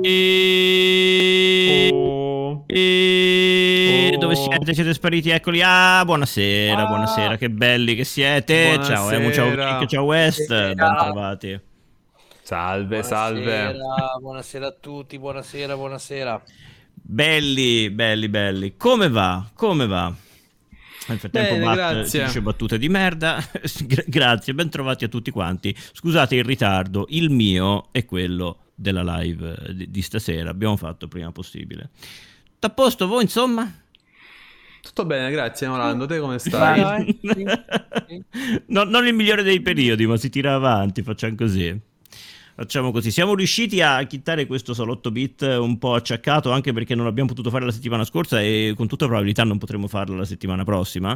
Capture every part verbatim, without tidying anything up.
E... Oh. E... Oh. Dove siete? Siete spariti? Eccoli. Ah, buonasera, Ah. buonasera, che belli che siete. Buonasera. Ciao Emu, ciao Nick, ciao West, Buonasera. ben trovati. Salve, salve. Buonasera, buonasera a tutti, buonasera, buonasera. Belli, belli, belli. Come va? Come va? Nel frattempo Bene, Bat grazie. ci dice battute di merda. Gra- grazie, ben trovati a tutti quanti. Scusate il ritardo, il mio è quello della live di, di stasera. Abbiamo fatto il prima possibile. T'à posto voi, insomma? Tutto bene, grazie Orlando. Te come stai? Vai, vai. Sì, sì. No, non il migliore dei periodi, ma si tira avanti, facciamo così. Facciamo così. Siamo riusciti a chittare questo salotto beat un po' acciaccato, anche perché non l'abbiamo potuto fare la settimana scorsa e con tutta probabilità non potremo farlo la settimana prossima.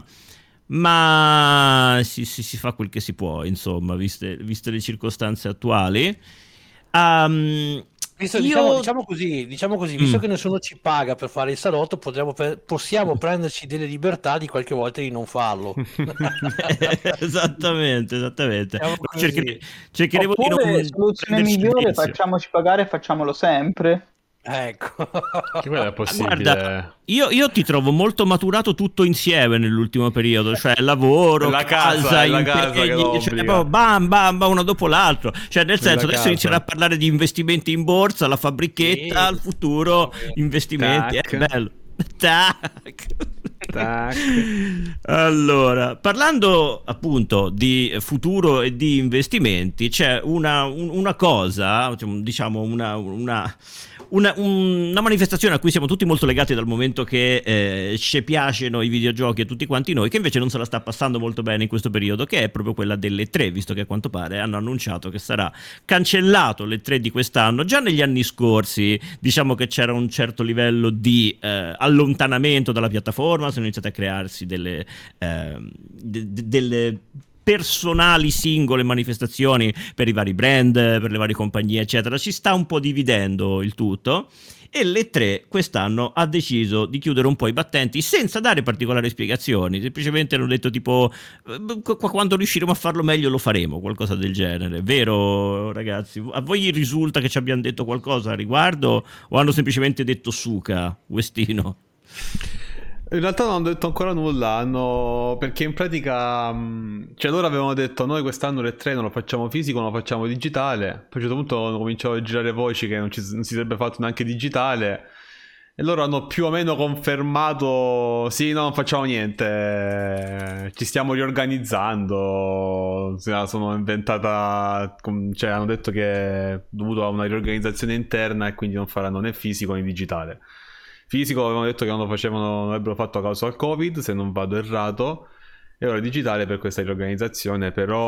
Ma si, si, si fa quel che si può, insomma, viste, viste le circostanze attuali. Um, Visto, io... diciamo, diciamo così, diciamo così, visto Mm. che nessuno ci paga per fare il salotto, potremmo pre- possiamo prenderci delle libertà di qualche volta di non farlo. esattamente, esattamente. Diciamo così. Cerchere- cercheremo di Oppure, non soluzione prenderci migliore, vizio. facciamoci pagare e facciamolo sempre. Ecco. Che quella è possibile. Guarda, io, io ti trovo molto maturato tutto insieme nell'ultimo periodo, cioè lavoro, La casa, casa, è la impegni, casa che lo cioè, obbliga. proprio bam bam bam uno dopo l'altro, cioè nel senso La adesso casa. inizierà a parlare di investimenti in borsa, la fabbrichetta, Sì. il futuro, investimenti, Tac. è bello. Tac. Tac. Allora, parlando appunto di futuro e di investimenti, c'è una, un- una cosa, diciamo una, una, una, una manifestazione a cui siamo tutti molto legati dal momento che eh, ci piacciono i videogiochi e tutti quanti noi, che invece non se la sta passando molto bene in questo periodo, che è proprio quella delle tre, visto che a quanto pare hanno annunciato che sarà cancellato le tre di quest'anno. Già negli anni scorsi diciamo che c'era un certo livello di eh, allontanamento dalla piattaforma, sono iniziate a crearsi delle, eh, de- de- delle personali singole manifestazioni per i vari brand, per le varie compagnie eccetera. Ci sta un po' dividendo il tutto e le tre quest'anno ha deciso di chiudere un po' i battenti senza dare particolari spiegazioni, semplicemente hanno detto tipo eh, qu- quando riusciremo a farlo meglio lo faremo, qualcosa del genere. Vero ragazzi? A voi risulta che ci abbiano detto qualcosa a riguardo o hanno semplicemente detto suca, Westino? In realtà non hanno detto ancora nulla, hanno... perché in pratica, mh, cioè loro avevano detto noi quest'anno le tre non lo facciamo fisico, non lo facciamo digitale, poi a un certo punto hanno cominciato a girare voci che non, ci, non si sarebbe fatto neanche digitale e loro hanno più o meno confermato sì, no, non facciamo niente, ci stiamo riorganizzando, se la sono inventata, com- cioè hanno detto che è dovuto a una riorganizzazione interna e quindi non faranno né fisico né digitale. Fisico avevano detto che non lo facevano, non avrebbero fatto a causa del Covid, se non vado errato, e ora digitale per questa riorganizzazione,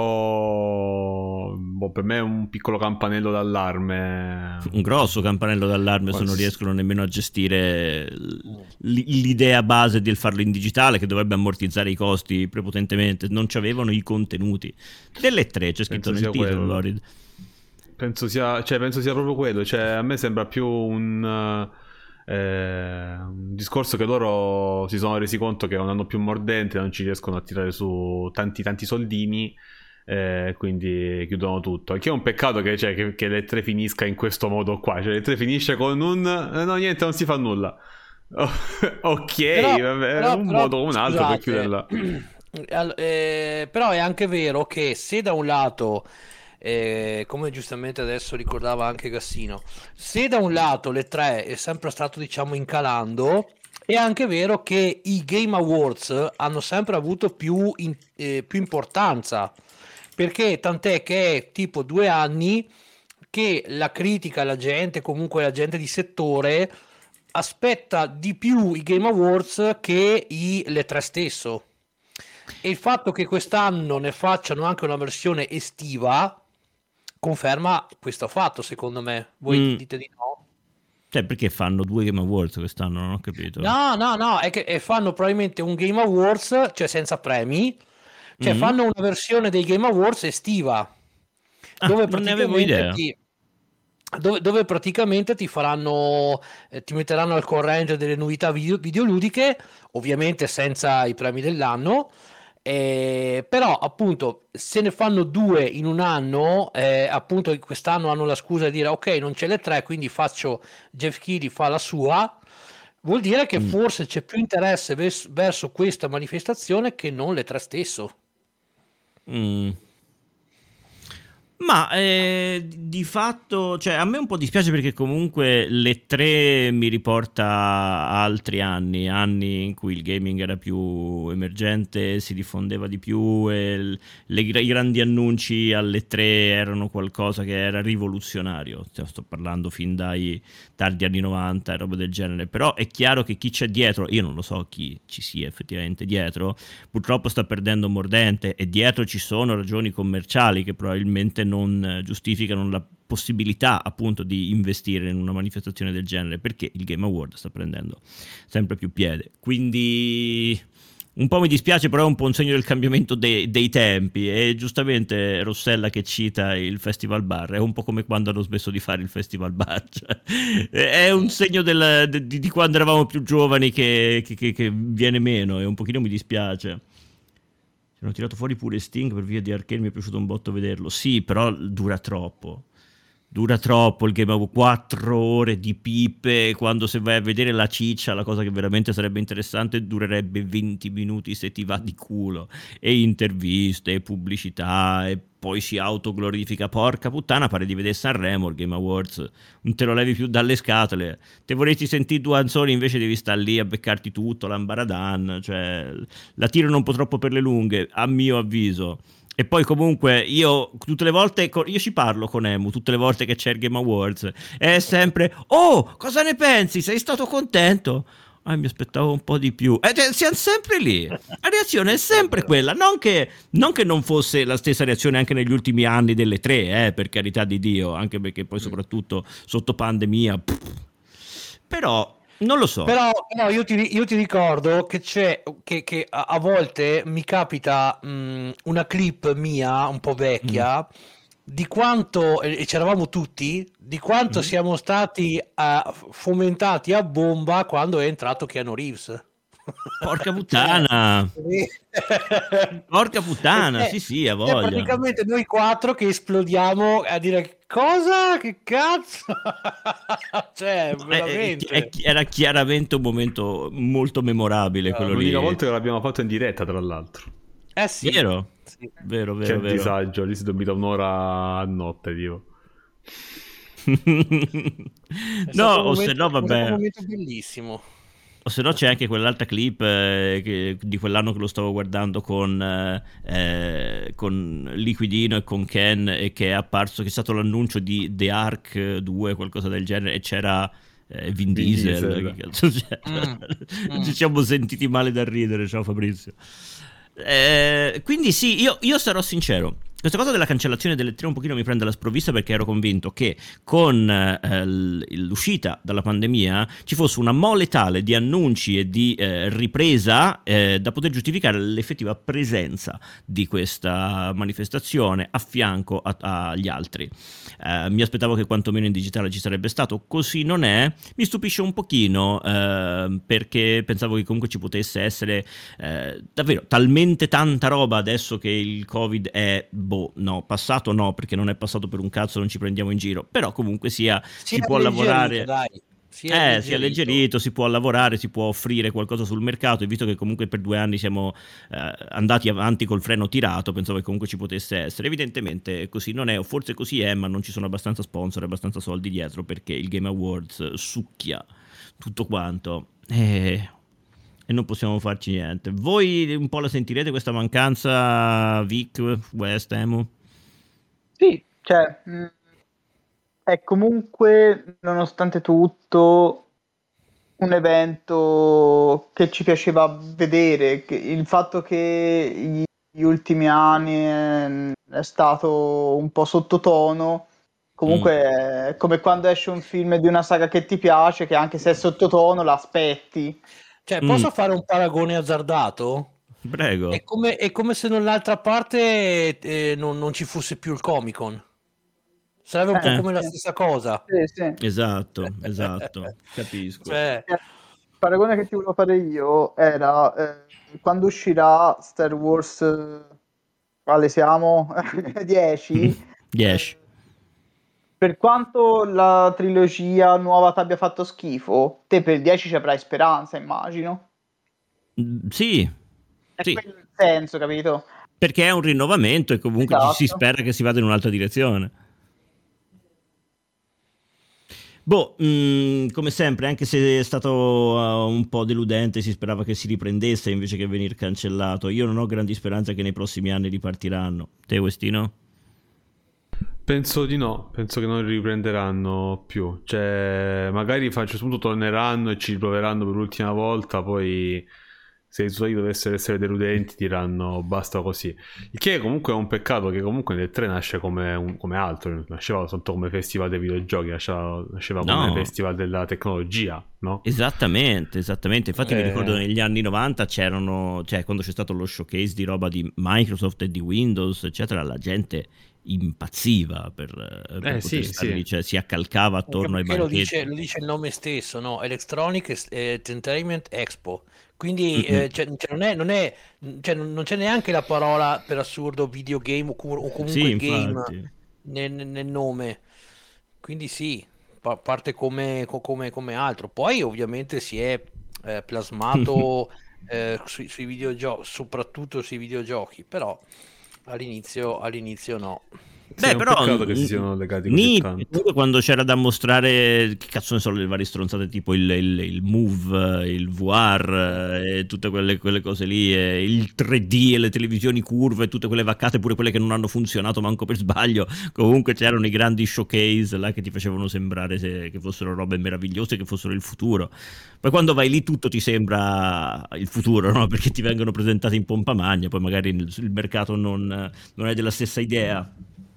però boh, per me è un piccolo campanello d'allarme. Un grosso campanello d'allarme se Quasi. non riescono nemmeno a gestire l- l'idea base di farlo in digitale, che dovrebbe ammortizzare i costi prepotentemente. Non c'avevano i contenuti delle tre, c'è scritto Penso nel sia titolo, quello. Lorid. Penso sia, cioè, penso sia proprio quello, cioè a me sembra più un... Eh, un discorso che loro si sono resi conto che è un anno più mordente, non ci riescono a tirare su tanti tanti soldini, eh, quindi chiudono tutto. Che è un peccato che, cioè, che, che le tre finisca in questo modo qua, cioè le tre finisce con un eh, no niente, non si fa nulla. Oh, ok, Però- vabbè, però- un però, modo o un altro per scusate, chiuderla. al- eh, però è anche vero che se da un lato, eh, come giustamente adesso ricordava anche Gassino, se da un lato le tre è sempre stato diciamo incalando, è anche vero che i Game Awards hanno sempre avuto più, in- eh, più importanza, perché tant'è che è tipo due anni che la critica, la gente, comunque la gente di settore aspetta di più i Game Awards che i, le tre stesso. E il fatto che quest'anno ne facciano anche una versione estiva conferma questo fatto, secondo me. Voi Mm. dite di no? Cioè, perché fanno due Game Awards quest'anno? Non ho capito. No, no, no, è che e fanno probabilmente un Game Awards, cioè senza premi, cioè Mm. fanno una versione dei Game Awards estiva, Ah, dove non ne avevo praticamente idea. ti, dove, dove praticamente ti faranno, eh, ti metteranno al corrente delle novità video- videoludiche, ovviamente senza i premi dell'anno, Eh, però appunto se ne fanno due in un anno, eh, appunto quest'anno hanno la scusa di dire ok, non c'è le tre, quindi faccio Jeff Keighley fa la sua, vuol dire che Mm. forse c'è più interesse vers- verso questa manifestazione che non le tre stesso. Mm. Ma eh, di fatto, cioè a me un po' dispiace perché comunque le tre mi riporta a altri anni, anni in cui il gaming era più emergente, si diffondeva di più e l- le gra- i grandi annunci alle tre erano qualcosa che era rivoluzionario. Cioè, sto parlando fin dai tardi anni novanta e roba del genere, però è chiaro che chi c'è dietro, io non lo so chi ci sia effettivamente dietro, purtroppo sta perdendo mordente e dietro ci sono ragioni commerciali che probabilmente non giustificano la possibilità appunto di investire in una manifestazione del genere, perché il Game Award sta prendendo sempre più piede. Quindi un po' mi dispiace, però è un po' un segno del cambiamento dei, dei tempi. E giustamente Rossella che cita il Festival Bar è un po' come quando hanno smesso di fare il Festival Bar, cioè, è un segno del, di, di quando eravamo più giovani che, che, che, che viene meno, e un pochino mi dispiace. Hanno tirato fuori pure Sting per via di Arcane, mi è piaciuto un botto vederlo. Sì, però dura troppo. Dura troppo il Game of quattro ore di pipe, quando se vai a vedere la ciccia, la cosa che veramente sarebbe interessante durerebbe venti minuti se ti va di culo. E interviste, e pubblicità, e poi si autoglorifica. Porca puttana, pare di vedere Sanremo, il Game Awards. Non te lo levi più dalle scatole. Te vorresti sentire due canzoni, invece devi stare lì a beccarti tutto, l'ambaradan. Cioè, la tirano un po' troppo per le lunghe, a mio avviso. E poi comunque io tutte le volte io ci parlo con Emu tutte le volte che c'è il Game Awards, è sempre oh, cosa ne pensi? Sei stato contento? Ah, mi aspettavo un po' di più. E cioè, siamo sempre lì. La reazione è sempre quella. Non che, non che non fosse la stessa reazione anche negli ultimi anni delle tre, eh, per carità di Dio, anche perché poi soprattutto sotto pandemia. Pff. Però non lo so. Però, però io, ti, io ti ricordo che c'è che, che a, a volte mi capita mh, una clip mia un po' vecchia mm. di quanto, e c'eravamo tutti, di quanto mm. siamo stati uh, fomentati a bomba quando è entrato Keanu Reeves. Porca puttana, porca puttana, eh, sì sì, a voglia. Praticamente noi quattro che esplodiamo a dire cosa, che cazzo, cioè no, veramente è, è, era chiaramente un momento molto memorabile, no, quello lì. L'unica volta che l'abbiamo fatto in diretta, tra l'altro. Eh sì, vero, sì. vero, vero, che vero. disagio, lì si dormita un'ora a notte, tipo. No, o momento, se no vabbè, è un momento bellissimo. O se no c'è anche quell'altra clip eh, che, di quell'anno che lo stavo guardando con, eh, con Liquidino e con Ken, e che è apparso, che è stato l'annuncio di The Ark due, qualcosa del genere, e c'era eh, Vin, Vin Diesel, Diesel. Mm. Ci siamo sentiti male da ridere. Ciao Fabrizio. Eh, quindi sì, io, io sarò sincero, questa cosa della cancellazione delle tre un pochino mi prende alla sprovvista, perché ero convinto che con eh, l'uscita dalla pandemia ci fosse una mole tale di annunci e di eh, ripresa eh, da poter giustificare l'effettiva presenza di questa manifestazione a fianco a, agli altri. Eh, mi aspettavo che quantomeno in digitale ci sarebbe stato, così non è. Mi stupisce un pochino eh, perché pensavo che comunque ci potesse essere eh, davvero talmente tanta roba adesso che il Covid è boh, no, passato no, perché non è passato per un cazzo, non ci prendiamo in giro, però comunque sia, si, si può lavorare, dai. Si è, eh, si è alleggerito, si può lavorare, si può offrire qualcosa sul mercato, e visto che comunque per due anni siamo eh, andati avanti col freno tirato, pensavo che comunque ci potesse essere. Evidentemente così non è, o forse così è, ma non ci sono abbastanza sponsor, abbastanza soldi dietro, perché il Game Awards succhia tutto quanto e, e non possiamo farci niente. Voi un po' la sentirete questa mancanza, Vic, West, Emu? Sì, cioè... Mh... è comunque, nonostante tutto, un evento che ci piaceva vedere. Che il fatto che gli ultimi anni è stato un po' sottotono, comunque mm. è come quando esce un film di una saga che ti piace, che anche se è sottotono l'aspetti. Cioè, posso mm. fare un paragone azzardato? Prego. È come, è come se dall'altra parte eh, non, non ci fosse più il Comic Con. Sarebbe un eh. po' come la stessa cosa. Sì, sì. Esatto, esatto, capisco. Cioè... paragone che ti volevo fare io era eh, quando uscirà Star Wars, eh, quale siamo? dieci. dieci. Eh, per quanto la trilogia nuova ti abbia fatto schifo, te per il dieci ci avrai speranza, immagino. Mm, Sì, È sì, quello il senso, capito? perché è un rinnovamento e comunque ci si Esatto. spera che si vada in un'altra direzione. Boh, mh, come sempre, anche se è stato uh, un po' deludente, si sperava che si riprendesse invece che venir cancellato. Io non ho grandi speranze che nei prossimi anni ripartiranno. Te, Westino? Penso di no, penso che non riprenderanno più. Cioè, magari a un certo punto torneranno e ci riproveranno per l'ultima volta, poi se i risultati dovessero essere deludenti diranno basta così. Il che comunque è un peccato, che comunque nel tre nasce come, un- come altro, nasceva soltanto come festival dei videogiochi, nasceva, nasceva come No, festival della tecnologia, no? esattamente, esattamente. Infatti mi ricordo Eh, negli anni novanta c'erano, cioè quando c'è stato lo showcase di roba di Microsoft e di Windows, eccetera, la gente impazziva per, eh, per Eh poter sì, stare lì, sì. cioè si accalcava Anche attorno ai perché lo dice, banchetti. lo dice il nome stesso, no? Electronic Es- eh, Entertainment Expo. Quindi Mm-mm. eh, cioè, cioè, non è, non è- cioè, non non c'è neanche la parola per assurdo videogame o, cu- o Sì, comunque game infatti. nel, nel nome. Quindi sì, pa- parte come, co- come- come altro. Poi ovviamente si è eh, plasmato eh, sui, sui videogiochi, soprattutto sui videogiochi, però all'inizio, all'inizio no. Sì, è Beh, un però peccato che si mm, siano legati così Ni tanto. comunque quando c'era da mostrare, che cazzo ne so, le varie stronzate tipo il, il, il Move, eh, il V R eh, e tutte quelle, quelle cose lì, e il tre D e le televisioni curve, tutte quelle vaccate, pure quelle che non hanno funzionato manco per sbaglio. Comunque c'erano i grandi showcase là che ti facevano sembrare se- che fossero robe meravigliose, che fossero il futuro. Poi quando vai lì tutto ti sembra il futuro, no? Perché ti vengono presentati in pompa magna, poi magari il, il mercato non, non è della stessa idea.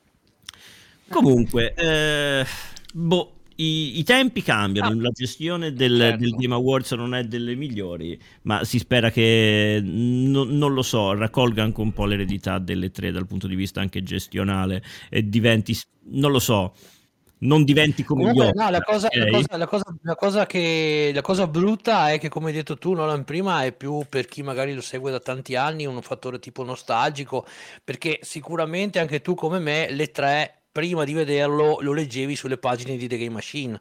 Comunque, eh, boh, i, i tempi cambiano, Ah, la gestione del, del certo. Game Awards non è delle migliori, ma si spera che, no- non lo so, raccolga anche un po' l'eredità delle tre dal punto di vista anche gestionale e diventi, non lo so, non diventi come gli Comunque, no, la Oscar, cosa, la ok? cosa, la cosa, la cosa che, la cosa brutta è che, come hai detto tu, Nolan, prima è più per chi magari lo segue da tanti anni, un fattore tipo nostalgico, perché sicuramente anche tu, come me, le tre, prima di vederlo, lo leggevi sulle pagine di The Game Machine.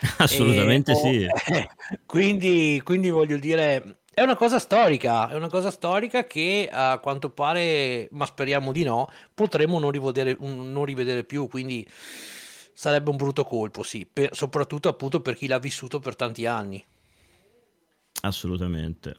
E, Assolutamente o- sì. quindi, quindi voglio dire, è una cosa storica, è una cosa storica che a quanto pare, ma speriamo di no, potremmo non rivedere, un- non rivedere più, quindi sarebbe un brutto colpo, sì, per- soprattutto appunto per chi l'ha vissuto per tanti anni. Assolutamente.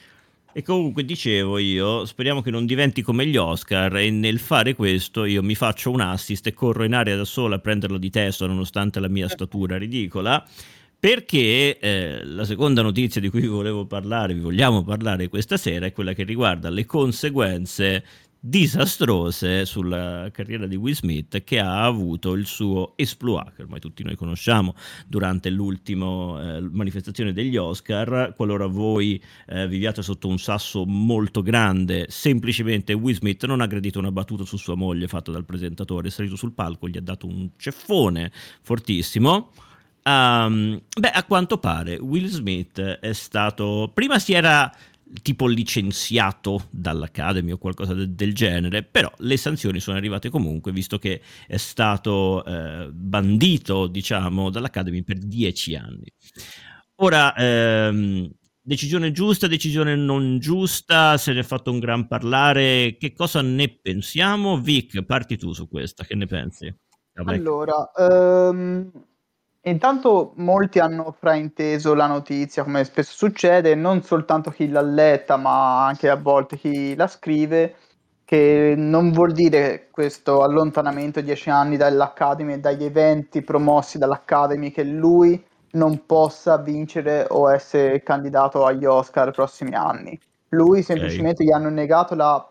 E comunque dicevo io, speriamo che non diventi come gli Oscar e nel fare questo io mi faccio un assist e corro in aria da sola a prenderlo di testa nonostante la mia statura ridicola, perché eh, la seconda notizia di cui vi volevo parlare, vi vogliamo parlare questa sera, è quella che riguarda le conseguenze disastrose sulla carriera di Will Smith che ha avuto il suo esploit, che ormai tutti noi conosciamo, durante l'ultima eh, manifestazione degli Oscar. Qualora voi eh, viviate sotto un sasso molto grande, semplicemente Will Smith non ha gradito una battuta su sua moglie fatta dal presentatore, è salito sul palco, gli ha dato un ceffone fortissimo. Um, beh, a quanto pare Will Smith è stato, prima si era tipo licenziato dall'Academy o qualcosa de- del genere, però le sanzioni sono arrivate comunque, visto che è stato eh, bandito, diciamo, dall'Academy per dieci anni. Ora, ehm, decisione giusta, decisione non giusta, se ne è fatto un gran parlare, che cosa ne pensiamo? Vic, parti tu su questa, che ne pensi? Vabbè. Allora, ehm, intanto molti hanno frainteso la notizia, come spesso succede, non soltanto chi l'ha letta, ma anche a volte chi la scrive, che non vuol dire questo allontanamento di dieci anni dall'Academy e dagli eventi promossi dall'Academy che lui non possa vincere o essere candidato agli Oscar nei prossimi anni. Lui Ok. semplicemente gli hanno negato la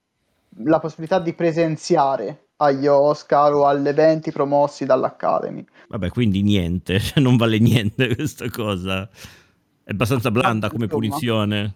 la possibilità di presenziare agli Oscar o agli eventi promossi dall'Academy. Vabbè, quindi niente, cioè non vale niente questa cosa. È abbastanza blanda Vabbè, come insomma, punizione.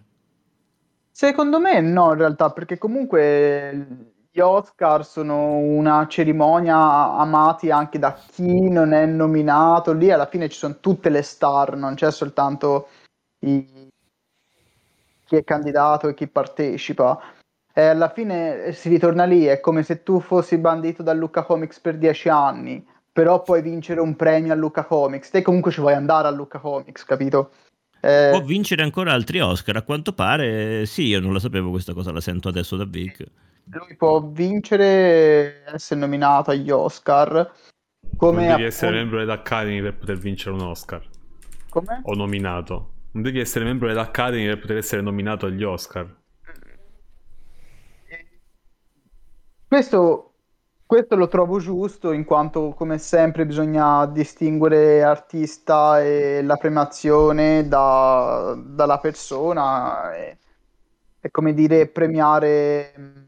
secondo me no, in realtà, perché comunque gli Oscar sono una cerimonia amati anche da chi non è nominato. Lì alla fine ci sono tutte le star, non c'è soltanto i- chi è candidato e chi partecipa. E alla fine si ritorna lì, è come se tu fossi bandito da Lucca Comics per dieci anni, però puoi vincere un premio a Lucca Comics. Te comunque ci vuoi andare a Lucca Comics, capito? Può Eh, vincere ancora altri Oscar, a quanto pare. Sì, io non la sapevo questa cosa, la sento adesso da Vic. lui può vincere, essere nominato agli Oscar, Non come devi essere appunto... membro dell'Academy per poter vincere un Oscar. Come? O nominato. Non devi essere membro dell'Academy per poter essere nominato agli Oscar. Questo, questo lo trovo giusto, in quanto, come sempre, bisogna distinguere artista e la premiazione da- dalla persona. E, è come dire premiare mh,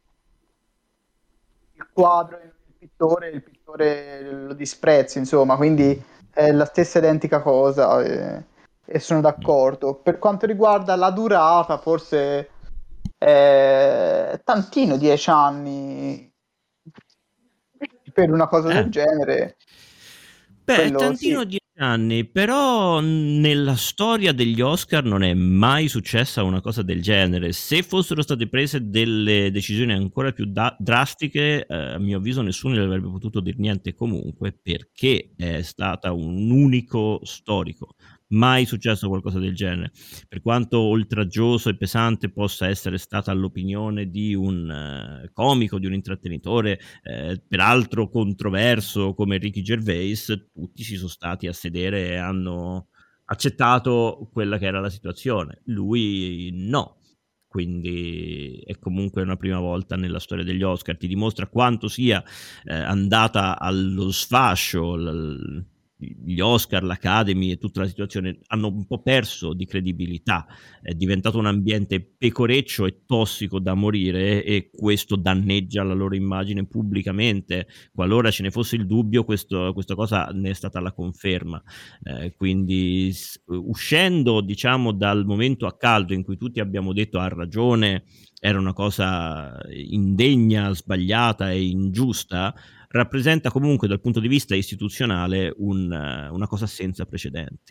il quadro e il pittore, il pittore lo disprezzi, insomma, quindi è la stessa identica cosa e, e sono d'accordo. Per quanto riguarda la durata, forse è tantino, dieci anni per una cosa Eh. del genere, Beh, è quello tantino sì. dieci anni, però nella storia degli Oscar non è mai successa una cosa del genere. Se fossero state prese delle decisioni ancora più da- drastiche, eh, a mio avviso nessuno ne avrebbe potuto dire niente comunque, perché è stata un unico storico. Mai successo qualcosa del genere. Per quanto oltraggioso e pesante possa essere stata l'opinione di un eh, comico, di un intrattenitore, eh, peraltro controverso come Ricky Gervais, tutti si sono stati a sedere e hanno accettato quella che era la situazione. Lui no. Quindi è comunque una prima volta nella storia degli Oscar, ti dimostra quanto sia eh, andata allo sfascio l- gli Oscar, l'Academy e tutta la situazione hanno un po' perso di credibilità, è diventato un ambiente pecoreccio e tossico da morire e questo danneggia la loro immagine pubblicamente. Qualora ce ne fosse il dubbio, questo, questa cosa ne è stata la conferma. Eh, quindi s- uscendo, diciamo, dal momento a caldo in cui tutti abbiamo detto ha ragione, era una cosa indegna, sbagliata e ingiusta, rappresenta comunque dal punto di vista istituzionale un, eh, una cosa senza precedenti.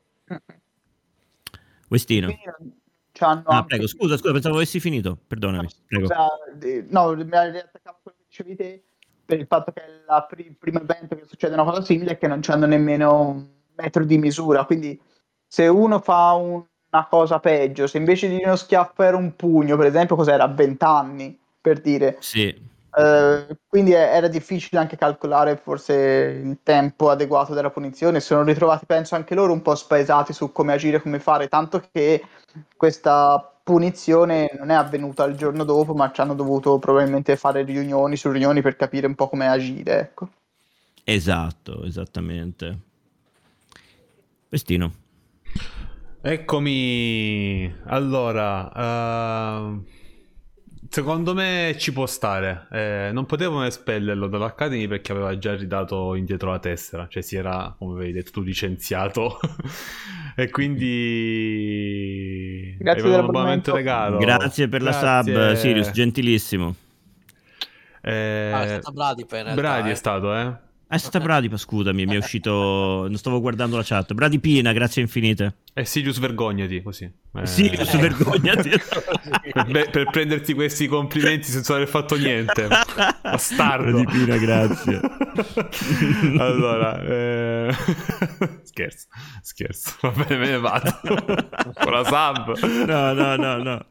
E Westino. quindi c'hanno Ah, anche prego, scusa, scusa, pensavo avessi finito, no, perdonami, prego. scusa, eh, no, mi ha riattaccato quello che dicevi te per il fatto che è la pri- il primo evento che succede una cosa simile e che non c'hanno nemmeno un metro di misura. Quindi se uno fa un- una cosa peggio, se invece di uno schiaffo era un pugno, per esempio, cos'era? A venti anni, per dire. Sì, Eh, quindi è- era difficile anche calcolare forse il tempo adeguato della punizione. Si sono ritrovati, penso, anche loro un po' spaesati su come agire, come fare, tanto che questa punizione non è avvenuta il giorno dopo, ma ci hanno dovuto probabilmente fare riunioni su riunioni per capire un po' come agire, ecco. esatto, esattamente. Westino. Eccomi. Allora, ehm, secondo me ci può stare. Eh, non potevano espellerlo dall'Academy perché aveva già ridato indietro la tessera, cioè si era, come avevi detto tu, licenziato. E quindi Grazie aveva un abbonamento dell'abbonamento. regalo. Grazie per la sub, Sirius, Grazie. gentilissimo. Ah, è Eh, stata Bradipa in realtà, Brady è eh. stato, eh? Ah, è stata Bradipa, scusami, mi è uscito, non stavo guardando la chat. Bradipina, grazie infinite. E Sirius vergognati, così. Eh, Sirius, vergognati. per, be- per prenderti questi complimenti senza aver fatto niente. Bastardo. Bradipina, grazie. Allora, eh... scherzo, scherzo. Va bene, me ne vado. Con la sub. No, no, no, no.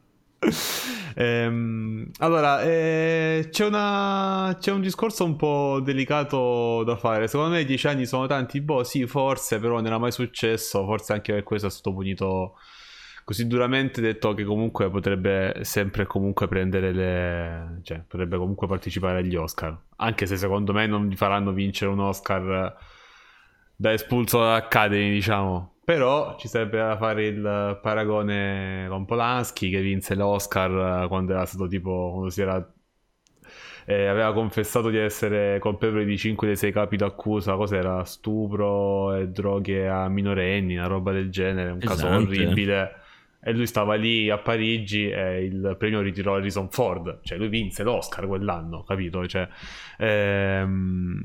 Ehm, allora, eh, c'è, una, c'è un discorso un po' delicato da fare. Secondo me dieci anni sono tanti. Boh, sì, forse, però non era mai successo. Forse anche per questo è stato punito così duramente, detto che comunque potrebbe sempre comunque prendere le... cioè potrebbe comunque partecipare agli Oscar, anche se secondo me non gli faranno vincere un Oscar da espulso dall'Academy, diciamo. Però ci sarebbe da fare il paragone con Polanski, che vinse l'Oscar quando era stato tipo, quando si era eh, aveva confessato di essere colpevole di cinque dei sei capi d'accusa. Cos'era? Stupro e droghe a minorenni, una roba del genere, un caso Pesante. orribile. E lui stava lì a Parigi e il premio ritirò Harrison Ford. Cioè lui vinse l'Oscar quell'anno, capito? Cioè, ehm,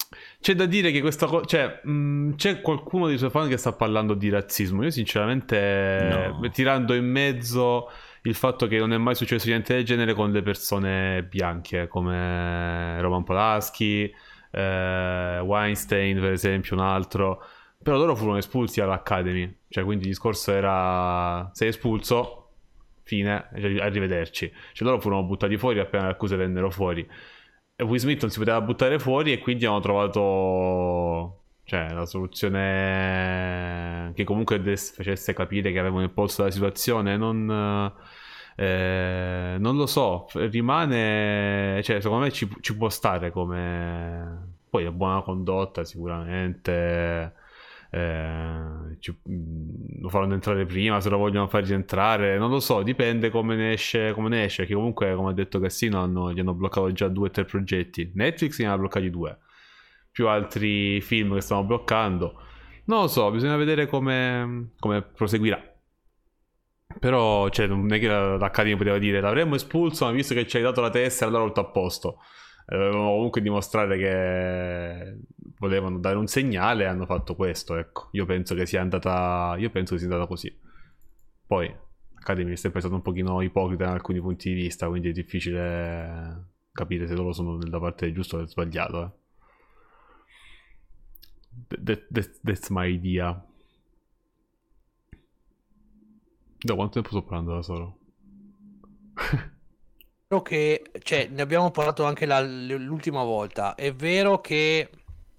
C'è da dire che questa cosa, cioè, mh, c'è qualcuno dei suoi fan che sta parlando di razzismo. Io sinceramente, No. tirando in mezzo il fatto che non è mai successo niente del genere con le persone bianche, come Roman Polanski, eh, Weinstein per esempio, un altro. Però loro furono espulsi all'Academy, cioè quindi il discorso era sei espulso, fine, arrivederci. Cioè loro furono buttati fuori appena le accuse vennero fuori. E Will Smith non si poteva buttare fuori e quindi hanno trovato, cioè, la soluzione che comunque des- facesse capire che avevano il polso della situazione. Non, eh, non lo so, rimane, cioè, secondo me ci, ci può stare come... Poi è buona condotta sicuramente, eh, ci- mh, lo faranno entrare prima, se lo vogliono far rientrare, non lo so, dipende come ne esce, come ne esce, che comunque come ha detto Cassino hanno, gli hanno bloccato già due o tre progetti, Netflix ne ha bloccati due, più altri film che stanno bloccando, non lo so, bisogna vedere come, come proseguirà. Però cioè, non è che l'Academy poteva dire l'avremmo espulso, ma visto che ci hai dato la tessera allora tutto a posto. Eh, dovevano comunque dimostrare che volevano dare un segnale e hanno fatto questo, ecco. Io penso che sia andata io penso che sia andata così. Poi l'Academy è sempre stato un pochino ipocrita in alcuni punti di vista, quindi è difficile capire se loro sono da parte giusta o del sbagliato, eh. That, that, that's my idea. Da quanto tempo sto parlando da solo? Vero che, cioè, ne abbiamo parlato anche la- l'ultima volta. È vero che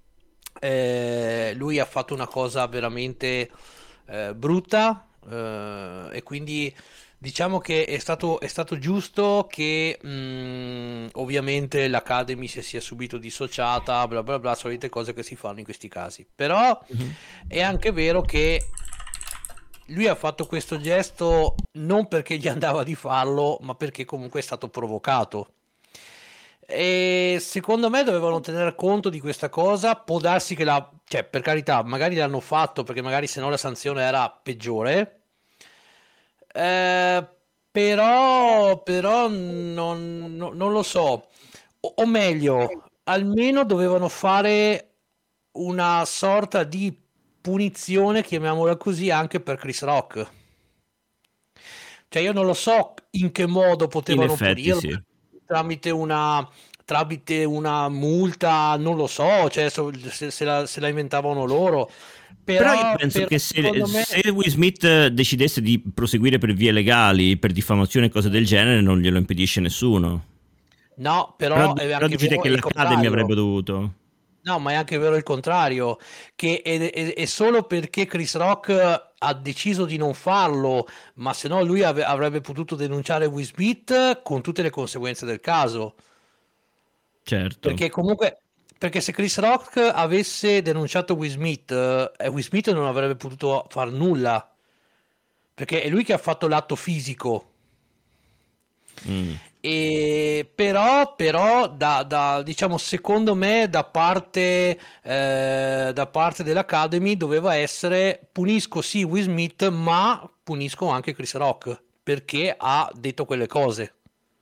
eh, lui ha fatto una cosa veramente eh, brutta, eh, e quindi diciamo che è stato, è stato giusto che mh, ovviamente l'Academy si sia subito dissociata, bla bla bla, solite cose che si fanno in questi casi. Però Mhm. è anche vero che lui ha fatto questo gesto non perché gli andava di farlo, ma perché comunque è stato provocato. E secondo me dovevano tener conto di questa cosa. Può darsi che la, cioè, per carità, magari l'hanno fatto perché magari se no la sanzione era peggiore. Eh, però, però non, no- non lo so. O, o meglio, almeno dovevano fare una sorta di punizione, chiamiamola così, anche per Chris Rock. Cioè, io non lo so in che modo In potevano effetti punirlo, sì. tramite una, tramite una multa, non lo so, cioè, so- se, se la, se la inventavano loro. Però io Però, penso però che se, secondo me, se Will Smith eh, decidesse di proseguire per vie legali, per diffamazione e cose del genere, non glielo impedisce nessuno. no, Però, però è però anche dici te vero che il l'Academy contrario. avrebbe dovuto. No, ma è anche vero il contrario, che è, è- è solo perché Chris Rock ha deciso di non farlo, ma se no lui ave- avrebbe potuto denunciare Will Smith con tutte le conseguenze del caso. Certo. Perché comunque, perché se Chris Rock avesse denunciato Will Smith, eh, Will Smith non avrebbe potuto far nulla, perché è lui che ha fatto l'atto fisico. Mm. E però, però da, da- diciamo, secondo me, da parte, eh, da parte dell'Academy doveva essere punisco sì Will Smith, ma punisco anche Chris Rock perché ha detto quelle cose.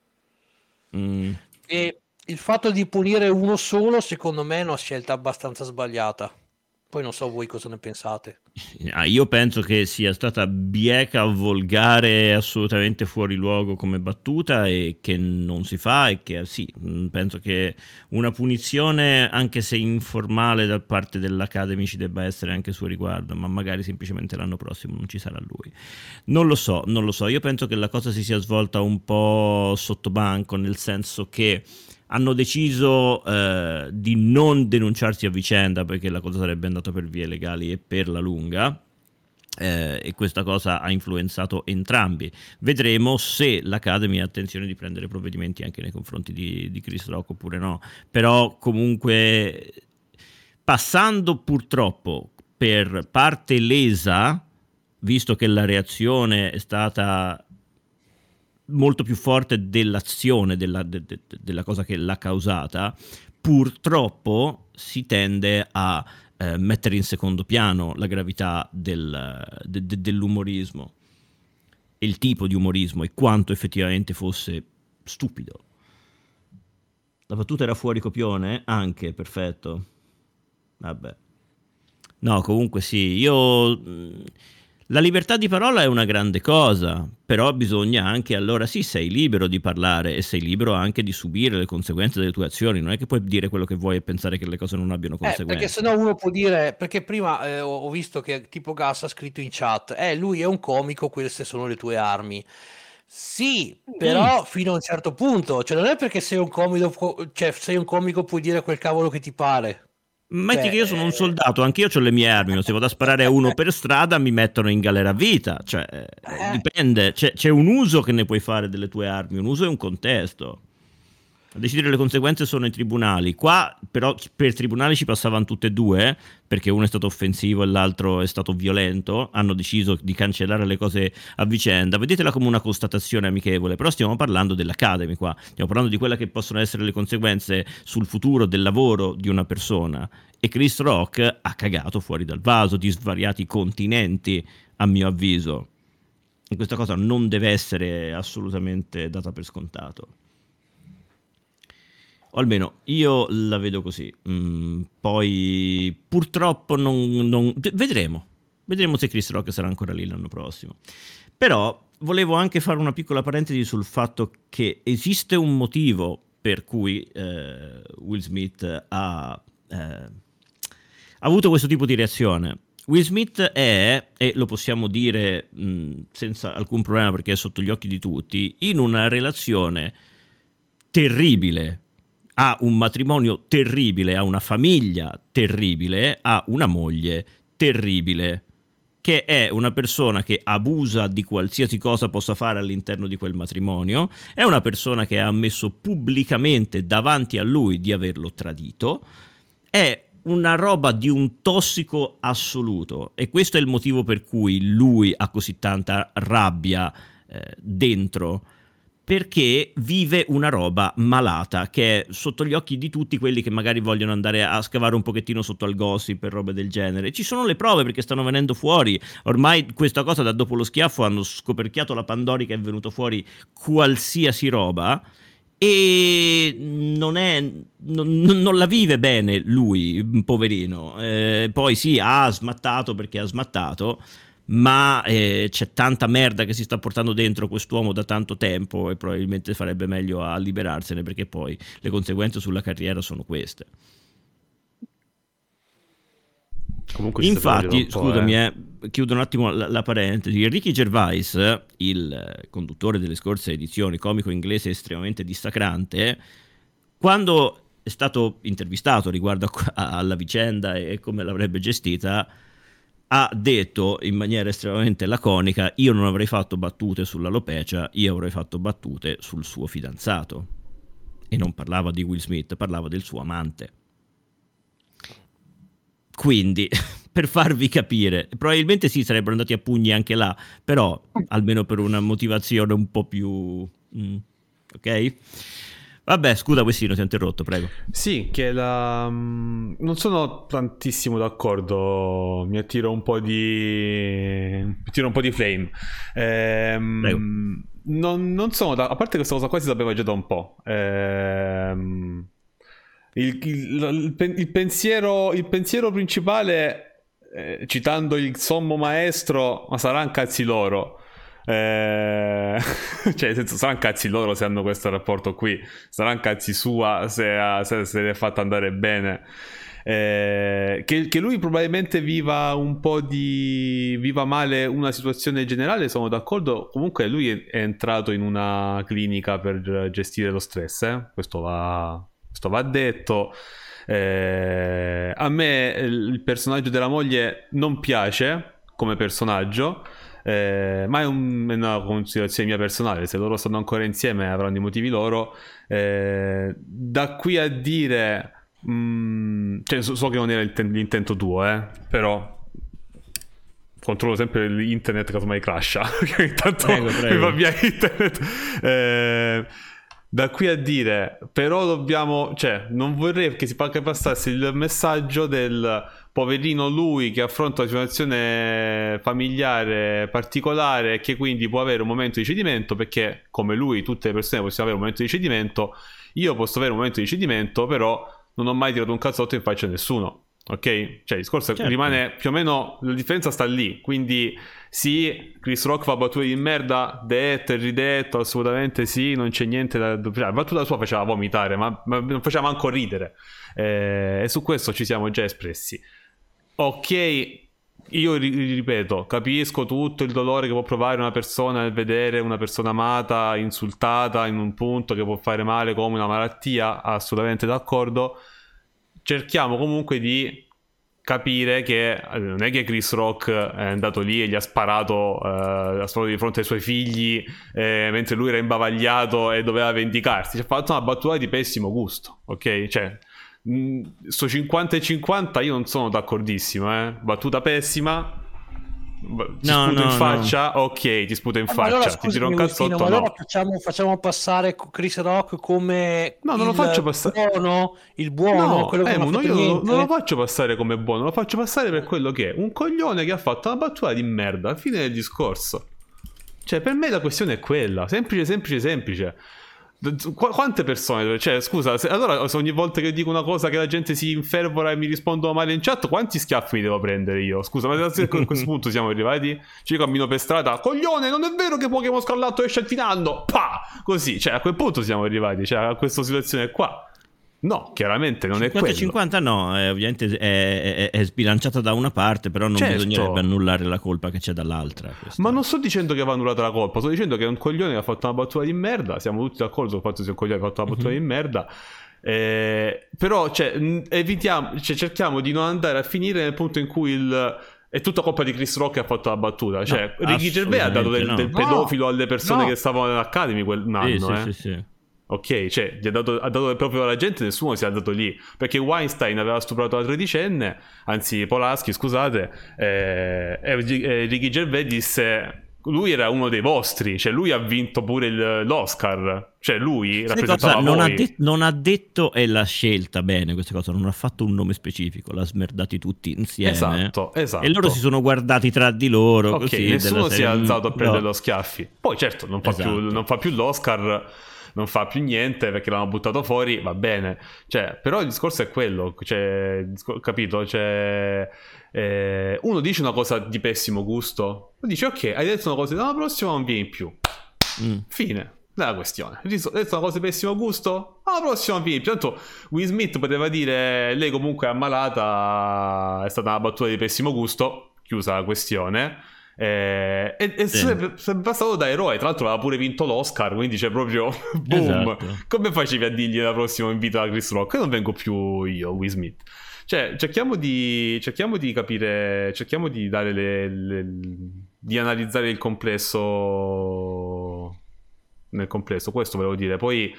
Mm. E il fatto di punire uno solo, secondo me, è una scelta abbastanza sbagliata. Poi non so voi cosa ne pensate. Ah, io penso che sia stata bieca, volgare, assolutamente fuori luogo come battuta e che non si fa e che sì, mh, penso che una punizione, anche se informale da parte dell'Academy, ci debba essere anche suo riguardo, ma magari semplicemente l'anno prossimo non ci sarà lui. Non lo so, non lo so, io penso che la cosa si sia svolta un po' sotto banco, nel senso che hanno deciso eh, di non denunciarsi a vicenda perché la cosa sarebbe andata per vie legali e per la lunga. Eh, e questa cosa ha influenzato entrambi. Vedremo se l'Academy ha intenzione di prendere provvedimenti anche nei confronti di, di Chris Rock oppure no. Però comunque, passando purtroppo per parte lesa, visto che la reazione è stata molto più forte dell'azione, della, de, de, della cosa che l'ha causata, purtroppo si tende a eh, mettere in secondo piano la gravità del, de, de, dell'umorismo, il tipo di umorismo e quanto effettivamente fosse stupido. La battuta era fuori copione? Anche, perfetto. vabbè. No, comunque sì, io... La libertà di parola è una grande cosa, però bisogna anche, allora sì, sei libero di parlare e sei libero anche di subire le conseguenze delle tue azioni, non è che puoi dire quello che vuoi e pensare che le cose non abbiano Eh, conseguenze. perché sennò uno può dire, perché prima eh, ho ho visto che tipo Gas ha scritto in chat, eh, lui è un comico, queste sono le tue armi. Sì, però fino a un certo punto, cioè non è perché sei un comico, cioè sei un comico puoi dire quel cavolo che ti pare. Metti Cioè, che io sono un eh, soldato, anche io ho le mie armi, non si vado a sparare a uno per strada mi mettono in galera a vita, cioè eh, Eh. dipende, c'è, c'è un uso che ne puoi fare delle tue armi, un uso e un contesto. A decidere le conseguenze sono i tribunali. Qua però per tribunali ci passavano tutte e due, perché uno è stato offensivo e l'altro è stato violento, hanno deciso di cancellare le cose a vicenda. Vedetela come una constatazione amichevole, però stiamo parlando dell'Academy qua, stiamo parlando di quelle che possono essere le conseguenze sul futuro del lavoro di una persona. E Chris Rock ha cagato fuori dal vaso di svariati continenti, a mio avviso. E questa cosa non deve essere assolutamente data per scontato. O almeno io la vedo così. Mm, poi purtroppo non, non... vedremo. Vedremo se Chris Rock sarà ancora lì l'anno prossimo. Però volevo anche fare una piccola parentesi sul fatto che esiste un motivo per cui eh, Will Smith ha, eh, ha avuto questo tipo di reazione. Will Smith è, e lo possiamo dire mh, senza alcun problema perché è sotto gli occhi di tutti, in una relazione terribile. Ha un matrimonio terribile, ha una famiglia terribile, ha una moglie terribile, che è una persona che abusa di qualsiasi cosa possa fare all'interno di quel matrimonio, è una persona che ha ammesso pubblicamente davanti a lui di averlo tradito, è una roba di un tossico assoluto e questo è il motivo per cui lui ha così tanta rabbia eh, dentro, perché vive una roba malata che è sotto gli occhi di tutti quelli che magari vogliono andare a scavare un pochettino sotto al gossip e robe del genere. Ci sono le prove perché stanno venendo fuori. Ormai questa cosa da dopo lo schiaffo hanno scoperchiato la Pandorica, è venuto fuori qualsiasi roba e non è non, non la vive bene lui, poverino. Eh, poi sì, ha smattato perché ha smattato, ma eh, c'è tanta merda che si sta portando dentro quest'uomo da tanto tempo e probabilmente farebbe meglio a liberarsene perché poi le conseguenze sulla carriera sono queste. Comunque infatti, scusami, eh. eh, chiudo un attimo la, la parentesi. Ricky Gervais, il conduttore delle scorse edizioni, comico inglese estremamente dissacrante, quando è stato intervistato riguardo a, alla vicenda e come l'avrebbe gestita, ha detto in maniera estremamente laconica: io non avrei fatto battute sull'alopecia, io avrei fatto battute sul suo fidanzato. E non parlava di Will Smith, parlava del suo amante. Quindi, per farvi capire, probabilmente sì, sarebbero andati a pugni anche là, però almeno per una motivazione un po' più... Mm, ok? Vabbè, scusa Wessino, ti ho interrotto, prego. Sì, che la... non sono tantissimo d'accordo, mi attiro un po' di... mi attiro un po' di flame. Ehm... Prego. Non, non sono da... a parte questa cosa qua si sapeva già da un po'. Ehm... Il, il, il, il, pensiero, il pensiero principale, eh, citando il sommo maestro, ma saranno cazzi loro. Eh, cioè, nel senso, saranno cazzi loro se hanno questo rapporto qui, saranno cazzi sua se, se, se le è fatta andare bene. Eh, che, che lui probabilmente viva un po' di viva male una situazione generale, sono d'accordo. Comunque lui è, è entrato in una clinica per gestire lo stress, eh? questo va questo va detto. Eh, a me il personaggio della moglie non piace come personaggio, eh, ma è, un, è una considerazione mia personale. Se loro stanno ancora insieme avranno i motivi loro. Eh, da qui a dire mh, cioè, so, so che non era l'intento tuo, eh, però controllo sempre l'internet, casomai crasha perché intanto prego, prego. mi va via internet. eh, Da qui a dire, però dobbiamo, cioè, non vorrei che si passasse il messaggio del poverino lui che affronta una situazione familiare particolare e che quindi può avere un momento di cedimento, perché come lui tutte le persone possono avere un momento di cedimento, io posso avere un momento di cedimento, però non ho mai tirato un cazzotto in faccia a nessuno. ok? Cioè il discorso Certo. rimane più o meno, la differenza sta lì, quindi sì, Chris Rock fa battute di merda, detto e ridetto, assolutamente sì, non c'è niente da... Cioè, la battuta sua faceva vomitare, ma, ma non faceva manco ridere, eh, e su questo ci siamo già espressi. Ok, io ri- ripeto, capisco tutto il dolore che può provare una persona nel vedere una persona amata insultata in un punto che può fare male come una malattia, assolutamente d'accordo. Cerchiamo comunque di capire che eh, non è che Chris Rock è andato lì e gli ha sparato, eh, ha sparato di fronte ai suoi figli, eh, mentre lui era imbavagliato e doveva vendicarsi. Ci ha fatto una battuta di pessimo gusto, ok? Cioè, mh, sto cinquanta e cinquanta io non sono d'accordissimo, eh? Battuta pessima. Ti No, sputo no, in faccia, no. Ok, ti sputo in Ma faccia, allora, ti tiro un scusami, Agostino, cazzotto, ma no. allora facciamo, facciamo passare Chris Rock come No, non lo il faccio passare. buono, il buono, No, quello che non ha Emu, no, fatto io non lo, niente. non lo faccio passare come buono, lo faccio passare per quello che è, un coglione che ha fatto una battuta di merda, fine del discorso. Cioè, per me la questione è quella, semplice, semplice, semplice. Qu- quante persone, cioè, scusa, se, allora se ogni volta che dico una cosa che la gente si infervora e mi rispondono male in chat, quanti schiaffi mi devo prendere io? Scusa, ma se a questo punto siamo arrivati? Ci cammino per strada, coglione, non è vero che Pokémon Scarlatto esce attinando, pa! Così, cioè, a quel punto siamo arrivati, cioè, a questa situazione qua. No, chiaramente non è quello. cinquanta no, eh, ovviamente è, è, è sbilanciata da una parte, però non Certo. bisognerebbe annullare la colpa che c'è dall'altra. Questa. Ma non sto dicendo che va annullata la colpa, sto dicendo che è un coglione che ha fatto una battuta di merda, siamo tutti d'accordo sul fatto che sia un coglione che ha fatto una battuta Mhm. di merda, eh, però cioè, mh, evitiamo, cioè, cerchiamo di non andare a finire nel punto in cui il... È tutta colpa di Chris Rock che ha fatto la battuta. Cioè, No, Ricky Gervais ha dato del, no. del No, pedofilo alle persone no. che stavano all'Academy quell'anno, Sì, sì, eh. sì, sì. Ok, cioè, gli ha dato, ha dato del proprio alla gente, nessuno si è andato lì. Perché Weinstein aveva stuprato la tredicenne, anzi Polaschi, scusate, eh, e, e Ricky Gervais disse... Lui era uno dei vostri, cioè lui ha vinto pure il, l'Oscar, cioè lui Queste rappresentava cosa, non, ha voi. de- non ha detto e l'ha scelta bene questa cosa, non ha fatto un nome specifico, l'ha smerdati tutti insieme. Esatto, esatto. E loro si sono guardati tra di loro. Ok, così, nessuno della si è serie, alzato a no. prendere lo schiaffi. Poi certo, non fa, Esatto. più, non fa più l'Oscar, non fa più niente perché l'hanno buttato fuori, va bene. Cioè, però il discorso è quello, cioè, capito? Cioè, eh, uno dice una cosa di pessimo gusto, dice ok, hai detto una cosa, l'anno prossimo non vieni più. Mm. Fine della questione. Hai detto una cosa di pessimo gusto, l'anno prossimo non vieni più. Tanto Will Smith poteva dire lei comunque è ammalata, è stata una battuta di pessimo gusto, chiusa la questione. Eh, e e Sì. sarebbe, sarebbe passato da eroe. Tra l'altro aveva pure vinto l'Oscar, quindi c'è proprio boom. Esatto. Come facevi a dirgli la prossima invito a Chris Rock? Non vengo più io, Will Smith. Cioè, cerchiamo di, cerchiamo di capire, cerchiamo di dare le, le- di analizzare il complesso nel complesso, questo volevo dire. Poi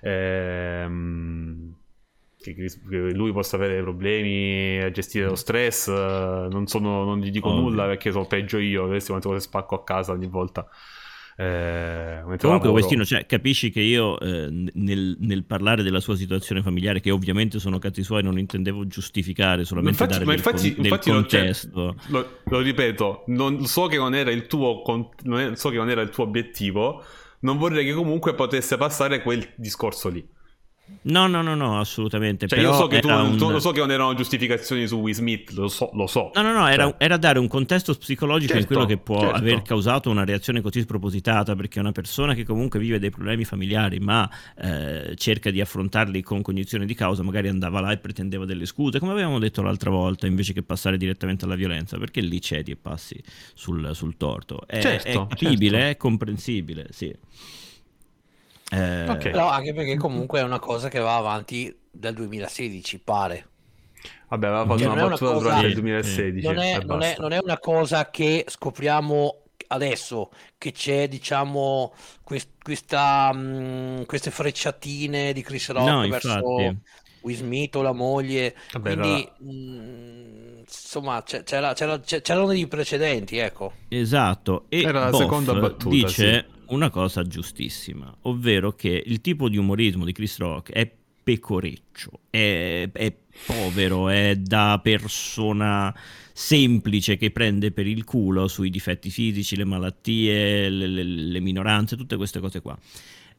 ehm, che, Chris- che lui possa avere problemi a gestire lo stress, eh, non sono, non gli dico Ovvio. nulla perché sono peggio io, adesso quante cose spacco a casa ogni volta. Eh, mentre Comunque, lavoro. Questino, cioè, capisci che io eh, nel, nel parlare della sua situazione familiare, che ovviamente sono cazzi suoi, non intendevo giustificare, solamente Infatti- dare ma del, infatti, con- del infatti non c'è- contesto. lo, lo ripeto, non, so che non era il tuo con- non è- so che non era il tuo obiettivo, non vorrei che comunque potesse passare quel discorso lì. No, no, no, no, assolutamente. Cioè però io so che tu, era tu- un- lo so che non erano giustificazioni su Will Smith, lo so, lo so. No, no, no, era, Cioè, era dare un contesto psicologico in Certo, quello che può certo. aver causato una reazione così spropositata, perché una persona che comunque vive dei problemi familiari ma eh, cerca di affrontarli con cognizione di causa, magari andava là e pretendeva delle scuse, come avevamo detto l'altra volta, invece che passare direttamente alla violenza, perché lì cedi e passi sul, sul torto. È, Certo, è capibile, certo. è comprensibile, sì. Eh, Ok. Però anche perché comunque è una cosa che va avanti dal duemilasedici, pare. Vabbè, aveva fatto Cioè, una non è una battuta cosa- durante il Sì, duemilasedici Non è, e non, è, basta. non è una cosa che scopriamo adesso, che c'è, diciamo, quest- questa, mh, queste frecciatine di Chris Rock No, verso infatti. Will Smith o la moglie. Vabbè, Quindi, era- mh, insomma, c'è- c'era- c'era- c'è- c'erano dei precedenti, ecco. Esatto, e Era la Boff seconda battuta, dice una cosa giustissima, ovvero che il tipo di umorismo di Chris Rock è pecoreccio, è, è povero, è da persona semplice che prende per il culo sui difetti fisici, le malattie, le, le- le minoranze, tutte queste cose qua.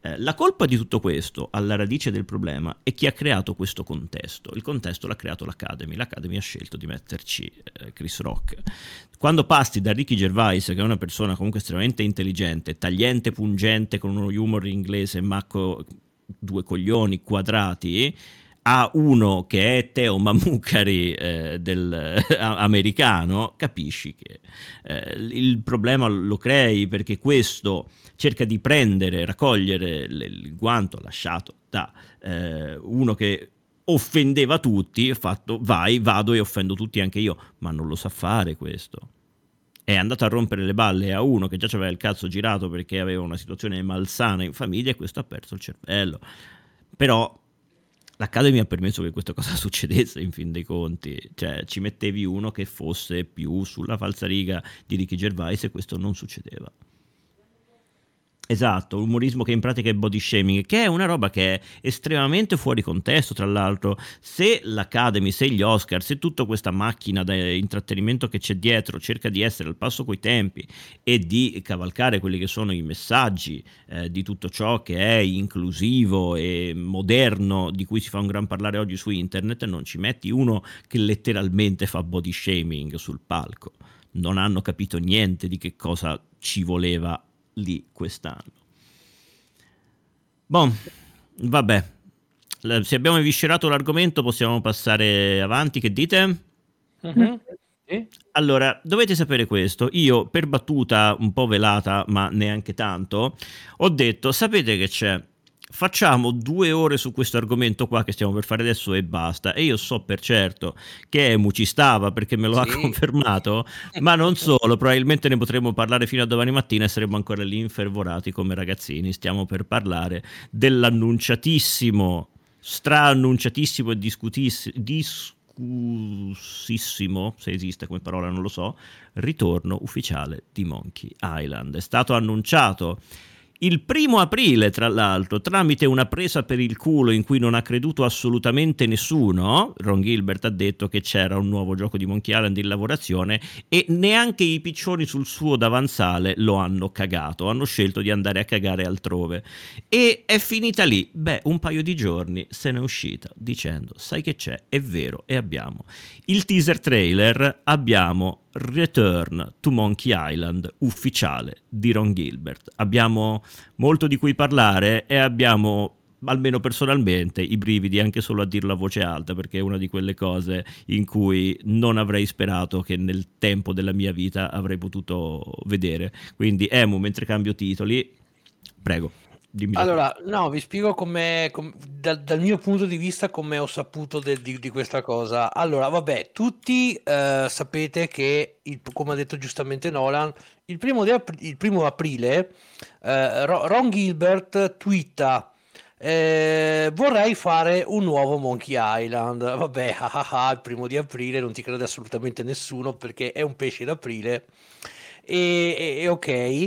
Eh, la colpa di tutto questo, alla radice del problema, è chi ha creato questo contesto. Il contesto l'ha creato l'Academy. L'Academy ha scelto di metterci eh, Chris Rock. Quando passi da Ricky Gervais, che è una persona comunque estremamente intelligente, tagliente, pungente, con uno humor inglese, ma con due coglioni quadrati, a uno che è Teo Mammucari eh, del, eh, americano, capisci che eh, il problema lo crei, perché questo cerca di prendere, raccogliere l- il guanto lasciato da eh, uno che offendeva tutti, fatto vai, vado e offendo tutti anche io, ma non lo sa fare questo. È andato a rompere le balle a uno che già aveva il cazzo girato perché aveva una situazione malsana in famiglia, e questo ha perso il cervello. Però l'Academy ha permesso che questa cosa succedesse, in fin dei conti. Cioè, ci mettevi uno che fosse più sulla falsariga di Ricky Gervais e questo non succedeva. Esatto, umorismo che in pratica è body shaming, che è una roba che è estremamente fuori contesto, tra l'altro. Se l'Academy, se gli Oscar, se tutta questa macchina di intrattenimento che c'è dietro cerca di essere al passo coi tempi e di cavalcare quelli che sono i messaggi eh, di tutto ciò che è inclusivo e moderno, di cui si fa un gran parlare oggi su internet, non ci metti uno che letteralmente fa body shaming sul palco. Non hanno capito niente di che cosa ci voleva lì quest'anno. Bon, vabbè, se abbiamo eviscerato l'argomento possiamo passare avanti, che dite? Mm-hmm. Sì. Allora, dovete sapere questo, io per battuta un po' velata, ma neanche tanto, ho detto, sapete che c'è? Facciamo due ore su questo argomento qua che stiamo per fare adesso e basta. E io so per certo che Emu ci stava, perché me lo Sì. ha confermato, ma non solo, probabilmente ne potremo parlare fino a domani mattina e saremo ancora lì infervorati come ragazzini. Stiamo per parlare dell'annunciatissimo, stra-annunciatissimo e discutissimo, discussissimo, se esiste come parola non lo so, ritorno ufficiale di Monkey Island. È stato annunciato il primo aprile, tra l'altro, tramite una presa per il culo in cui non ha creduto assolutamente nessuno. Ron Gilbert ha detto che c'era un nuovo gioco di Monkey Island in lavorazione e neanche i piccioni sul suo davanzale lo hanno cagato, hanno scelto di andare a cagare altrove. E è finita lì. Beh, un paio di giorni se n'è uscita dicendo, sai che c'è, è vero, e abbiamo il teaser trailer, abbiamo Return to Monkey Island ufficiale di Ron Gilbert. Abbiamo molto di cui parlare e abbiamo, almeno personalmente, i brividi anche solo a dirlo a voce alta, perché è una di quelle cose in cui non avrei sperato che nel tempo della mia vita avrei potuto vedere. Quindi Emu, mentre cambio titoli, prego. Dimmi. Allora, no, vi spiego come, com, dal, dal mio punto di vista come ho saputo de, di, di questa cosa. Allora, vabbè, tutti eh, sapete che, il, come ha detto giustamente Nolan, il primo, di apri, il primo aprile eh, Ron Gilbert twitta eh, vorrei fare un nuovo Monkey Island. Vabbè, ah ah ah, il primo di aprile non ti crede assolutamente nessuno perché è un pesce d'aprile e, e, e ok.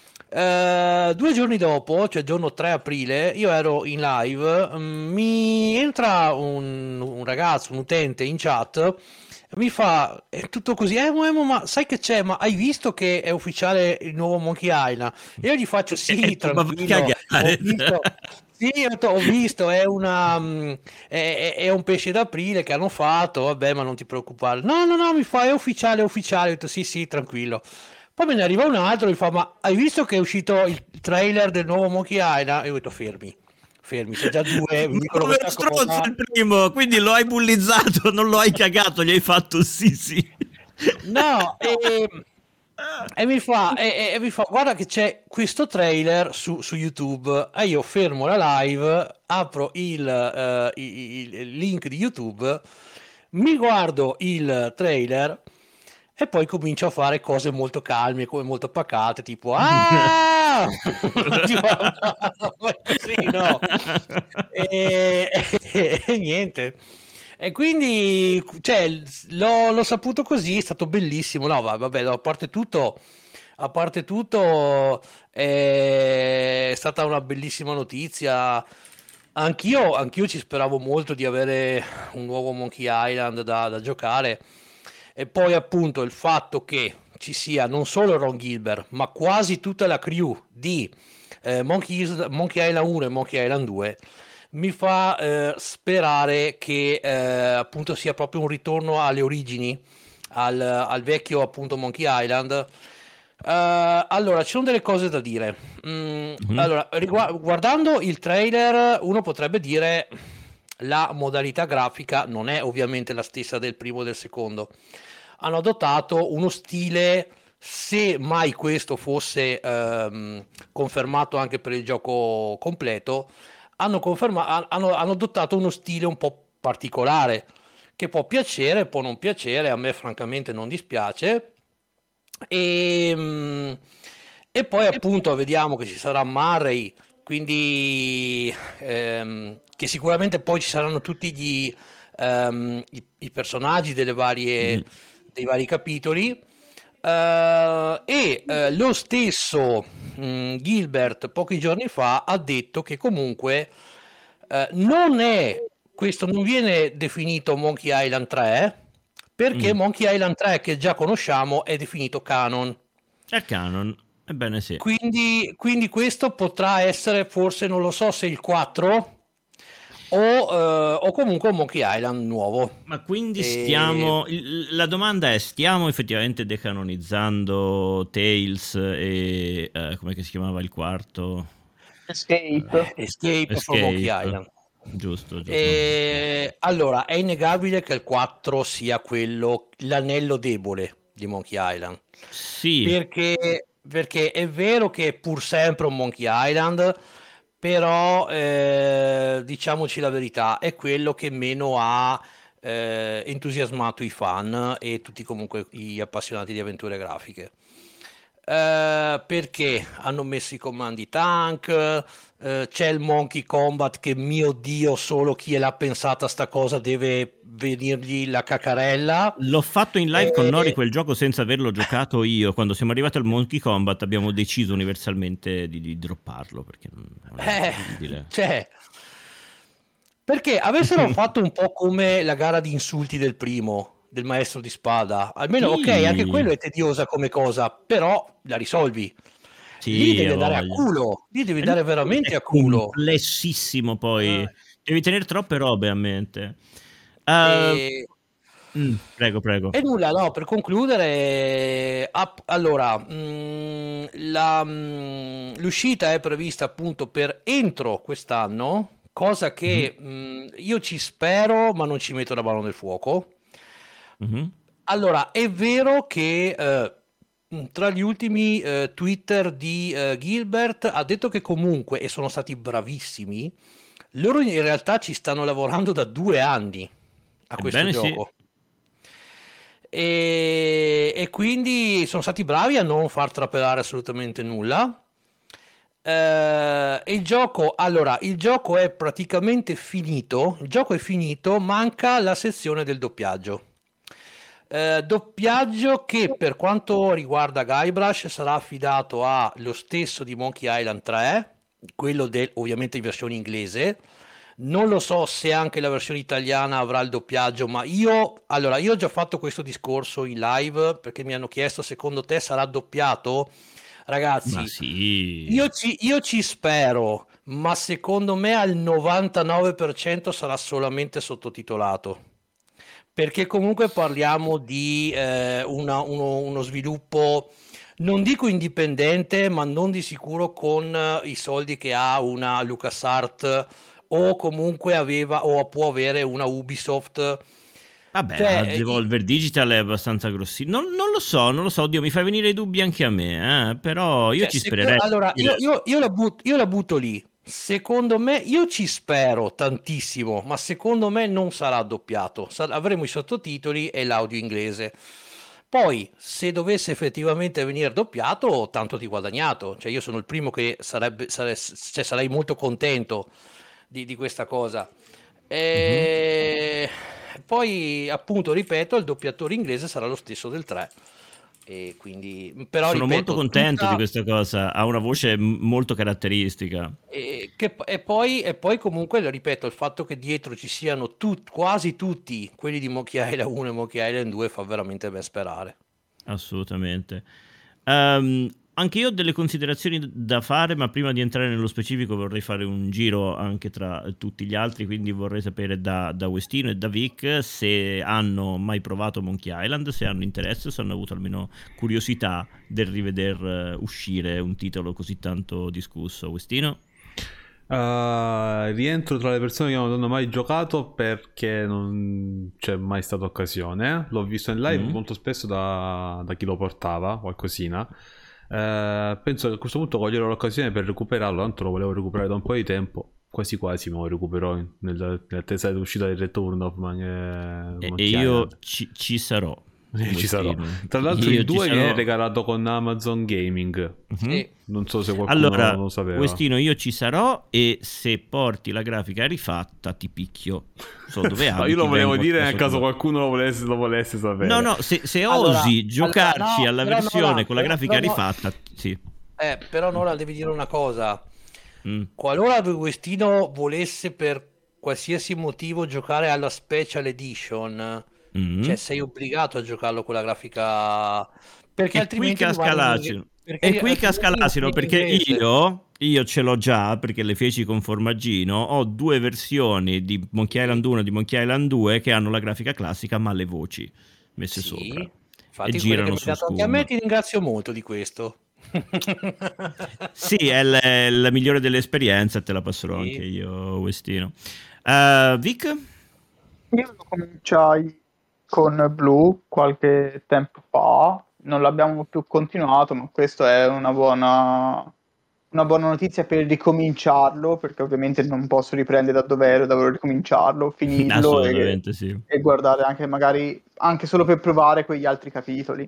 Uh, due giorni dopo, cioè giorno tre aprile, io ero in live, um, mi entra un, un ragazzo, un utente in chat, mi fa, è tutto così, Emo, Emo, ma sai che c'è, ma hai visto che è ufficiale il nuovo Monkey Island? E io gli faccio, sì, tranquillo, ho visto, sì, ho visto, è, una, è, è un pesce d'aprile che hanno fatto, vabbè, ma non ti preoccupare. No, no, no, mi fa, è ufficiale, è ufficiale, ho detto, sì, sì, tranquillo. Poi me ne arriva un altro e mi fa, ma hai visto che è uscito il trailer del nuovo Monkey Island? E io ho detto, fermi, fermi, c'è già due. Mi dicono come stronzo il primo, quindi lo hai bullizzato, non lo hai cagato, gli hai fatto sì sì. No, e, e, mi fa, e, e mi fa, guarda che c'è questo trailer su, su YouTube. E io fermo la live, apro il, uh, il, il link di YouTube, mi guardo il trailer e poi comincio a fare cose molto calme, come molto pacate, tipo ah! Sì, no. E, e, e niente. E quindi, cioè, l'ho, l'ho saputo così, è stato bellissimo. No, vabbè, no, a parte tutto, a parte tutto, è stata una bellissima notizia. Anch'io, anch'io ci speravo molto di avere un nuovo Monkey Island da, da giocare. E poi appunto il fatto che ci sia non solo Ron Gilbert, ma quasi tutta la crew di eh, Monkey, Is- Monkey Island uno e Monkey Island due mi fa eh, sperare che eh, appunto sia proprio un ritorno alle origini, al, al vecchio appunto Monkey Island. Eh, allora, ci sono delle cose da dire. Mm, Mhm. allora, rigua- guardando il trailer, uno potrebbe dire la modalità grafica non è ovviamente la stessa del primo e del secondo. Hanno adottato uno stile, se mai questo fosse ehm, confermato anche per il gioco completo, hanno, conferma- hanno, hanno adottato uno stile un po' particolare, che può piacere, può non piacere, a me francamente non dispiace. E, mm, e poi appunto vediamo che ci sarà Murray, quindi ehm, che sicuramente poi ci saranno tutti gli, ehm, i, i personaggi delle varie, Mhm. dei vari capitoli. Eh, e eh, lo stesso mh, Gilbert pochi giorni fa ha detto che comunque eh, non è questo, non viene definito Monkey Island tre perché Mm. Monkey Island tre che già conosciamo è definito canon. È canon, ebbene sì. Quindi, quindi questo potrà essere forse, non lo so se il quattro o, eh, o comunque un Monkey Island nuovo. Ma quindi E... stiamo. il- La domanda è: stiamo effettivamente decanonizzando Tales e. Eh, come che si chiamava il quarto? Escape. Escape from Monkey Escape. Island. Giusto, giusto. E... Allora, è innegabile che il quattro sia quello, l'anello debole di Monkey Island. Sì, Perché, perché è vero che è pur sempre un Monkey Island, però eh, diciamoci la verità, è quello che meno ha eh, entusiasmato i fan e tutti comunque gli appassionati di avventure grafiche. Eh, perché hanno messo i comandi tank, eh, c'è il Monkey Combat che mio Dio, solo chi l'ha pensata sta cosa deve venirgli la cacarella. l'ho fatto in live con Nori E... quel gioco senza averlo giocato io. Quando siamo arrivati al Monkey Combat abbiamo deciso universalmente di, di dropparlo perché non, non era Eh, fruibile. cioè, perché avessero fatto un po' come la gara di insulti del primo, del maestro di spada, almeno ok, anche Sì, quello è tediosa come cosa, però la risolvi. Lì sì, devi ha andare a voglia. culo, lì devi E non andare solo perché veramente è a culo. complessissimo poi. Eh, Devi tenere troppe robe a mente. Uh, e, mm, prego, prego. e nulla, no, per concludere, app- allora, mh, la, mh, l'uscita è prevista appunto per entro quest'anno, cosa Mhm, che mh, io ci spero, ma non ci metto la mano nel fuoco. mhm. Allora, è vero che eh, tra gli ultimi eh, Twitter di eh, Gilbert ha detto che comunque, e sono stati bravissimi, loro in realtà ci stanno lavorando da due anni a questo Ebbene sì. gioco. E, e quindi sono stati bravi a non far trapelare assolutamente nulla. Eh, e il gioco, allora, il gioco è praticamente finito. Il gioco è finito, manca la sezione del doppiaggio. Eh, doppiaggio che per quanto riguarda Guybrush sarà affidato allo stesso di Monkey Island tre, quello del, ovviamente in versione inglese. Non lo so se anche la versione italiana avrà il doppiaggio, ma io, allora, io ho già fatto questo discorso in live perché mi hanno chiesto, secondo te sarà doppiato? Ma Ragazzi, sì. io ci, io ci spero, ma secondo me al novantanove per cento sarà solamente sottotitolato. Perché comunque parliamo di eh, una- uno, uno sviluppo, non dico indipendente, ma non di sicuro con eh, i soldi che ha una LucasArts o comunque aveva o può avere una Ubisoft. Vabbè, la Cioè, eh, i- Devolver Digital è abbastanza grossina. Non, non lo so, non lo so, Dio, mi fai venire i dubbi anche a me, eh, però io cioè, ci se- spererei. allora, io, io- io la but- io la butto lì. Secondo me, io ci spero tantissimo, ma secondo me non sarà doppiato. Sar- avremo i sottotitoli e l'audio inglese. Poi, se dovesse effettivamente venire doppiato, tanto di guadagnato. Cioè, io sono il primo che sarebbe, sare- cioè, sarei molto contento di, di questa cosa. Mhm. E poi, appunto, ripeto, il doppiatore inglese sarà lo stesso del tre. E quindi, però, Sono molto ripeto, contento di tutta. questa cosa, ha una voce m- molto caratteristica. E, che- e poi, e poi comunque, ripeto, il fatto che dietro ci siano tut- quasi tutti quelli di Monkey Island uno e Monkey Island due fa veramente ben sperare. Assolutamente. Ehm, anche io ho delle considerazioni da fare, ma prima di entrare nello specifico vorrei fare un giro anche tra tutti gli altri, quindi vorrei sapere da, da Westino e da Vic se hanno mai provato Monkey Island, se hanno interesse, se hanno avuto almeno curiosità del riveder uh, uscire un titolo così tanto discusso. Westino? Uh, rientro tra le persone che non hanno mai giocato perché non c'è mai stata occasione. L'ho visto in live mm. molto spesso da, da chi lo portava, qualcosina. Uh, penso che a questo punto coglierò l'occasione per recuperarlo, tanto lo volevo recuperare da un po' di tempo. Quasi quasi me lo recupero nell'attesa dell'uscita del Return of Man, e, e io ci, ci sarò. Ci sarò. Tra l'altro io il due viene regalato con Amazon Gaming. Mm-hmm. Non so se qualcuno allora, lo sapeva. Westino, io ci sarò e se porti la grafica rifatta ti picchio. So dove abiti. No, io lo volevo dire nel caso tuo. qualcuno lo volesse, lo volesse sapere. No, no, se, se allora, osi giocarci allora, no, alla versione no, con la però, grafica però, rifatta, sì. Eh, però Nora devi dire una cosa. Mm. Qualora Westino volesse per qualsiasi motivo giocare alla Special Edition, Mm. cioè sei obbligato a giocarlo con la grafica, perché e altrimenti qui casca l'asino. E qui casca l'asino perché io, io ce l'ho già, perché le feci con Formaggino, ho due versioni di Monkey Island uno e di Monkey Island due che hanno la grafica classica ma le voci messe sì, sopra infatti e girano che su anche a me ti ringrazio molto di questo. Sì, è la, è la migliore delle esperienze, te la passerò sì. Anche io, Westino. uh, Vic? Io lo cominciai con Blue qualche tempo fa, non l'abbiamo più continuato, ma questa è una buona una buona notizia per ricominciarlo, perché ovviamente non posso riprendere da dove ero, dovrò ricominciarlo, finirlo e, sì. e guardare anche magari anche solo per provare quegli altri capitoli.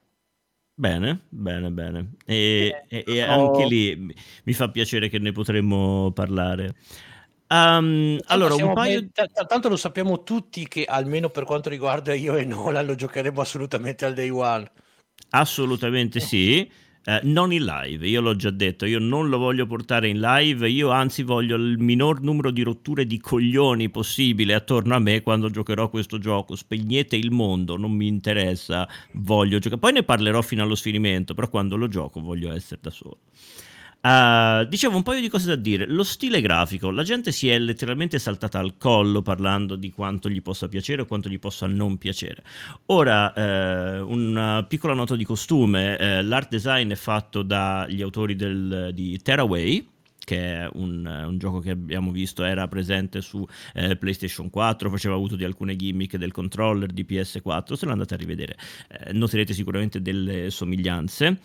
Bene, bene, bene. E, eh, e, e anche lì mi fa piacere che ne potremmo parlare. Um, allora, un paio... t- t- tanto lo sappiamo tutti che almeno per quanto riguarda io e Nolan lo giocheremo assolutamente al day one. Assolutamente sì. Uh, non in live, io l'ho già detto, io non lo voglio portare in live, io anzi voglio il minor numero di rotture di coglioni possibile attorno a me quando giocherò questo gioco. Spegnete il mondo, non mi interessa, voglio giocare, poi ne parlerò fino allo sfinimento, però quando lo gioco voglio essere da solo. Uh, dicevo un paio di cose da dire. Lo stile grafico, la gente si è letteralmente saltata al collo parlando di quanto gli possa piacere o quanto gli possa non piacere. Ora, eh, una piccola nota di costume, eh, l'art design è fatto dagli autori del, di Tearaway, che è un, un gioco che abbiamo visto era presente su eh, PlayStation quattro, faceva uso di alcune gimmick del controller di P S quattro, se lo andate a rivedere eh, noterete sicuramente delle somiglianze.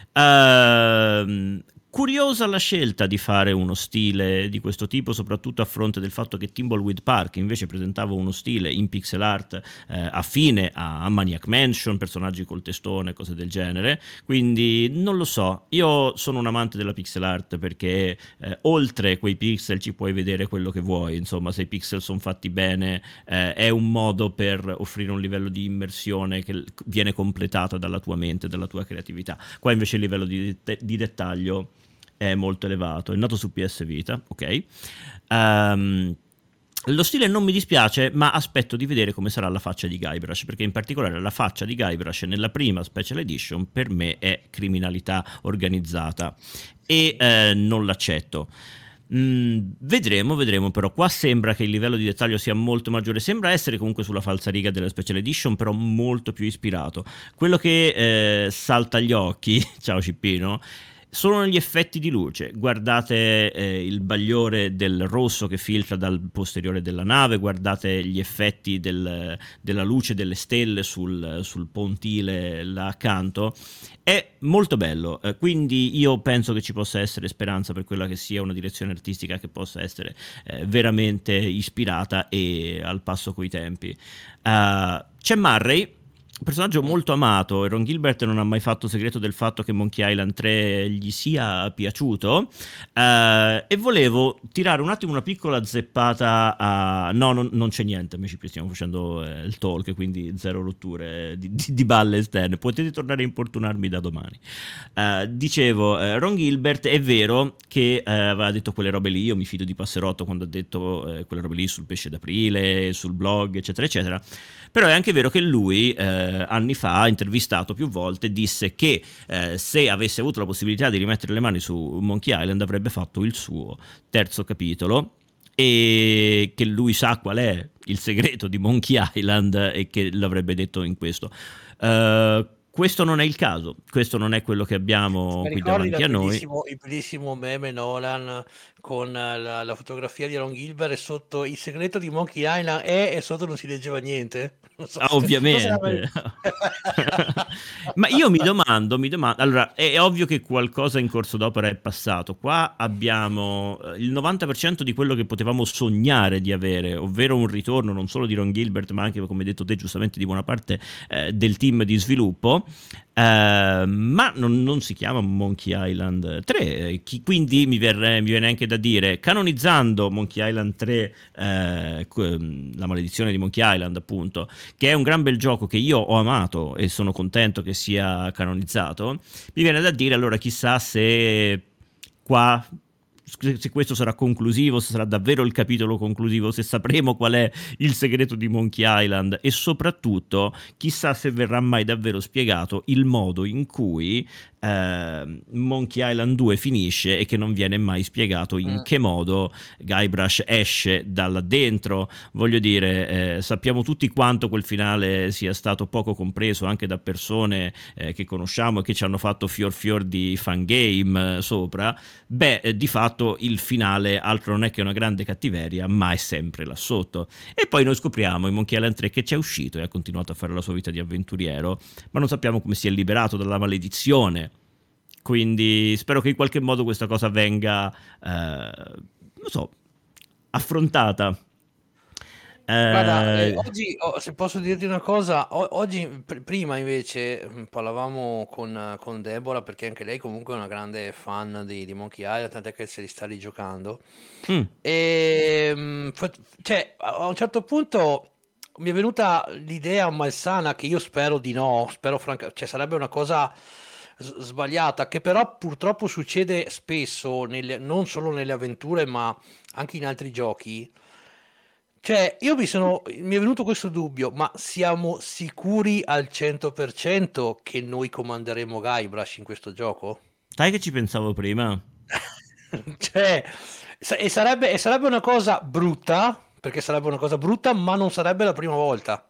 Uh, curiosa la scelta di fare uno stile di questo tipo, soprattutto a fronte del fatto che Thimbleweed Park invece presentava uno stile in pixel art eh, affine a, a Maniac Mansion, personaggi col testone, cose del genere. Quindi non lo so, io sono un amante della pixel art perché eh, oltre quei pixel ci puoi vedere quello che vuoi, insomma se i pixel sono fatti bene eh, è un modo per offrire un livello di immersione che viene completato dalla tua mente, dalla tua creatività. Qua invece il livello di, de- di dettaglio è molto elevato, è nato su P S Vita, ok. Um, lo stile non mi dispiace, ma aspetto di vedere come sarà la faccia di Guybrush, perché in particolare la faccia di Guybrush nella prima Special Edition per me è criminalità organizzata e eh, non l'accetto. Mm, vedremo, vedremo, però qua sembra che il livello di dettaglio sia molto maggiore, sembra essere comunque sulla falsariga della Special Edition, però molto più ispirato. Quello che eh, salta agli occhi, ciao Cippino, sono gli effetti di luce. Guardate eh, il bagliore del rosso che filtra dal posteriore della nave, guardate gli effetti del, della luce delle stelle sul, sul pontile là accanto. È molto bello, eh, quindi io penso che ci possa essere speranza per quella che sia una direzione artistica che possa essere eh, veramente ispirata e al passo coi tempi. Uh, c'è Murray, personaggio molto amato, e Ron Gilbert non ha mai fatto segreto del fatto che Monkey Island tre gli sia piaciuto, eh, e volevo tirare un attimo una piccola zeppata a... no, non, non c'è niente, amici, stiamo facendo eh, il talk, quindi zero rotture di, di, di balle esterne, potete tornare a importunarmi da domani. Eh, dicevo, eh, Ron Gilbert è vero che eh, aveva detto quelle robe lì, io mi fido di Passerotto quando ha detto eh, quelle robe lì sul pesce d'aprile, sul blog, eccetera eccetera, però è anche vero che lui eh, eh, anni fa, intervistato più volte, disse che eh, se avesse avuto la possibilità di rimettere le mani su Monkey Island avrebbe fatto il suo terzo capitolo, e che lui sa qual è il segreto di Monkey Island e che l'avrebbe detto in questo. Uh, questo non è il caso, questo non è quello che abbiamo qui davanti a noi. Il bellissimo meme Nolan con la, la fotografia di Ron Gilbert e sotto il segreto di Monkey Island è, e sotto non si leggeva niente. Non so ah, se, ovviamente. Ma io mi domando, mi domando, allora è ovvio che qualcosa in corso d'opera è passato. Qua abbiamo il novanta per cento di quello che potevamo sognare di avere, ovvero un ritorno non solo di Ron Gilbert, ma anche, come hai detto te giustamente, di buona parte eh, del team di sviluppo. Uh, ma non, non si chiama Monkey Island tre, chi, quindi mi, verre, mi viene anche da dire, canonizzando Monkey Island tre, eh, la maledizione di Monkey Island appunto, che è un gran bel gioco che io ho amato e sono contento che sia canonizzato, mi viene da dire allora chissà se qua, se questo sarà conclusivo, se sarà davvero il capitolo conclusivo, se sapremo qual è il segreto di Monkey Island, e soprattutto chissà se verrà mai davvero spiegato il modo in cui eh, Monkey Island due finisce e che non viene mai spiegato in che modo Guybrush esce da là dentro. Voglio dire, eh, sappiamo tutti quanto quel finale sia stato poco compreso anche da persone eh, che conosciamo e che ci hanno fatto fior fior di fangame eh, sopra. Beh, eh, di fatto il finale altro non è che una grande cattiveria, ma è sempre là sotto. E poi noi scopriamo in Monkey Island tre che c'è uscito e ha continuato a fare la sua vita di avventuriero, ma non sappiamo come si è liberato dalla maledizione. Quindi spero che in qualche modo questa cosa venga, eh, non so, affrontata. Guarda, eh, oggi, oh, se posso dirti una cosa, o- oggi, pr- prima invece mh, parlavamo con, con Deborah, perché anche lei comunque è una grande fan di, di Monkey Island, tant'è che se li sta rigiocando. Mm. E, mh, fa- cioè, a a un certo punto mi è venuta l'idea malsana, che io spero di no, spero francamente, cioè sarebbe una cosa s- sbagliata, che però purtroppo succede spesso, nelle- non solo nelle avventure, ma anche in altri giochi. Cioè, io mi sono, mi è venuto questo dubbio, ma siamo sicuri al cento per cento che noi comanderemo Guybrush in questo gioco? Sai che ci pensavo prima? Cioè, sa- e sarebbe, e sarebbe una cosa brutta, perché sarebbe una cosa brutta, ma non sarebbe la prima volta.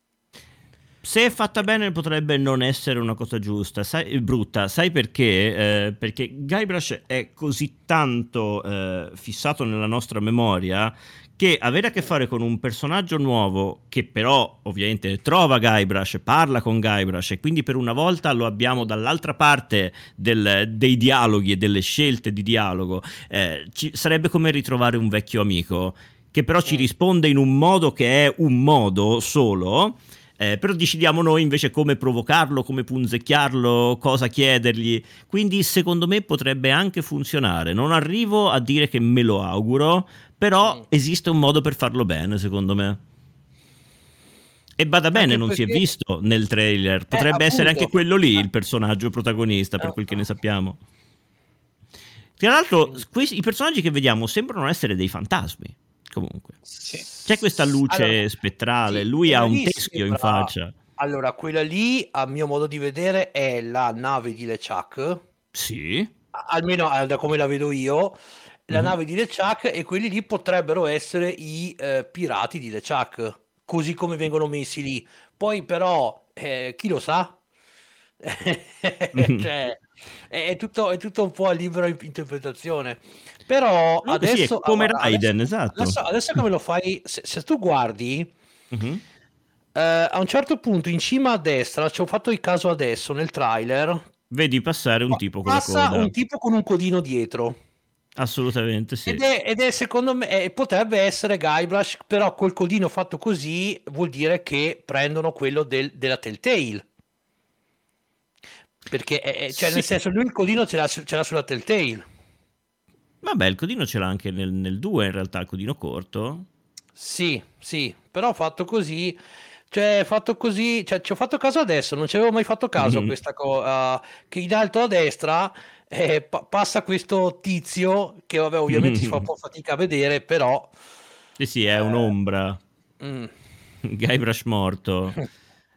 Se è fatta bene potrebbe non essere una cosa giusta, sai, brutta, sai perché? Eh, perché Guybrush è così tanto eh, fissato nella nostra memoria che avere a che fare con un personaggio nuovo che però ovviamente trova Guybrush, parla con Guybrush e quindi per una volta lo abbiamo dall'altra parte del, dei dialoghi e delle scelte di dialogo, eh, ci, sarebbe come ritrovare un vecchio amico che però ci risponde in un modo che è un modo solo. Eh, però decidiamo noi invece come provocarlo, come punzecchiarlo, cosa chiedergli. Quindi secondo me potrebbe anche funzionare. Non arrivo a dire che me lo auguro, però Mm. esiste un modo per farlo bene, secondo me. E bada bene, Anche non si è perché, visto nel trailer. Potrebbe eh, essere anche appunto, quello lì il eh, personaggio protagonista, per eh, quel che ne sappiamo. Tra l'altro, quindi, questi, i personaggi che vediamo sembrano essere dei fantasmi. Comunque, Sì. c'è questa allora, luce spettrale. sì, Lui ha quella un lì teschio in sembra. faccia. Allora, quella lì, a mio modo di vedere, è la nave di LeChuck, Sì. a- almeno eh, da come la vedo io, la Mhm. nave di LeChuck, e quelli lì potrebbero essere i eh, pirati di LeChuck, così come vengono messi lì. Poi però, eh, chi lo sa? Mhm. Cioè, è, è tutto, è tutto un po' a libera interpretazione. Però Comunque sì, è adesso, ah, come guarda, adesso, Raiden, esatto. adesso, adesso che me lo fai, se, se tu guardi, Mhm. eh, a un certo punto in cima a destra, ci ho fatto il caso adesso nel trailer, Vedi passare un pa- tipo con la passa coda. un tipo con un codino dietro. Assolutamente Ed sì. è, ed è secondo me, eh, potrebbe essere Guybrush, però col codino fatto così vuol dire che prendono quello del- della Telltale. Perché, eh, eh, cioè, Sì. nel senso, lui il codino ce l'ha, su- ce l'ha sulla Telltale. Vabbè, il codino ce l'ha anche nel, nel due, in realtà, il codino corto. Sì, sì, però fatto così, cioè fatto così, cioè ci ho fatto caso adesso, non ci avevo mai fatto caso a Mhm. questa cosa, che in alto a destra eh, pa- passa questo tizio che vabbè ovviamente si fa un po' fatica a vedere, però Sì, sì, è eh, un'ombra. mm. Guybrush morto.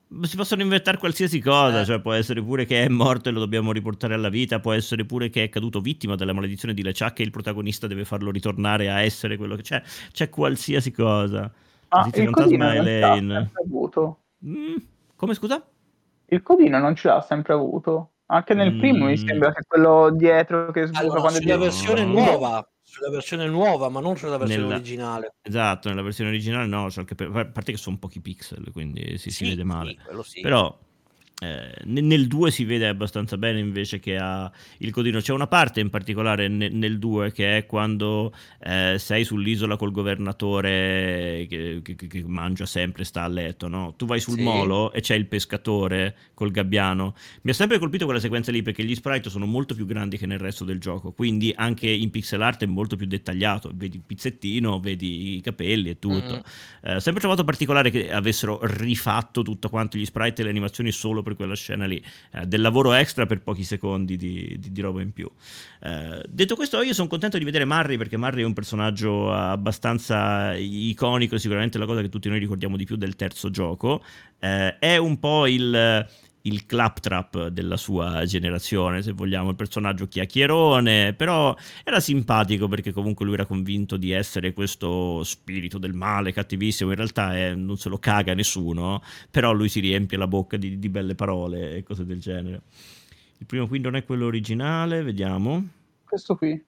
si possono inventare qualsiasi cosa, Eh. cioè può essere pure che è morto e lo dobbiamo riportare alla vita, può essere pure che è caduto vittima della maledizione di LeChuck e il protagonista deve farlo ritornare a essere quello che c'è. C'è qualsiasi cosa. Ah, Tizio il fantasma codino non ce l'ha Elaine. sempre avuto. Mm, come scusa? Il codino non ce l'ha sempre avuto. Anche nel primo mi Mm, sembra che quello dietro che sbuca Allora, quando è sulla dietro. versione no. nuova, sulla versione nuova, ma non sulla versione Nella- originale. Esatto, nella versione originale no, cioè che per- a parte che sono pochi pixel, quindi si, si Sì, vede male. sì, quello sì. Però eh, ne- nel due si vede abbastanza bene invece che ha il codino. C'è una parte in particolare ne- nel due che è quando eh, sei sull'isola col governatore che, che- che mangia sempre, sta a letto, no? Tu vai sul Sì. molo e c'è il pescatore col gabbiano. Mi ha sempre colpito quella sequenza lì perché gli sprite sono molto più grandi che nel resto del gioco, quindi anche in pixel art è molto più dettagliato. Vedi il pizzettino, vedi i capelli e tutto. Mm. Eh, sempre trovato particolare che avessero rifatto tutto quanto gli sprite e le animazioni solo per quella scena lì, eh, del lavoro extra per pochi secondi di, di, di roba in più. Eh, detto questo, io sono contento di vedere Murray perché Murray è un personaggio abbastanza iconico, sicuramente la cosa che tutti noi ricordiamo di più del terzo gioco. Eh, è un po' il il claptrap della sua generazione, se vogliamo, il personaggio chiacchierone, però era simpatico perché comunque lui era convinto di essere questo spirito del male cattivissimo, in realtà è, non se lo caga nessuno, però lui si riempie la bocca di, di belle parole e cose del genere. Il primo quindi non è quello originale, vediamo. Questo qui.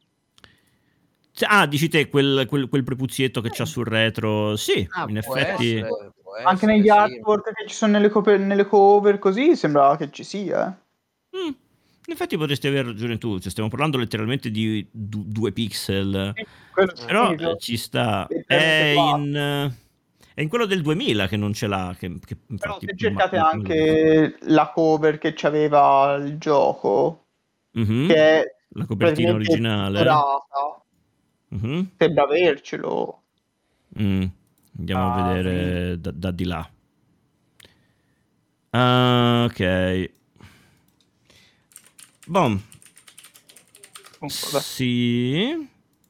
Ah, dici te quel, quel, quel prepuzietto che c'ha sul retro? Sì, Ah, in può effetti. essere, può Anche essere, negli sì. artwork che ci sono nelle, cover, nelle cover così sembrava che ci sia. Mm, in effetti potresti aver ragione tu, cioè, stiamo parlando letteralmente di du- due pixel, Sì, quello sì, però lo- eh, ci sta. letteralmente È quattro. in, eh, è in quello del duemila che non ce l'ha, che, che Però infatti... se ma- cercate ma- anche la cover che c'aveva il gioco, Mhm, che è la copertina praticamente originale. dorata, Mhm, sembra avercelo. mm, andiamo a Ah, vedere da, da di là. Ah, ok. Bom. comunque, vabbè. Sì.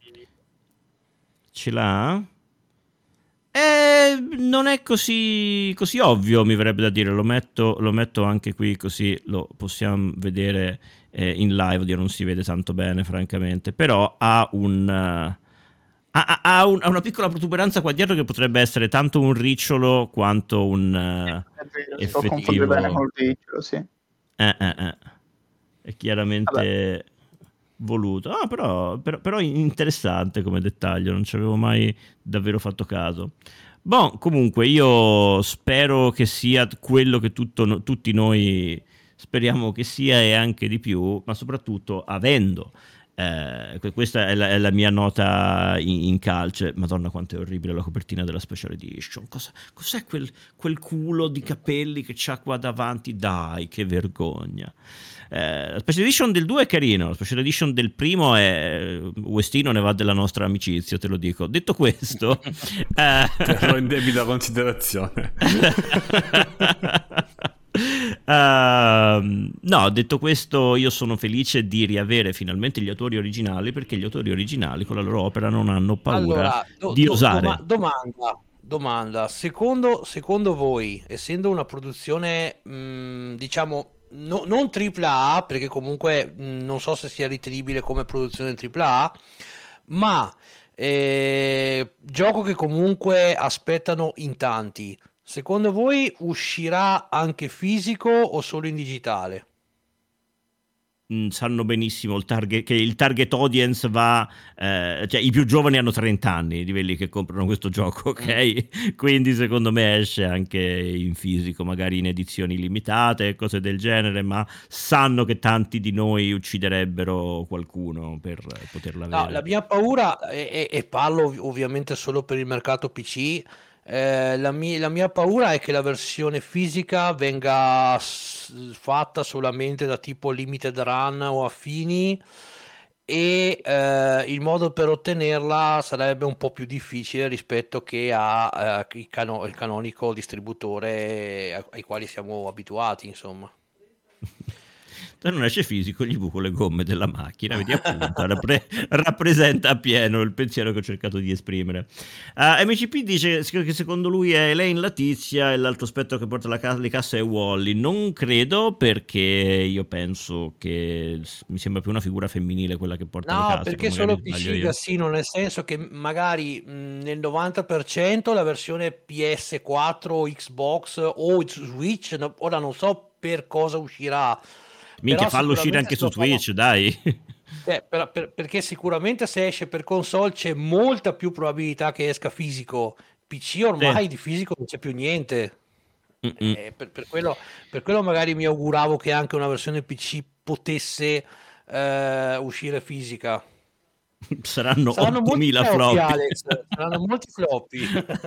Ce l'ha? Eh, non è così, così ovvio, mi verrebbe da dire. Lo metto, lo metto anche qui così lo possiamo vedere eh, in live. Oddio, non si vede tanto bene, francamente. Però ha un. eh, ha, ha- ha un- ha una piccola protuberanza qua dietro che potrebbe essere tanto un ricciolo quanto un eh, È vero, si può confondere bene effettivo. col ricciolo, sì. Eh, eh, eh. È Vabbè, chiaramente voluto. Ah, però, però, però interessante come dettaglio, non ci avevo mai davvero fatto caso. Boh, comunque io spero che sia quello che tutto no- tutti noi speriamo che sia e anche di più, ma soprattutto avendo. eh, que- questa è la, è la mia nota in, in calce. Madonna, quanto è orribile la copertina della Special Edition. Cosa- cos'è quel, quel culo di capelli che c'ha qua davanti? Dai, che vergogna. Eh, la Special Edition del due è carino, la Special Edition del primo è Westino ne va della nostra amicizia, te lo dico. Detto questo, eh, Terrò in debita considerazione. Ehm, no, detto questo, io sono felice di riavere finalmente gli autori originali perché gli autori originali con la loro opera non hanno paura Allora, do- di do- osare. doma- domanda, domanda. Secondo, secondo voi, essendo una produzione, mh, diciamo, no- non tripla A, perché comunque mh, non so se sia ritenibile come produzione tripla A, ma eh, gioco che comunque aspettano in tanti, secondo voi uscirà anche fisico o solo in digitale? mh, sanno benissimo il target, che il target audience va, eh, cioè i più giovani hanno trenta anni di quelli che comprano questo gioco, ok? Quindi secondo me esce anche in fisico, magari in edizioni limitate e cose del genere, ma sanno che tanti di noi ucciderebbero qualcuno per poterla No, avere. la mia paura, e, e- e parlo ov- ovviamente solo per il mercato P C, eh, la, mi- la mia paura è che la versione fisica venga s- fatta solamente da tipo limited run o affini e eh, il modo per ottenerla sarebbe un po' più difficile rispetto che a eh, il, cano- il canonico distributore a- ai quali siamo abituati, insomma. Se non esce fisico, gli buco le gomme della macchina, vedi appunto, rappre- rappresenta appieno il pensiero che ho cercato di esprimere. Uh, M C P dice che secondo lui è Elaine la tizia e l'altro aspetto che porta la ca- le casse è Wally. Non credo, perché io penso che mi sembra più una figura femminile quella che porta le No, casse. perché poi solo magari P sbaglio C io. Gassino, nel senso che magari mh, nel novanta per cento la versione P S quattro, Xbox o Switch, no- ora non so per cosa uscirà, Minchia, però fallo uscire sicuramente anche se su lo fanno, Switch, dai. eh, per- per- perché sicuramente se esce per console c'è molta più probabilità che esca fisico. P C Sì. ormai di fisico non c'è più niente. Mm-mm. Eh, per, per quello, per quello magari mi auguravo che anche una versione P C potesse eh, uscire fisica. Saranno Saranno molti ottomila floppy, floppy. Alex. Saranno molti floppy.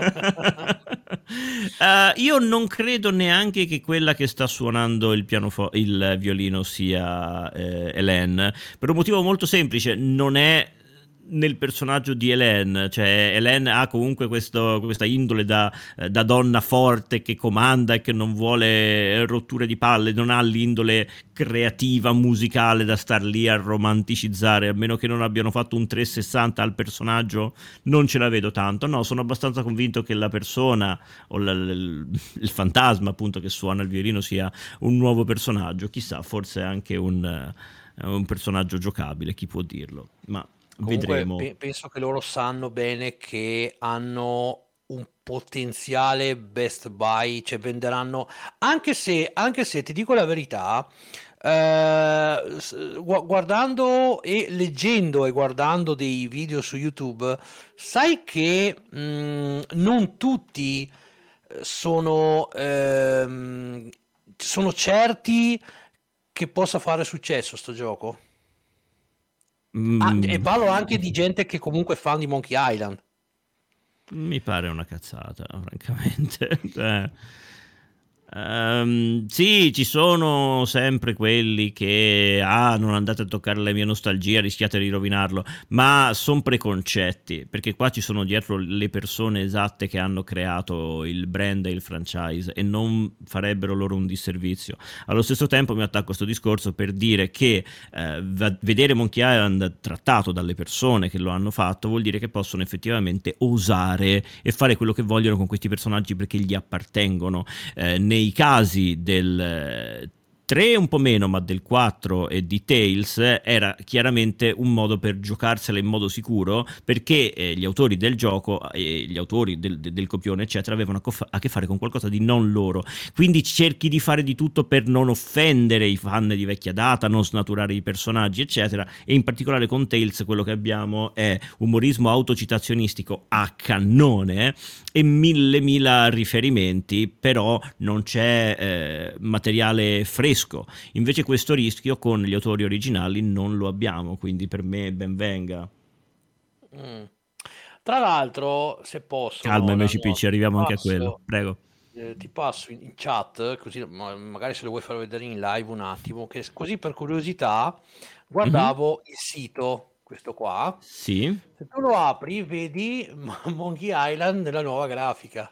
Uh, io non credo neanche che quella che sta suonando il, pianofo- il violino sia eh, Hélène, per un motivo molto semplice: non è nel personaggio di Hélène. Cioè Hélène ha comunque questo, questa indole da, eh, da donna forte che comanda e che non vuole rotture di palle, non ha l'indole creativa musicale da star lì a romanticizzare, a meno che non abbiano fatto un trecentosessanta al personaggio. Non ce la vedo tanto. No, sono abbastanza convinto che la persona o l- l- il fantasma appunto che suona il violino sia un nuovo personaggio, chissà, forse anche un, eh, un personaggio giocabile, chi può dirlo, ma Comunque vedremo. pe- penso che loro sanno bene che hanno un potenziale best buy, cioè venderanno, anche se, anche se ti dico la verità, eh, s- gu- guardando e leggendo e guardando dei video su YouTube, sai che mh, non tutti eh, sono, ehm, sono certi che possa fare successo sto gioco. Ah, e Mm, parlo anche di gente che comunque è fan di Monkey Island. mi pare una cazzata, francamente. Cioè, ehm, sì, ci sono sempre quelli che ah, non andate a toccare la mia nostalgia, rischiate di rovinarlo, ma sono preconcetti, perché qua ci sono dietro le persone esatte che hanno creato il brand e il franchise e non farebbero loro un disservizio. Allo stesso tempo mi attacco a questo discorso per dire che eh, va- vedere Monkey Island trattato dalle persone che lo hanno fatto vuol dire che possono effettivamente osare e fare quello che vogliono con questi personaggi perché gli appartengono. Eh, nei casi del eh, tre un po' meno, ma del quattro e di Tales era chiaramente un modo per giocarsela in modo sicuro, perché eh, gli autori del gioco e gli autori del, del, del copione eccetera avevano a, co- a che fare con qualcosa di non loro, quindi cerchi di fare di tutto per non offendere i fan di vecchia data, non snaturare i personaggi eccetera, e in particolare con Tales quello che abbiamo è umorismo autocitazionistico a cannone e mille mila riferimenti, però non c'è eh, materiale fresco. Invece questo rischio con gli autori originali non lo abbiamo, quindi per me ben venga. Mm. Tra l'altro, se posso, Calma no, la- M C P, no, ci ti arriviamo anche a quello, passo, prego. eh, ti passo in, in chat, così ma- magari se lo vuoi far vedere in live un attimo, che così per curiosità Mhm. guardavo il sito, questo qua. Sì, Se tu lo apri, vedi Monkey Island nella nuova grafica.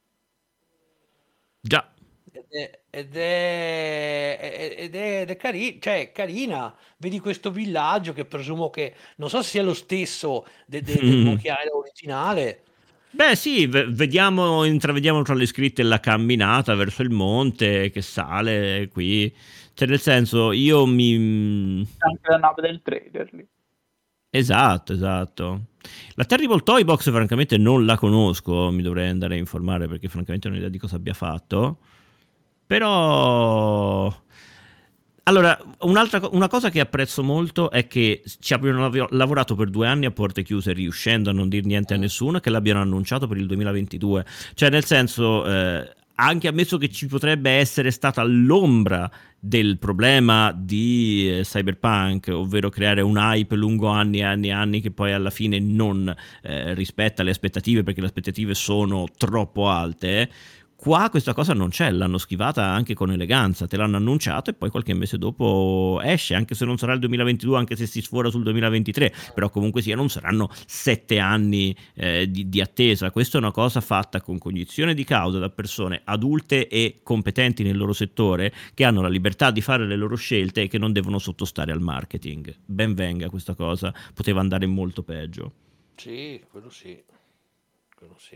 già. Ed è, ed è, ed è, ed è cari- cioè, carina. Vedi questo villaggio che presumo che non so se sia lo stesso de- de- del Monkey Island originale. Beh sì, v- vediamo, intravediamo tra le scritte la camminata verso il monte che sale qui. Cioè nel senso, io mi... Anche la nave del trailer lì. Esatto, esatto. La Terrible Toy Box francamente non la conosco, mi dovrei andare a informare perché francamente non ho idea di cosa abbia fatto. Però... Allora, un'altra co- una cosa che apprezzo molto è che ci abbiano lav- lavorato per due anni a porte chiuse, riuscendo a non dir niente a Mm. nessuno, e che l'abbiano annunciato per il duemilaventidue. Cioè, nel senso, eh, anche ammesso che ci potrebbe essere stata l'ombra del problema di eh, Cyberpunk, ovvero creare un hype lungo anni e anni e anni che poi alla fine non eh, rispetta le aspettative perché le aspettative sono troppo alte. Qua questa cosa non c'è, l'hanno schivata anche con eleganza, te l'hanno annunciato e poi qualche mese dopo esce, anche se non sarà il duemilaventidue, anche se si sfora sul duemilaventitré, però comunque sia non saranno sette anni eh, di, di attesa. Questa è una cosa fatta con cognizione di causa da persone adulte e competenti nel loro settore, che hanno la libertà di fare le loro scelte e che non devono sottostare al marketing. Ben venga questa cosa, poteva andare molto peggio. Sì, quello sì, quello sì.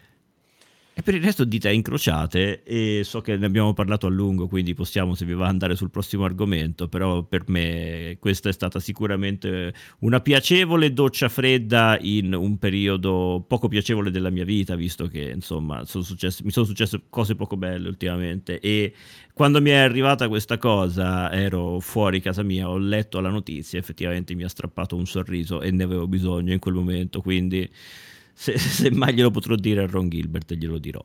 E per il resto dita incrociate, e so che ne abbiamo parlato a lungo, quindi possiamo, se vi va, andare sul prossimo argomento, però per me questa è stata sicuramente una piacevole doccia fredda in un periodo poco piacevole della mia vita, visto che insomma sono successe, mi sono successe cose poco belle ultimamente, e quando mi è arrivata questa cosa ero fuori casa mia, ho letto la notizia, effettivamente mi ha strappato un sorriso e ne avevo bisogno in quel momento, quindi Se, se mai glielo potrò dire a Ron Gilbert, glielo dirò.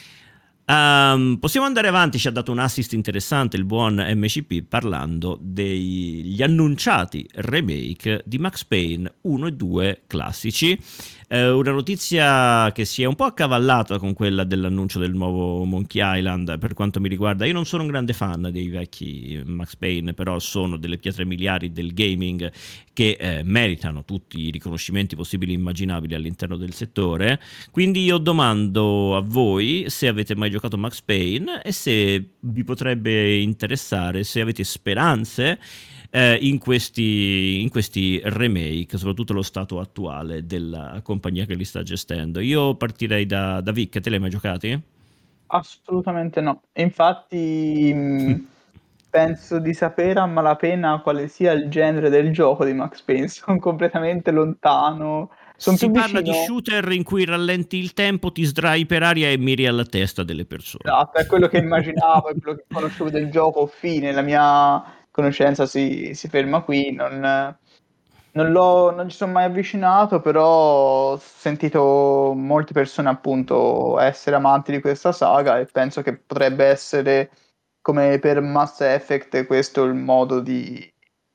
Um, possiamo andare avanti, ci ha dato un assist interessante il buon M C P parlando degli annunciati remake di Max Payne uno e due classici. Eh, una notizia che si è un po' accavallata con quella dell'annuncio del nuovo Monkey Island. Per quanto mi riguarda, io non sono un grande fan dei vecchi Max Payne, però sono delle pietre miliari del gaming che eh, meritano tutti i riconoscimenti possibili e immaginabili all'interno del settore. Quindi io domando a voi se avete mai giocato Max Payne e se vi potrebbe interessare, se avete speranze eh, in questi in questi remake, soprattutto lo stato attuale della compagnia che li sta gestendo. Io partirei da, da Vic, te li hai mai giocati? Assolutamente no. Infatti mh, penso di sapere a malapena quale sia il genere del gioco di Max Payne. Sono completamente lontano. Sono Si più parla di vicino. shooter in cui rallenti il tempo, ti sdrai per aria e miri alla testa delle persone. Esatto, è quello che immaginavo, è quello che conoscevo del gioco. Fine, la mia conoscenza si, si ferma qui. Non, non l'ho, non ci sono mai avvicinato, però ho sentito molte persone appunto essere amanti di questa saga e penso che potrebbe essere, come per Mass Effect, questo il modo di,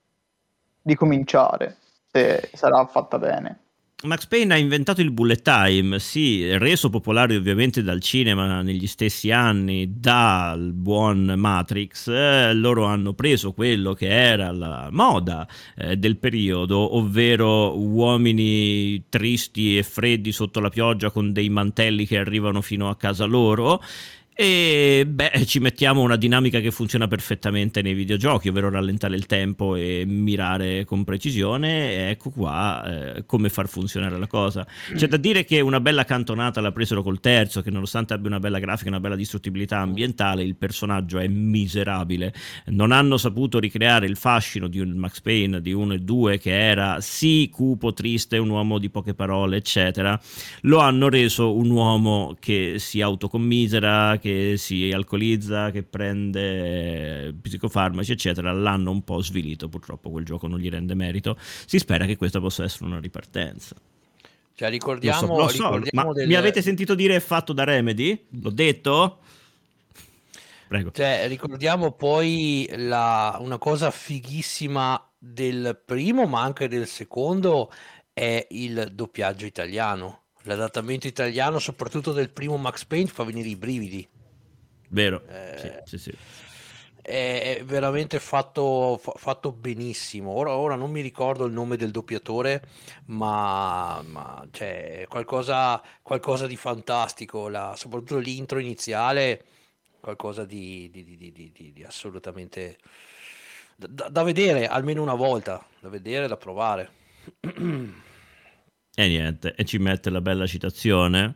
di cominciare, se sarà fatta bene. Max Payne ha inventato il bullet time, sì, reso popolare ovviamente dal cinema negli stessi anni, dal buon Matrix. Eh, loro hanno preso quello che era la moda eh, del periodo, ovvero uomini tristi e freddi sotto la pioggia con dei mantelli che arrivano fino a casa loro. E beh, ci mettiamo una dinamica che funziona perfettamente nei videogiochi, ovvero rallentare il tempo e mirare con precisione. E ecco qua eh, come far funzionare la cosa. C'è da dire che una bella cantonata la presero col terzo, che nonostante abbia una bella grafica, una bella distruttibilità ambientale, il personaggio è miserabile. Non hanno saputo ricreare il fascino di un Max Payne di uno e due, che era sì cupo, triste, un uomo di poche parole, eccetera. Lo hanno reso un uomo che si autocommisera, che si alcolizza, che prende psicofarmaci, eccetera. L'hanno un po' svilito, purtroppo quel gioco non gli rende merito. Si spera che questa possa essere una ripartenza. Cioè, Lo ricordiamo, so, lo so, ricordiamo ma del... mi avete sentito dire è fatto da Remedy? L'ho detto? Prego. Cioè, ricordiamo poi la, una cosa fighissima del primo, ma anche del secondo, è il doppiaggio italiano. L'adattamento italiano, soprattutto del primo Max Payne, fa venire i brividi. Vero, Eh, sì, sì, sì. È veramente fatto, fa- fatto benissimo. Ora, ora non mi ricordo il nome del doppiatore, ma, ma c'è qualcosa, qualcosa di fantastico. La- soprattutto l'intro iniziale, qualcosa di, di- di- di- di- di- di assolutamente da, da vedere almeno una volta, da vedere, da provare. E niente, e ci mette la bella citazione.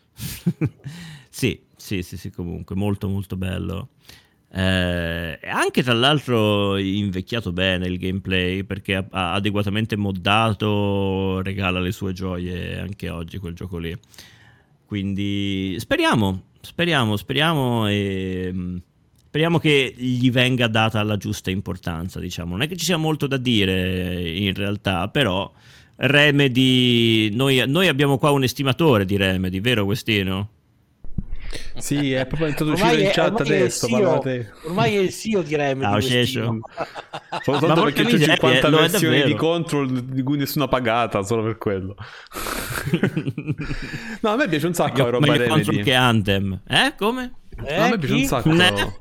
Sì, sì, sì, sì, comunque, molto molto bello. Eh, anche tra l'altro invecchiato bene il gameplay, perché ha, ha adeguatamente moddato, regala le sue gioie anche oggi quel gioco lì. Quindi speriamo, speriamo, speriamo e mh, speriamo che gli venga data la giusta importanza, diciamo. Non è che ci sia molto da dire in realtà, però Remedy, noi, noi abbiamo qua un estimatore di Remedy, vero Questino? Sì, è proprio entrato Ormai uscire in è- chat ormai è il adesso, C E O parlate. ormai è il C E O di Remedy Ah, quest'ino. Soltanto Ma perché porca c'ho miseria, cinquanta lo è versioni di davvero. Control di cui nessuna pagata, solo per quello. No, a me piace un sacco la roba Meglio Control Remedy. che Anthem. Eh, come? Eh, No, a me piace un chi? sacco. Ne-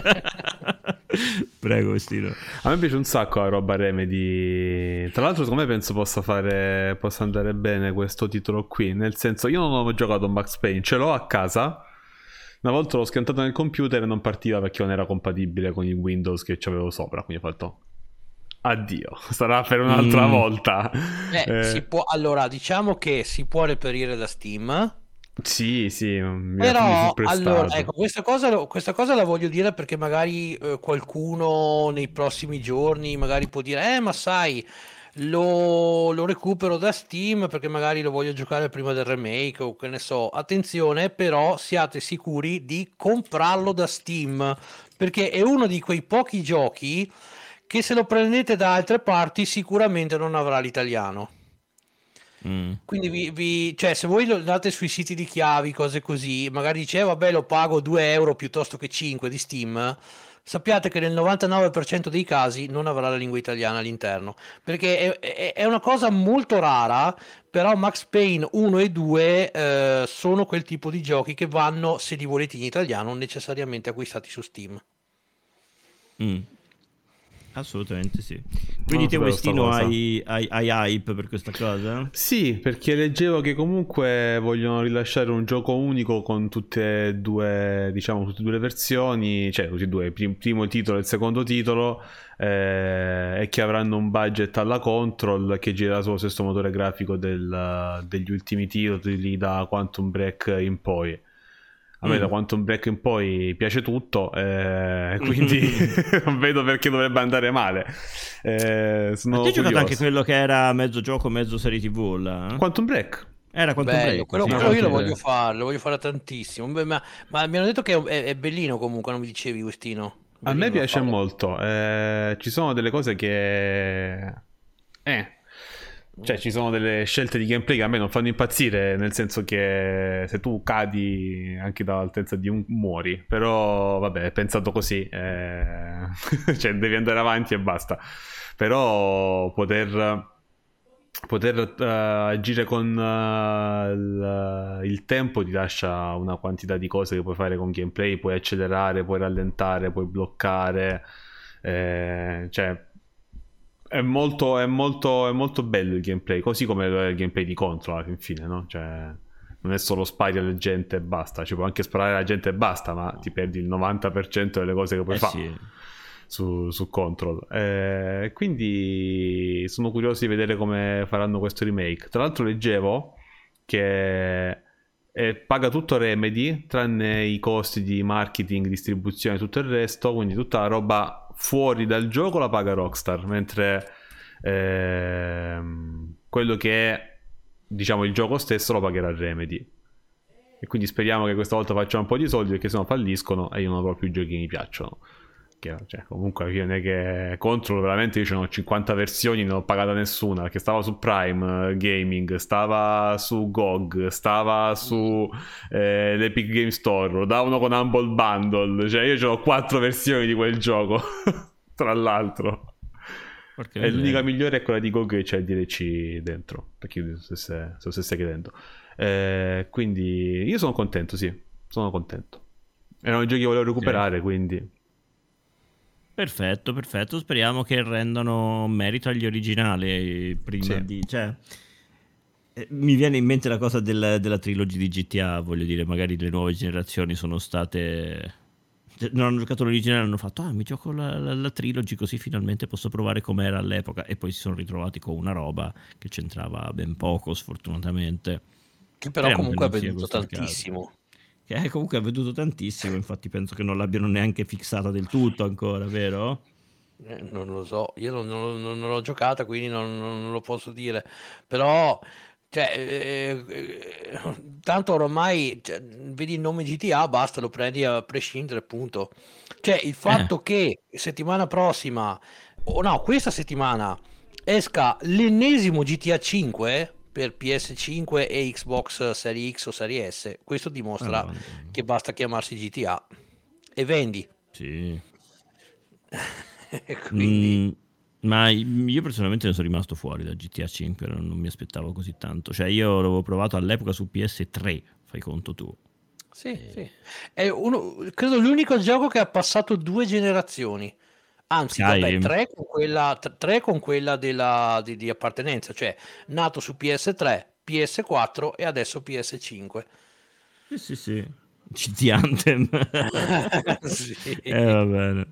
Prego, Costino. A me piace un sacco la roba Remedy. Tra l'altro, secondo me penso possa fare. Possa andare bene questo titolo qui. Nel senso, io non ho mai giocato a Max Payne, ce l'ho a casa. Una volta l'ho schiantato nel computer e non partiva perché non era compatibile con il Windows che c'avevo sopra. Quindi ho fatto addio, sarà per un'altra Mm. volta. Eh, Eh, si può, allora, diciamo che si può reperire da Steam. Sì, sì, mi, mi Però, fu prestato. allora, ecco, questa cosa, lo- questa cosa la voglio dire perché magari eh, qualcuno nei prossimi giorni magari può dire, eh, ma sai, lo, lo recupero da Steam perché magari lo voglio giocare prima del remake o che ne so. Attenzione, però siate sicuri di comprarlo da Steam perché è uno di quei pochi giochi che se lo prendete da altre parti sicuramente non avrà l'italiano. Mm. Quindi vi, vi- cioè, se voi lo andate sui siti di chiavi, cose così, magari dice, "Eh, vabbè, lo pago due euro piuttosto che cinque di Steam, sappiate che nel novantanove per cento dei casi non avrà la lingua italiana all'interno, perché è, è- è una cosa molto rara, però Max Payne uno e due eh, sono quel tipo di giochi che vanno, se li volete in italiano, necessariamente acquistati su Steam. Mm. Assolutamente sì. Non Quindi te, sapevo sta Westino, cosa. hai, hai, hai hype per questa cosa? Sì, perché leggevo che comunque vogliono rilasciare un gioco unico con tutte e due, diciamo, tutte e due le versioni, cioè tutti e due, il prim- primo titolo e il secondo titolo, eh, e che avranno un budget alla Control che girerà sullo stesso motore grafico del- degli ultimi titoli da Quantum Break in poi. A me Mm. da Quantum Break in poi piace tutto, eh, quindi non vedo perché dovrebbe andare male. Eh, sono Ma te hai giocato curioso. anche quello che era mezzo gioco, mezzo serie tivù là? eh? Quantum Break? Era Quantum Bello, Break, quello, sì, quello io lo Quantum voglio Break. fare, lo voglio fare tantissimo. Beh, Ma, ma mi hanno detto che è, è bellino comunque, non mi dicevi, Agostino? A me Bellino da piace fare. molto. eh, ci sono delle cose che. Eh. Cioè, ci sono delle scelte di gameplay che a me non fanno impazzire, nel senso che se tu cadi anche dall'altezza di un muori. Però, vabbè, è pensato così. eh, cioè, devi andare avanti e basta. Però poter. Poter eh, agire con eh, il, il tempo ti lascia una quantità di cose che puoi fare con gameplay, puoi accelerare, puoi rallentare, puoi bloccare, eh, cioè è molto, è, molto, è molto bello il gameplay, così come lo è il gameplay di Control alla fin fine, no? Cioè, non è solo spari alla gente e basta, ci puoi anche sparare alla gente e basta, ma ti perdi il novanta per cento delle cose che puoi Eh fare sì. su, su Control. Eh, quindi sono curioso di vedere come faranno questo remake. Tra l'altro leggevo che eh, paga tutto Remedy tranne i costi di marketing, distribuzione e tutto il resto, quindi tutta la roba fuori dal gioco la paga Rockstar, mentre ehm, quello che è, diciamo, il gioco stesso lo pagherà Remedy. E quindi speriamo che questa volta facciano un po' di soldi, perché sennò falliscono e io non avrò più giochi che mi piacciono. Che, cioè, comunque non è che Control veramente io ce n'ho cinquanta versioni, non ho pagata nessuna, perché stava su Prime eh, Gaming, stava su G O G, stava su eh, l'Epic Game Store, lo davano con Humble Bundle, cioè io ce l'ho quattro versioni di quel gioco tra l'altro. Porca E l'unica miseria. migliore è quella di G O G che c'è il D L C dentro, perché io se se se lo stesse chiedendo. Eh, quindi io sono contento, sì, sono contento. Erano i giochi che volevo recuperare, quindi Perfetto, perfetto. Speriamo che rendano merito agli originali prima Sì. di... Cioè, eh, mi viene in mente la cosa del- della trilogy di G T A, voglio dire, magari le nuove generazioni sono state... cioè, non hanno giocato l'originale, hanno fatto, ah, mi gioco la, la, la trilogy così finalmente posso provare com'era all'epoca, e poi si sono ritrovati con una roba che c'entrava ben poco, sfortunatamente. Che però Speriamo che comunque ha non sia venduto questo il caso. tantissimo. Che eh, comunque ha venduto tantissimo, infatti penso che non l'abbiano neanche fissata del tutto ancora, vero? Eh, non lo so, io non, non- non- non l'ho giocata, quindi non, non- non lo posso dire. Però, cioè, eh, eh, tanto ormai, cioè, vedi il nome G T A, basta, lo prendi a prescindere, punto. Cioè, il fatto che settimana prossima, o no, questa settimana, esca l'ennesimo G T A cinque, per P S cinque e Xbox Series X o Series S. Questo dimostra Oh, che basta chiamarsi G T A e vendi. sì. Quindi... Mm, ma io personalmente ne sono rimasto fuori da G T A cinque, non, non mi aspettavo così tanto. Cioè io l'avevo provato all'epoca su P S tre, fai conto tu. Sì, E... sì. È uno, credo l'unico gioco che ha passato due generazioni. Anzi, vabbè, Skyrim. tre con quella, t- tre con quella della, di, di appartenenza, cioè nato su P S tre, P S quattro e adesso P S cinque. Sì, sì, sì. G T Anthem. Sì. Eh, va bene.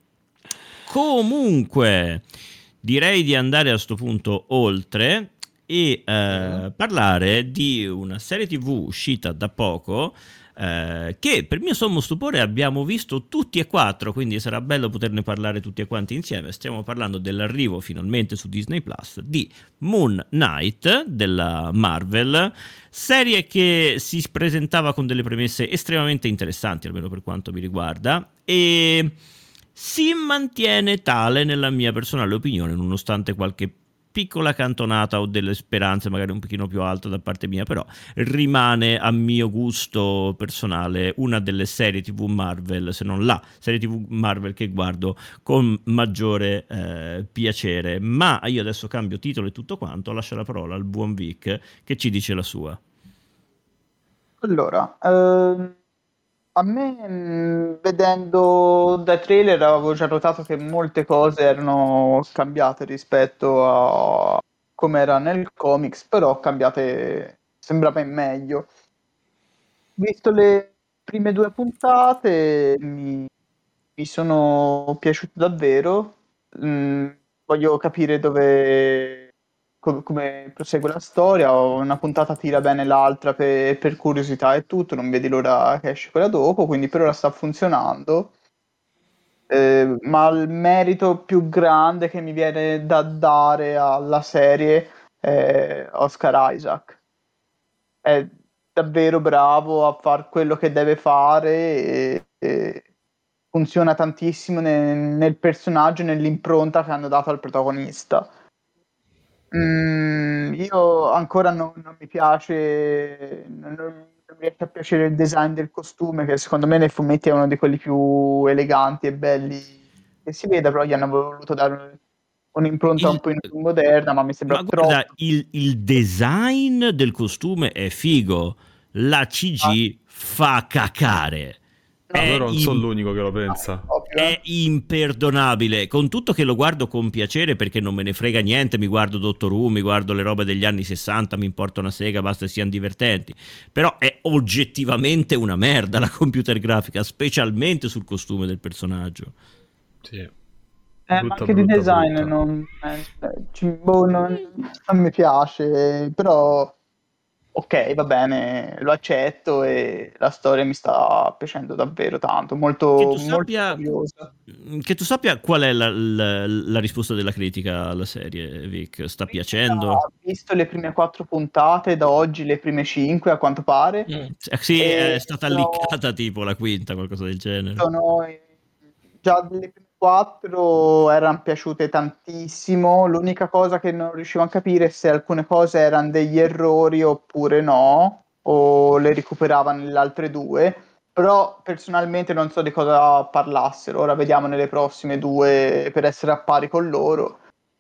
Comunque, direi di andare a sto punto oltre e eh, Mm. parlare di una serie T V uscita da poco, eh, che per mio sommo stupore abbiamo visto tutti e quattro, quindi sarà bello poterne parlare tutti e quanti insieme. Stiamo parlando dell'arrivo finalmente su Disney Plus di Moon Knight della Marvel, serie che si presentava con delle premesse estremamente interessanti, almeno per quanto mi riguarda, e si mantiene tale nella mia personale opinione, nonostante qualche piccola cantonata o delle speranze magari un pochino più alte da parte mia, però rimane a mio gusto personale una delle serie T V Marvel, se non la serie T V Marvel che guardo con maggiore eh, piacere. Ma io adesso cambio titolo e tutto quanto, lascio la parola al buon Vic che ci dice la sua. Allora, ehm, a me, mh, vedendo dai trailer, avevo già notato che molte cose erano cambiate rispetto a come era nel comics, però cambiate, sembrava in meglio. Visto le prime due puntate, mi, mi sono piaciute davvero. Mm, voglio capire dove, co- come prosegue la storia. Una puntata tira bene l'altra per, per curiosità e tutto. Non vedi l'ora che esce quella dopo, quindi per ora sta funzionando. Eh, ma il merito più grande che mi viene da dare alla serie è Oscar Isaac. È davvero bravo a fare quello che deve fare e, e funziona tantissimo nel, nel personaggio e nell'impronta che hanno dato al protagonista. Mm, io ancora non, non mi piace, non, non mi riesce a piacere il design del costume, che secondo me nei fumetti è uno di quelli più eleganti e belli che si vede, però gli hanno voluto dare un'impronta un Il, po' più moderna, ma mi sembra ma guarda, troppo. il, il design del costume è figo, la C G fa cacare. No, È, Allora non sono im- l'unico che lo no, pensa. proprio, è eh. imperdonabile, con tutto che lo guardo con piacere perché non me ne frega niente, mi guardo Doctor Who, mi guardo le robe degli anni sessanta, mi importa una sega, basta che siano divertenti. Però è oggettivamente una merda la computer grafica, specialmente sul costume del personaggio. Sì. Eh, ma Brutta, anche di brutta, design brutta. non, eh, ci- boh, non- non mi piace, però ok, va bene, lo accetto e la storia mi sta piacendo davvero tanto, Che molto, tu molto sappia, curiosa. che tu sappia qual è la, la- la risposta della critica alla serie, Vic? Sta piacendo? Ho visto le prime quattro puntate, da oggi le prime cinque a quanto pare, Mm. Sì, è e stata sono, liccata tipo la quinta, qualcosa del genere. sono già delle prime quattro erano piaciute tantissimo. L'unica cosa che non riuscivo a capire è se alcune cose erano degli errori oppure no, o le recuperava nelle altre due. Però personalmente non so di cosa parlassero. Ora vediamo nelle prossime due per essere a pari con loro.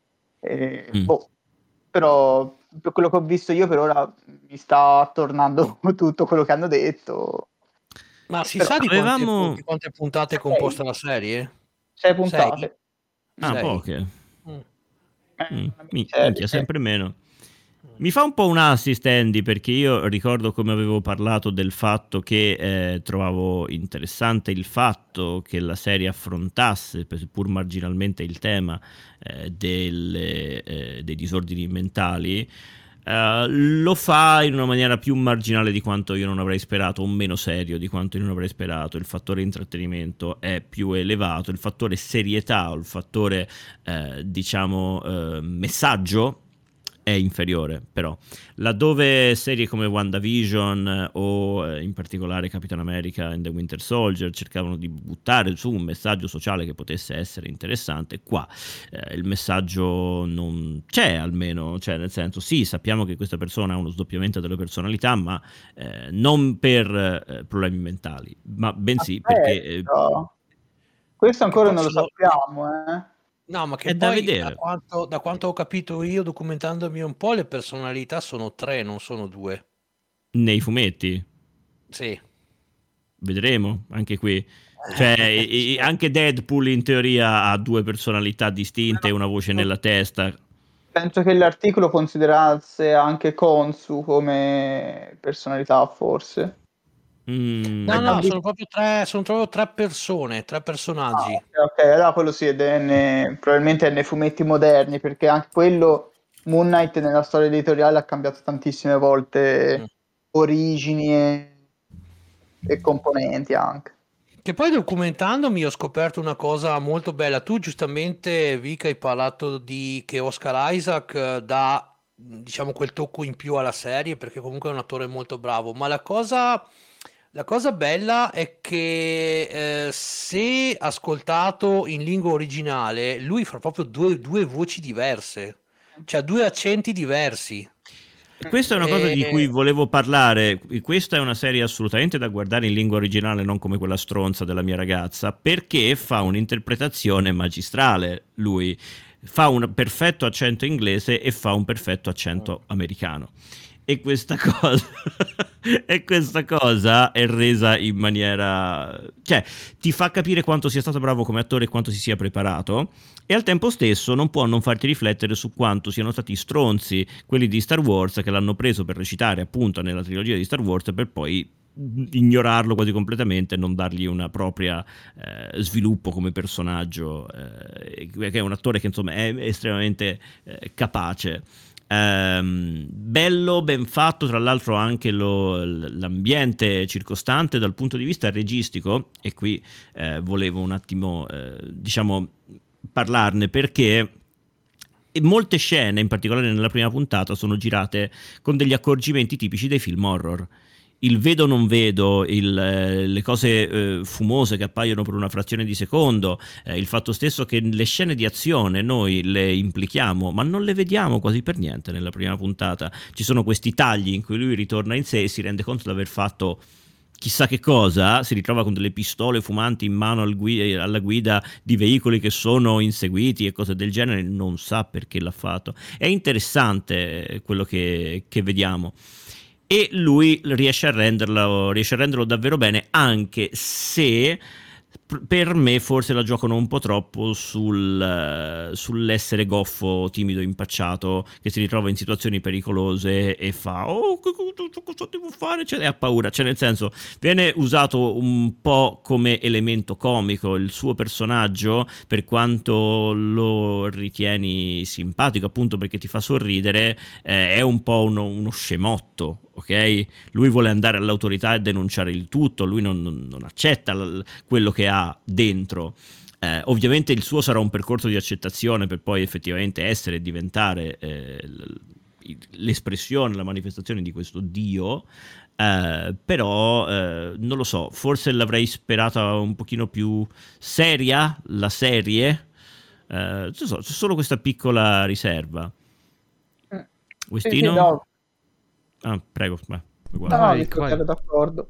E, Mm. boh, però per quello che ho visto io per ora mi sta tornando tutto quello che hanno detto. Ma si Però sa di quante, Avevamo... di quante puntate è sei, composta la serie? sei Sei? puntate. Ah, Mm. Sei? poche. Mm. È Mm, una mi- miniserie, minchia, sì. sempre meno. Mi fa un po' un assist Andy perché io ricordo come avevo parlato del fatto che eh, trovavo interessante il fatto che la serie affrontasse, seppur marginalmente, il tema eh, delle, eh, dei disordini mentali. Eh, lo fa in una maniera più marginale di quanto io non avrei sperato, o meno serio di quanto io non avrei sperato. Il fattore intrattenimento è più elevato, il fattore serietà o il fattore, eh, diciamo, eh, messaggio è inferiore, però laddove serie come WandaVision o eh, in particolare Capitan America and the Winter Soldier cercavano di buttare su un messaggio sociale che potesse essere interessante, qua eh, il messaggio non c'è, almeno, cioè nel senso sì, sappiamo che questa persona ha uno sdoppiamento delle personalità, ma eh, non per eh, problemi mentali, ma bensì Aspetta, perché eh, questo ancora non lo posso- sappiamo, eh. No, ma che È da poi da vedere. quanto, da quanto ho capito io documentandomi un po', le personalità sono tre, non sono due. nei fumetti Sì. vedremo anche qui. Cioè, i- i- anche Deadpool in teoria ha due personalità distinte e una voce nella testa. Penso che l'articolo considerasse anche Konsu come personalità, forse. Mm, No, no, Perché- sono proprio tre, sono proprio tre persone, tre Ah, personaggi. ok, ok, allora quello sì, ed è ne- probabilmente è nei fumetti moderni, perché anche quello, Moon Knight nella storia editoriale ha cambiato tantissime volte Mm. origini e, e componenti anche. Che poi documentandomi ho scoperto una cosa molto bella. Tu giustamente, Vic, hai parlato di che Oscar Isaac eh, dà, diciamo, quel tocco in più alla serie perché comunque è un attore molto bravo. Ma la cosa, la cosa bella è che eh, se ascoltato in lingua originale, lui fa proprio due, due voci diverse, cioè due accenti diversi. Questa è una cosa di E- cui volevo parlare. Questa è una serie assolutamente da guardare in lingua originale, non come quella stronza della mia ragazza, perché fa un'interpretazione magistrale. Lui fa un perfetto accento inglese e fa un perfetto accento americano. E questa cosa e questa cosa è resa in maniera, cioè ti fa capire quanto sia stato bravo come attore e quanto si sia preparato, e al tempo stesso non può non farti riflettere su quanto siano stati stronzi quelli di Star Wars che l'hanno preso per recitare appunto nella trilogia di Star Wars per poi ignorarlo quasi completamente e non dargli una propria eh, sviluppo come personaggio, eh, che è un attore che insomma è estremamente eh, capace. Ehm, bello, ben fatto, tra l'altro anche lo- l'ambiente circostante dal punto di vista registico, e qui eh, volevo un attimo eh, diciamo parlarne, perché molte scene, in particolare nella prima puntata, sono girate con degli accorgimenti tipici dei film horror. Il vedo non vedo, il, eh, le cose eh, fumose che appaiono per una frazione di secondo, eh, il fatto stesso che le scene di azione noi le implichiamo, ma non le vediamo quasi per niente nella prima puntata. Ci sono questi tagli in cui lui ritorna in sé e si rende conto di aver fatto chissà che cosa, si ritrova con delle pistole fumanti in mano al gui- alla guida di veicoli che sono inseguiti e cose del genere, non sa perché l'ha fatto. È interessante quello che, che vediamo. E lui riesce a renderlo, riesce a renderlo davvero bene, anche se pr- per me forse la giocano un po' troppo sul, eh, sull'essere goffo, timido, impacciato, che si ritrova in situazioni pericolose e fa oh, co- co- co- cosa devo fare? Cioè, ha paura, cioè nel senso viene usato un po' come elemento comico il suo personaggio, per quanto lo ritieni simpatico appunto perché ti fa sorridere, eh, è un po' uno, uno scemotto. Ok? Lui vuole andare all'autorità e denunciare il tutto, lui non, non, non accetta l- quello che ha dentro. Eh, ovviamente il suo sarà un percorso di accettazione per poi effettivamente essere e diventare eh, l- l'espressione, la manifestazione di questo Dio. Eh, però eh, non lo so, forse l'avrei sperata un pochino più seria la serie. Eh, non so, c'è solo questa piccola riserva. Sì, sì, Westino? no, Ah, prego, vai, no, guarda. no, Vai, visto vai. che ero d'accordo.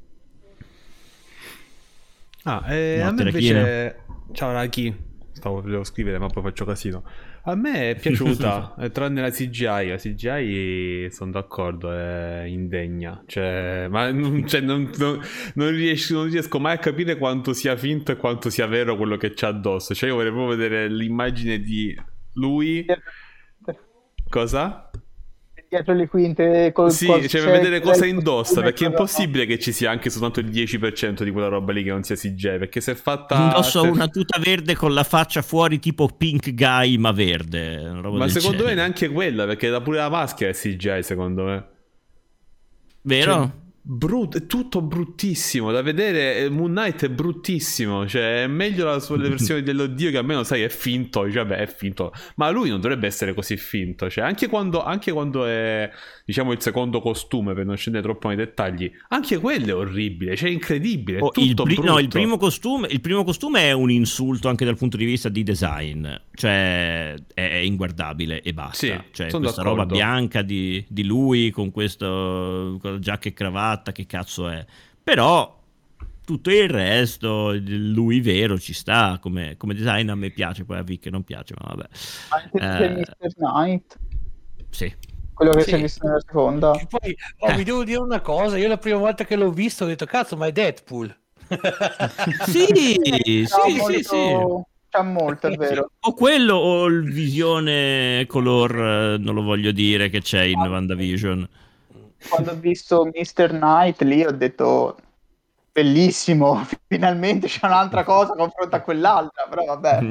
Ah, eh, a Notte, me Rachina. invece... Ciao Raki, stavo volevo scrivere ma poi faccio casino. A me è piaciuta, eh, tranne la C G I, la C G I sono d'accordo, è indegna, cioè, ma non, cioè, non, non, non riesco, non riesco mai a capire quanto sia finto e quanto sia vero quello che c'è addosso, cioè io vorrei proprio vedere l'immagine di lui, cosa? Dietro le quinte col Sì, col- cioè per c'è- vedere c'è cosa il indossa, costume, perché è cosa- impossibile che ci sia anche soltanto il dieci per cento di quella roba lì che non sia C G I, perché se è fatta... Indosso se- una tuta verde con la faccia fuori tipo Pink Guy ma verde, una roba Ma del secondo me genere. neanche quella, perché da pure la maschera è C G I secondo me. Vero? Cioè, brutto, è tutto bruttissimo da vedere. Moon Knight è bruttissimo, cioè è meglio la sua versione dell'oddio, che almeno sai è finto, cioè, vabbè, è finto, ma lui non dovrebbe essere così finto, cioè anche quando, anche quando è, diciamo, il secondo costume, per non scendere troppo nei dettagli, anche quello è orribile, cioè è incredibile, è Oh, tutto il, pri- brutto. no, il primo costume, il primo costume è un insulto anche dal punto di vista di design, cioè è, è inguardabile e basta. Sì, cioè sono questa d'accordo. roba bianca di, di lui con questo con la giacca e cravatta, che cazzo è? Però tutto il resto, lui vero, ci sta come, come design. A me piace, poi a Vic non piace, ma vabbè. Anche Eh, mister Knight, sì. quello che Sì. si è visto nella seconda. Che poi, oh, vi devo dire una cosa, io la prima volta che l'ho visto ho detto, cazzo, ma è Deadpool. Sì, sì, C'ha sì, molto, sì. c'ha molto, è vero. O quello o il visione color, eh, non lo voglio dire, che c'è in WandaVision. Quando ho visto mister Knight lì ho detto bellissimo, finalmente c'è un'altra cosa confronto a quell'altra, però vabbè.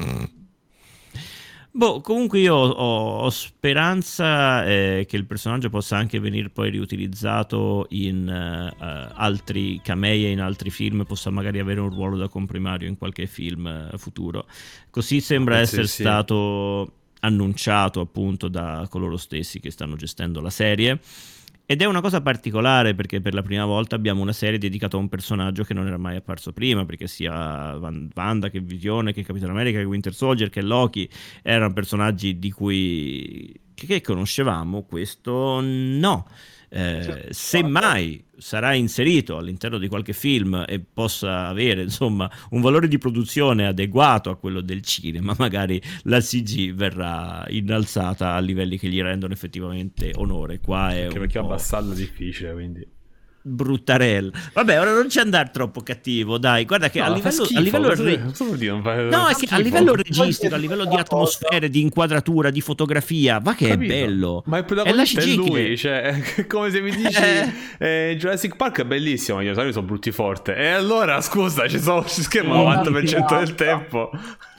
Boh, comunque io ho, ho speranza eh, che il personaggio possa anche venire poi riutilizzato in eh, eh, altri camei e in altri film, possa magari avere un ruolo da comprimario in qualche film eh, futuro. Così sembra Penso di essere sì. stato annunciato appunto da coloro stessi che stanno gestendo la serie. Ed è una cosa particolare perché per la prima volta abbiamo una serie dedicata a un personaggio che non era mai apparso prima, perché sia Van- Wanda che Visione, che Capitano America, che Winter Soldier, che Loki erano personaggi di cui che, che conoscevamo, questo no. Eh, semmai sarà inserito all'interno di qualche film e possa avere insomma un valore di produzione adeguato a quello del cinema, magari la C G verrà innalzata a livelli che gli rendono effettivamente onore. Qua è Anche un perché po' abbassarlo è difficile, quindi bruttarella. Vabbè, ora non ci andare troppo cattivo, dai. Guarda che no, a fa livello, schifo, a livello cosa- re- cosa vuol dire? Non fa- no, fa è che a schifo. livello registico, a Poi livello c'è di una cosa- atmosfere, di inquadratura, di fotografia, va che Capito? è bello. Ma il È la protagonista è, C G che lui, le- cioè, è come se mi dici eh, Jurassic Park è bellissimo, ma gli dinosauri sono brutti forte. E allora, scusa, ci sono ci schermo il novanta per cento del tempo.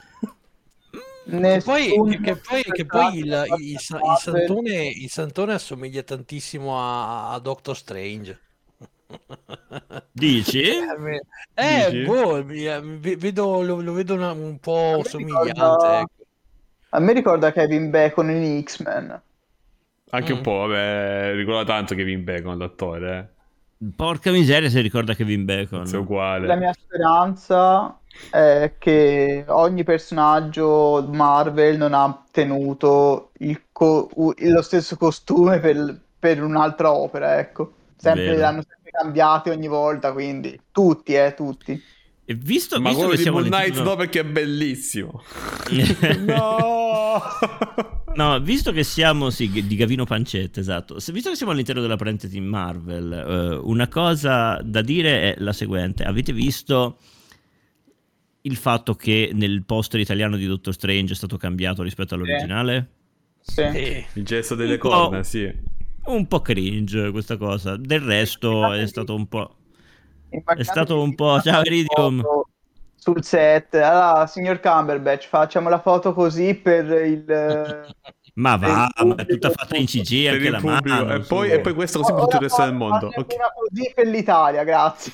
Che Nessun poi, che poi, che poi il, personaggio il, sa- il Marvel- santone, il santone assomiglia tantissimo a, a Doctor Strange. Dici? Eh, Dici? boh, mi- mi- vedo, lo, lo vedo una- un A po' me somigliante. ricorda- Ecco. A me ricorda Kevin Bacon in X-Men. Anche Mm. un po', vabbè, ricorda tanto Kevin Bacon, l'attore, Porca miseria se ricorda Kevin eh. Bacon. È uguale. La mia speranza è che ogni personaggio Marvel non ha tenuto il co- u- lo stesso costume per, per un'altra opera, ecco. Sempre, Vero. l'hanno sempre cambiati ogni volta, quindi tutti, eh, tutti. E visto, Ma visto quello che di siamo Moon Knight all'interno- no, perché è bellissimo. No! No, visto che siamo sì, di Gavino Pancetta, esatto. Se- Visto che siamo all'interno della parentesi Marvel, eh, una cosa da dire è la seguente: avete visto il fatto che nel poster italiano di Doctor Strange è stato cambiato rispetto all'originale? Sì. Eh, Il gesto delle Un po'- corna, sì. Un po' cringe questa cosa. Del resto è stato un po'. Immaginate È stato che un si po'. faccia Ciao, una Iridium. foto sul set. Allora, signor Cumberbatch, facciamo la foto così per il... Ma va, per il ma è tutta pubblico, fatta in C G Per anche il la pubblico. mano. E poi, su. e poi questo così per tutto il resto del mondo. Fatene Ok. una così per l'Italia, grazie.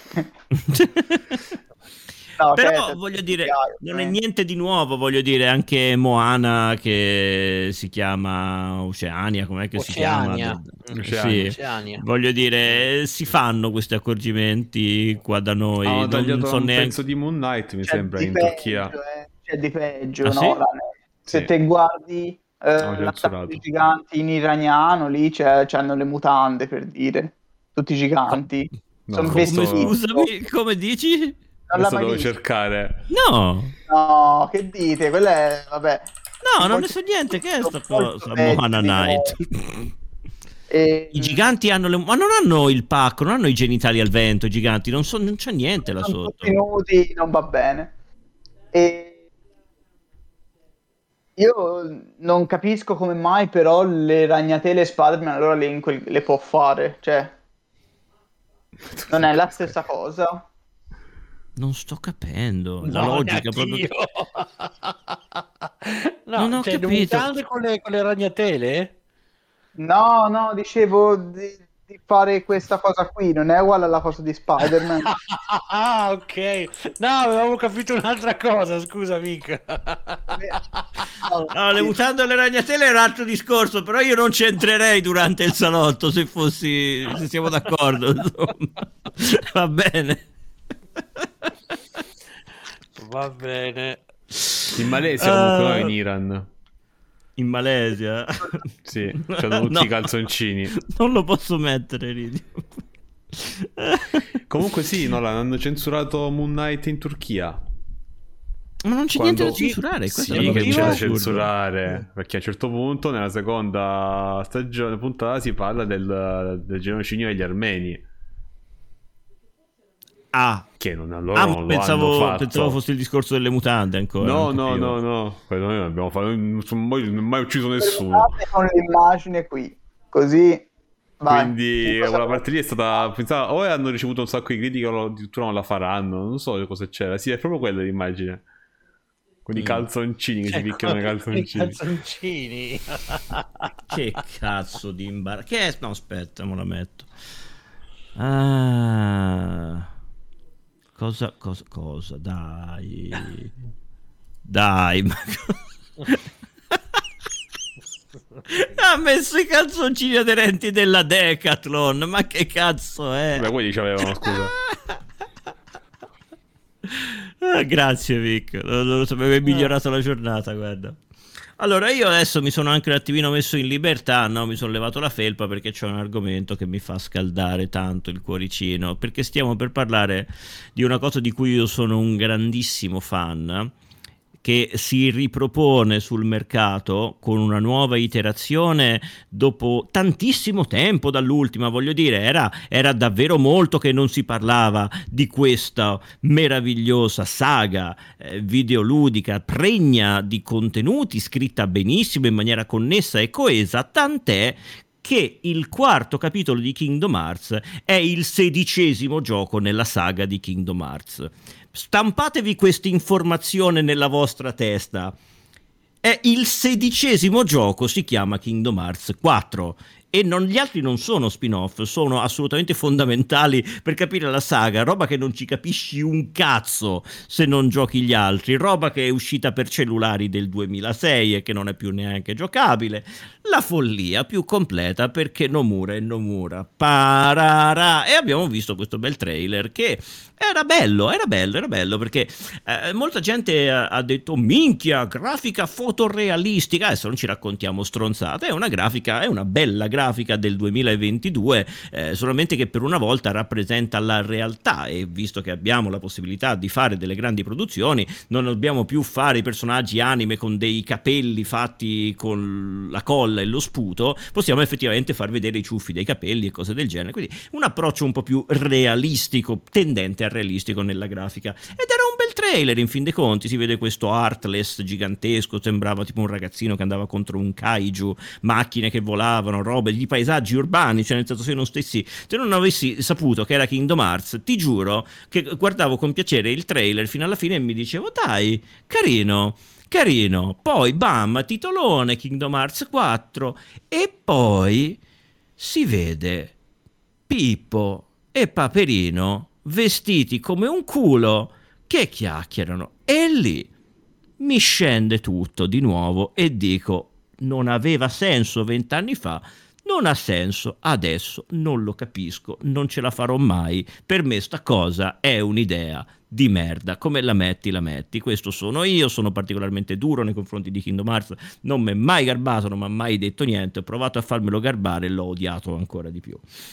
No, Però certo, voglio dire, chiaro, non è eh. niente di nuovo, voglio dire, anche Moana che si chiama Oceania, com'è che Oceania. si chiama? Oceania. Sì. Oceania. Voglio dire, si fanno questi accorgimenti qua da noi, Hanno non tagliato so un neanche... pezzo di Moon Knight, mi C'è sembra, di in peggio, Turchia. eh. C'è di peggio, Ah, no? sì? La- Se Sì. te guardi eh, Hanno l'attacco censurato. dei giganti in iraniano, lì c'è, c'hanno le mutande, per dire. Tutti giganti. No, Sono Come, questo- vestiti. scusami, come dici? Non l'ha Adesso mai devo visto? cercare. No, No, che dite? Quella è, vabbè. no, non ne Molto- so niente, che è sta molto cosa, peggio Moana di Knight. noi. E- I giganti hanno le... ma non hanno il pacco, non hanno i genitali al vento, i giganti, non, so, non c'è niente là sono sotto. tutti nudi, non va bene. E io non capisco come mai però le ragnatele Spider-Man allora le, in quel- le può fare, cioè non è la stessa cosa. Non sto capendo la No, logica proprio. neanch'io. No, Non ho cioè, le capito. mutande con le, con le ragnatele? No, no, dicevo di- di fare questa cosa qui, non è uguale alla cosa di Spider-Man. Ah, ok. No, avevamo capito un'altra cosa, scusa, Mick. No, le mutande e le ragnatele è un altro discorso, però io non c'entrerei durante il salotto se fossi, se siamo d'accordo, insomma. Va bene. Va bene. In Malesia comunque, Uh, no, in Iran. In Malesia? Sì, c'hanno tutti No, i calzoncini. non lo posso mettere, Ridio. Comunque sì, no, hanno censurato Moon Knight in Turchia. Ma non c'è Quando- niente da censurare, questa è Sì, la che cosa c'è da assurda. censurare, perché a un certo punto nella seconda stagione puntata si parla del, del genocidio degli armeni, Ah, che non, loro ah, non lo hanno pensavo, fatto. pensavo fosse il discorso delle mutande ancora. No, non no, capivo. no, no, quello noi non abbiamo fatto, non sono mai, non ho mai ucciso nessuno. Con l'immagine qui, così vai. Quindi Cosa- quella parte lì è stata pensata, o hanno ricevuto un sacco di critiche o addirittura non la faranno, non so cosa c'era. Sì, è proprio quella l'immagine, con i Mm. calzoncini che si Cioè, picchiano i I calzoncini. calzoncini. Che cazzo di imbarazzo. Che è... No, aspetta, me la metto. Ah. Cosa, cosa, cosa? Dai. Dai, ma... Ha messo i calzoncini aderenti della Decathlon. Ma che cazzo è? Beh, quelli ci avevano, scusa. Ah, grazie Vic, non lo sapevo, hai migliorato la giornata, guarda. Allora, io adesso mi sono anche un attimino messo in libertà, no? Mi sono levato la felpa perché c'è un argomento che mi fa scaldare tanto il cuoricino, perché stiamo per parlare di una cosa di cui io sono un grandissimo fan, che si ripropone sul mercato con una nuova iterazione dopo tantissimo tempo dall'ultima, voglio dire, era, era davvero molto che non si parlava di questa meravigliosa saga eh, videoludica, pregna di contenuti, scritta benissimo in maniera connessa e coesa, tant'è che il quarto capitolo di Kingdom Hearts è il sedicesimo gioco nella saga di Kingdom Hearts. Stampatevi questa informazione nella vostra testa. È il sedicesimo gioco, si chiama Kingdom Hearts quattro. E non, gli altri non sono spin-off, sono assolutamente fondamentali per capire la saga, roba che non ci capisci un cazzo se non giochi gli altri, roba che è uscita per cellulari del duemilasei e che non è più neanche giocabile, la follia più completa perché Nomura è Nomura, pararà. E abbiamo visto questo bel trailer che era bello, era bello, era bello perché eh, molta gente ha, ha detto minchia, grafica fotorealistica, adesso non ci raccontiamo stronzate, è una grafica, è una bella grafica del duemilaventidue, eh, solamente che per una volta rappresenta la realtà e visto che abbiamo la possibilità di fare delle grandi produzioni, non dobbiamo più fare i personaggi anime con dei capelli fatti con la colla e lo sputo, possiamo effettivamente far vedere i ciuffi dei capelli e cose del genere, quindi un approccio un po' più realistico, tendente al realistico nella grafica, ed era un bel trailer in fin dei conti, si vede questo Heartless gigantesco, sembrava tipo un ragazzino che andava contro un kaiju, macchine che volavano, robe, di paesaggi urbani, cioè nel senso se non stessi, se non avessi saputo che era Kingdom Hearts, ti giuro che guardavo con piacere il trailer fino alla fine e mi dicevo dai, carino, carino, poi bam, titolone Kingdom Hearts quattro e poi si vede Pippo e Paperino vestiti come un culo che chiacchierano e lì mi scende tutto di nuovo e dico non aveva senso vent'anni fa, non ha senso adesso, non lo capisco, non ce la farò mai, per me sta cosa è un'idea di merda, come la metti la metti, questo sono io, sono particolarmente duro nei confronti di Kingdom Hearts, non mi è mai garbato, non mi ha mai detto niente, ho provato a farmelo garbare e l'ho odiato ancora di più.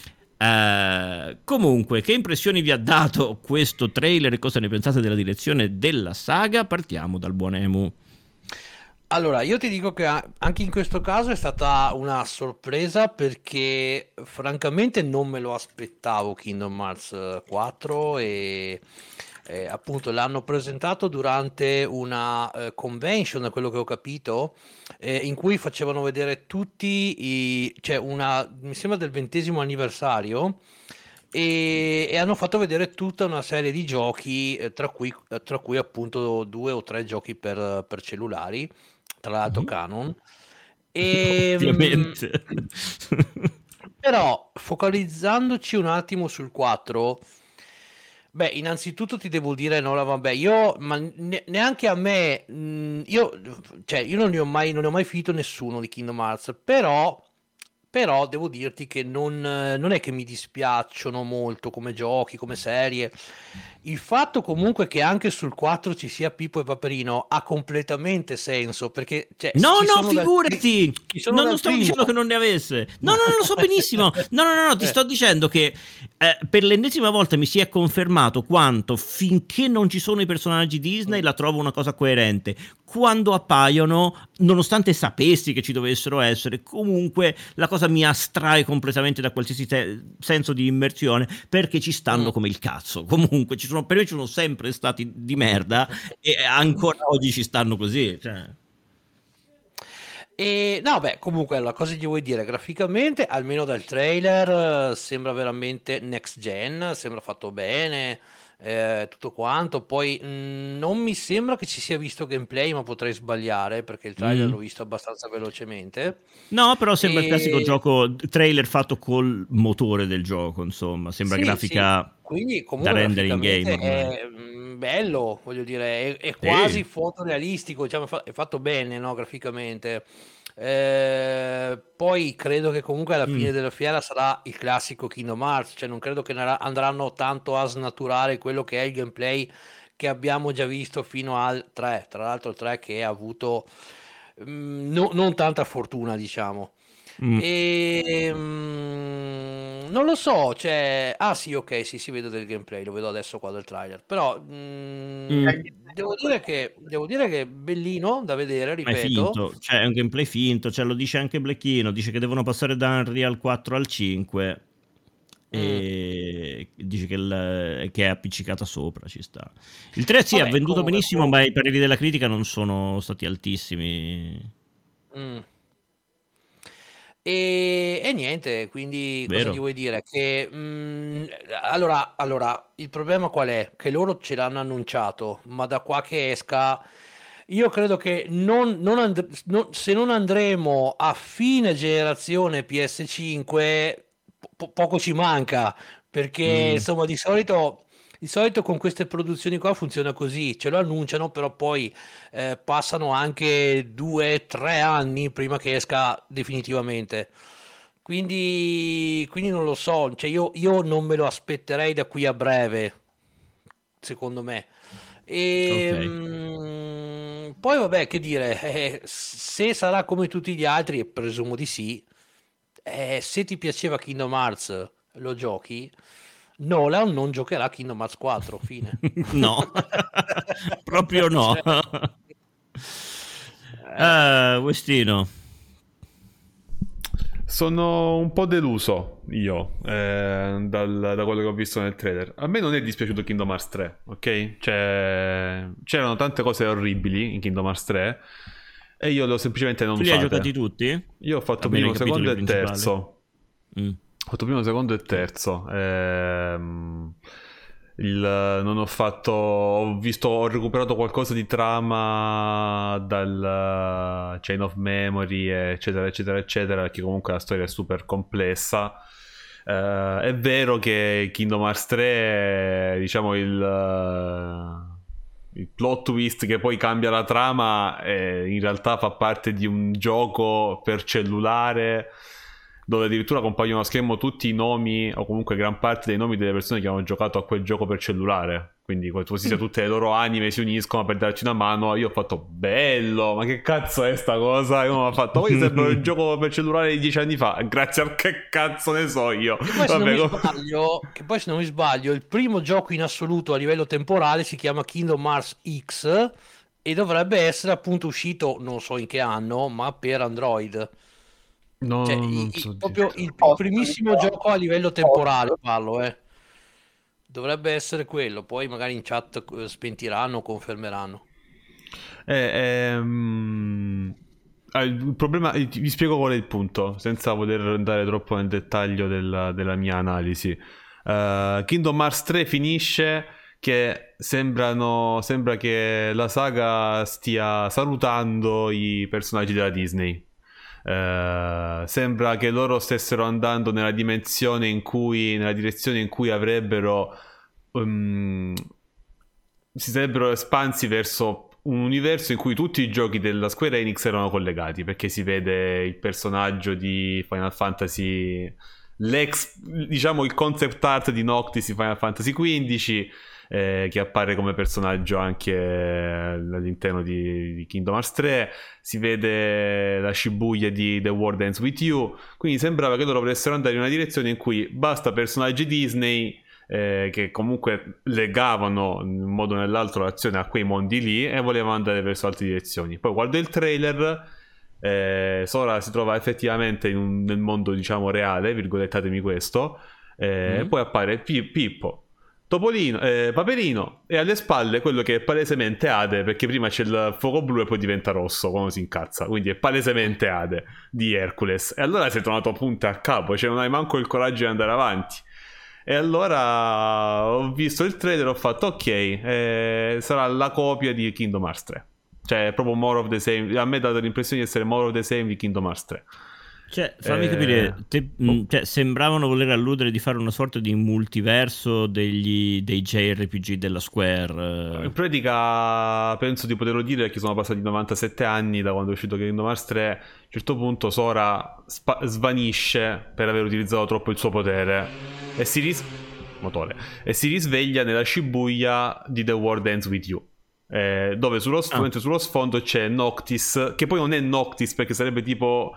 Uh, comunque, che impressioni vi ha dato questo trailer e cosa ne pensate della direzione della saga? Partiamo dal buon Emu. Allora, io ti dico che anche in questo caso è stata una sorpresa perché francamente non me lo aspettavo Kingdom Hearts quattro e eh, appunto l'hanno presentato durante una eh, convention, quello che ho capito, eh, in cui facevano vedere tutti i, cioè una, mi sembra del ventesimo anniversario e, e hanno fatto vedere tutta una serie di giochi, eh, tra cui, eh, tra cui appunto due o tre giochi per, per cellulari, tra l'altro Mhm. canon. E, Ovviamente. Però, focalizzandoci un attimo sul quattro, beh, innanzitutto ti devo dire, no, vabbè, io, ma ne- neanche a me, mh, io, cioè, io non ne ho mai, non ne ho mai finito nessuno di Kingdom Hearts, però, però devo dirti che non, eh, non è che mi dispiacciono molto come giochi, come serie. Il fatto comunque che anche sul quattro ci sia Pippo e Paperino ha completamente senso, perché cioè, No, ci no, sono dal, figurati! ci sono No, non dal stavo primo. dicendo che non ne avesse. No, no, no, lo so benissimo. No, no, no, no, ti Eh. sto dicendo che eh, per l'ennesima volta mi si è confermato quanto finché non ci sono i personaggi Disney la trovo una cosa coerente. Quando appaiono, nonostante sapessi che ci dovessero essere, comunque la cosa mi astrae completamente da qualsiasi te- senso di immersione, perché ci stanno Mm. come il cazzo. Comunque, ci sono, per me ci sono sempre stati di merda e ancora oggi ci stanno così. Cioè. E no, beh, comunque, allora, cosa gli vuoi dire? Graficamente, almeno dal trailer, eh, sembra veramente next gen, sembra fatto bene, eh, tutto quanto. Poi mh, non mi sembra che ci sia visto gameplay, ma potrei sbagliare perché il trailer l'ho Mm. visto abbastanza velocemente. No, però sembra il classico E gioco trailer fatto col motore del gioco, insomma, sembra sì, sì, grafica quindi da comunque rendere in game graficamente ormai. è mm, bello, voglio dire, è, è Sì. quasi fotorealistico, diciamo, è fa- è fatto bene, no, graficamente. Eh, poi credo che comunque alla Mm. fine della fiera sarà il classico Kingdom Hearts, cioè non credo che nara- andranno tanto a snaturare quello che è il gameplay che abbiamo già visto fino al tre, tra l'altro il tre che ha avuto mm, no- non tanta fortuna, diciamo. Mm. E mm, non lo so, cioè, ah sì, ok, sì, si vede del gameplay, lo vedo adesso qua del trailer. Però mm, Mm. devo dire che devo dire che è bellino da vedere, Ma è ripeto. finto, cioè è un gameplay finto, cioè lo dice anche Blacchino, dice che devono passare da Unreal quattro al cinque Mm, e dice che, il- che è appiccicata sopra, ci sta. Il tre sì, ha vabbè, venduto comunque, benissimo, boh. ma i pareri della critica non sono stati altissimi, Mm. E, e niente, quindi cosa gli vero? vuoi dire? Che mm, allora, allora, il problema qual è? Che loro ce l'hanno annunciato, ma da qua che esca, io credo che non, non and- non- se non andremo a fine generazione P S cinque, po- poco ci manca, perché Mm. insomma di solito. Di solito con queste produzioni qua funziona così, ce lo annunciano, però poi eh, passano anche due, tre anni prima che esca definitivamente. Quindi, quindi non lo so, cioè io, io non me lo aspetterei da qui a breve, secondo me. E Ok. mm, poi vabbè, che dire, eh, se sarà come tutti gli altri, e presumo di sì, eh, se ti piaceva Kingdom Hearts, lo giochi. Nolan non giocherà Kingdom Hearts quattro, fine. No, proprio no. Cioè, Ah, eh, Westino. Sono un po' deluso io eh, dal- da quello che ho visto nel trailer. A me non è dispiaciuto Kingdom Hearts tre, ok? Cioè, c'erano tante cose orribili in Kingdom Hearts tre e io le ho semplicemente non Tu li hai giocati usate. tutti? Io ho fatto Almeno i primo, capitoli secondo e principali? terzo. Mm. Ho fatto primo, secondo e terzo. Ehm, il- non ho fatto. Ho visto, ho recuperato qualcosa di trama dal uh, Chain of Memory, eccetera, eccetera, eccetera. Perché comunque la storia è super complessa. Eh, è vero che Kingdom Hearts tre, diciamo, il. uh, il plot twist che poi cambia la trama eh, in realtà fa parte di un gioco per cellulare dove addirittura compaiono a schermo tutti i nomi o comunque gran parte dei nomi delle persone che hanno giocato a quel gioco per cellulare, quindi così sia tutte le loro anime si uniscono per darci una mano. Io ho fatto bello, ma che cazzo è sta cosa? E uno ha fatto poi sembra il gioco per cellulare di dieci anni fa, grazie al che cazzo ne so io. che poi se non Vabbè, mi com- sbaglio, che poi se non mi sbaglio, il primo gioco in assoluto a livello temporale si chiama Kingdom Hearts X e dovrebbe essere appunto uscito, non so in che anno, ma per Android. no, Cioè, non i- i- so proprio dirti. il, il Otto, primissimo diciamo. gioco a livello temporale, parlo, eh. Dovrebbe essere quello, poi magari in chat eh, smentiranno o confermeranno. Eh, ehm, ah, il problema, eh, ti- vi spiego qual è il punto, senza voler andare troppo nel dettaglio della, della mia analisi. Eh, Kingdom Hearts tre finisce che sembrano, sembra che la saga stia salutando i personaggi della Disney. eh, sembra che loro stessero andando nella dimensione in cui, nella direzione in cui avrebbero um, si sarebbero espansi verso un universo in cui tutti i giochi della Square Enix erano collegati, perché si vede il personaggio di Final Fantasy, l'ex, diciamo il concept art di Noctis di Final Fantasy quindici, eh, che appare come personaggio anche all'interno di, di Kingdom Hearts tre, si vede la Shibuya di The World Ends With You, quindi sembrava che loro volessero andare in una direzione in cui basta personaggi Disney Eh, che comunque legavano in un modo o nell'altro l'azione a quei mondi lì e volevano andare verso altre direzioni. Poi guardo il trailer, eh, Sora si trova effettivamente in un, nel mondo diciamo reale, virgolettatemi questo, eh, mm. poi appare Pi- Pippo, Topolino, eh, Paperino e alle spalle quello che è palesemente Ade, perché prima c'è il fuoco blu e poi diventa rosso quando si incazza, quindi è palesemente Ade di Hercules. E allora sei tornato a punta a capo, cioè non hai manco il coraggio di andare avanti. E allora ho visto il trailer e ho fatto ok, eh, sarà la copia di Kingdom Hearts tre, cioè proprio more of the same. A me ha dato l'impressione di essere more of the same di Kingdom Hearts tre. Cioè, fammi eh... capire, te, oh. mh, cioè, sembravano voler alludere di fare una sorta di multiverso degli, dei J R P G della Square. In pratica penso di poterlo dire perché sono passati novantasette anni da quando è uscito Kingdom Hearts tre. A un certo punto Sora spa- svanisce per aver utilizzato troppo il suo potere e si, ris- motore, e si risveglia nella Shibuya di The World Ends With You, eh, dove sullo sfondo, ah. sullo sfondo c'è Noctis, che poi non è Noctis perché sarebbe tipo...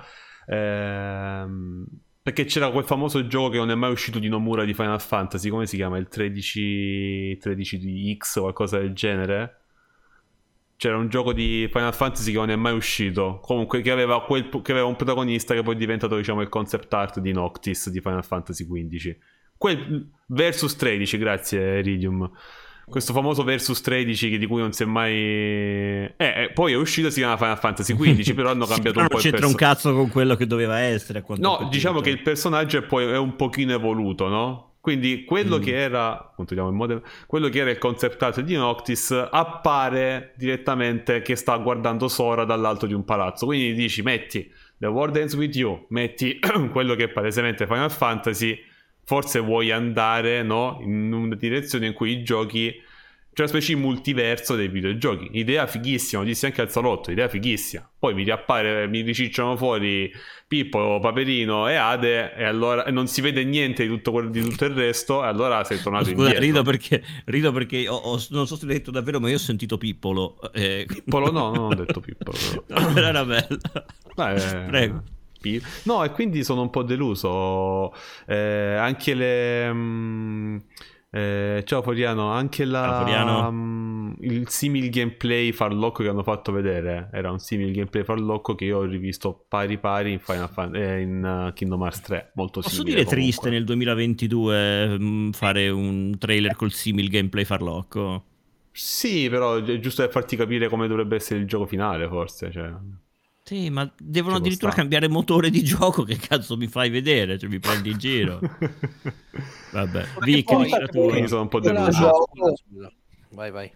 Ehm, perché c'era quel famoso gioco che non è mai uscito di Nomura di Final Fantasy, come si chiama? Il tredici tredici di X o qualcosa del genere. C'era un gioco di Final Fantasy che non è mai uscito, comunque che aveva, quel, che aveva un protagonista che poi è diventato diciamo il concept art di Noctis di Final Fantasy quindici. Quel Versus tredici, grazie Iridium. Questo famoso Versus tredici di cui non si è mai... Eh, eh, poi è uscito, si chiama Final Fantasy quindici, però hanno cambiato sì, un po' il c'entra perso- un cazzo con quello che doveva essere. No, diciamo che il personaggio è poi è un pochino evoluto, no? Quindi quello mm. che era appunto, diciamo, il model, quello che era il concept art di Noctis appare direttamente che sta guardando Sora dall'alto di un palazzo. Quindi dici, metti The World Ends With You, metti quello che è palesemente Final Fantasy, forse vuoi andare, no, in una direzione in cui i giochi, c'è una specie di multiverso dei videogiochi. Idea fighissima, lo dissi anche al salotto, idea fighissima. Poi mi riappare, mi ricicciano fuori Pippo, Paperino e Ade e allora e non si vede niente di tutto, quello, di tutto il resto, e allora sei tornato Scusa, indietro. rido perché, rido perché ho, ho, non so se l'hai detto davvero, ma io ho sentito Pippolo. Eh... Pippolo no, non ho detto Pippolo. Però. Era bella. Beh, prego. No, e quindi sono un po' deluso. Eh, anche le... Mh, Eh, ciao Foriano, anche la, Foriano. um, il simil gameplay farlocco che hanno fatto vedere era un simil gameplay farlocco che io ho rivisto pari pari in, Final Fan- eh, in uh, Kingdom Hearts tre, molto Posso simile. dire comunque. Triste nel duemilaventidue mh, fare un trailer col simil gameplay farlocco? Sì, però è giusto per farti capire come dovrebbe essere il gioco finale, forse, cioè. Sì, ma devono Ci addirittura sta. cambiare motore di gioco. Che cazzo mi fai vedere? Cioè mi prendi in giro. Vabbè, Vic, poi- dici la tua. Quindi sono un po' Io la deluso. gioco- Scusa. Vai, vai.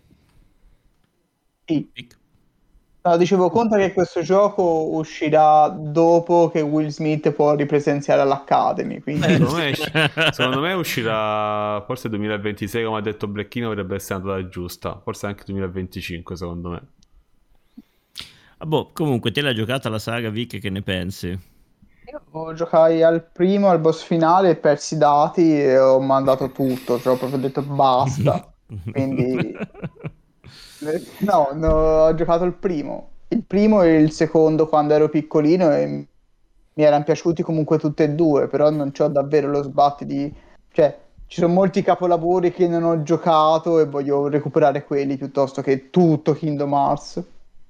Sì. Vic. No, dicevo, conta che questo gioco uscirà dopo che Will Smith può ripresenziare all'Academy, quindi Eh, secondo, me, secondo me uscirà forse duemilaventisei, come ha detto Brecchino, dovrebbe essere andata giusta, forse anche duemilaventicinque secondo me. Ah, boh, comunque te l'hai giocata la saga, Vic, che ne pensi? io giocai al primo, al boss finale, e persi i dati e ho mandato tutto, cioè ho proprio detto basta. Quindi no, no, ho giocato il primo, il primo e il secondo quando ero piccolino e mi erano piaciuti comunque tutti e due, però non c'ho davvero lo sbatti di... cioè ci sono molti capolavori che non ho giocato e voglio recuperare quelli piuttosto che tutto Kingdom Hearts.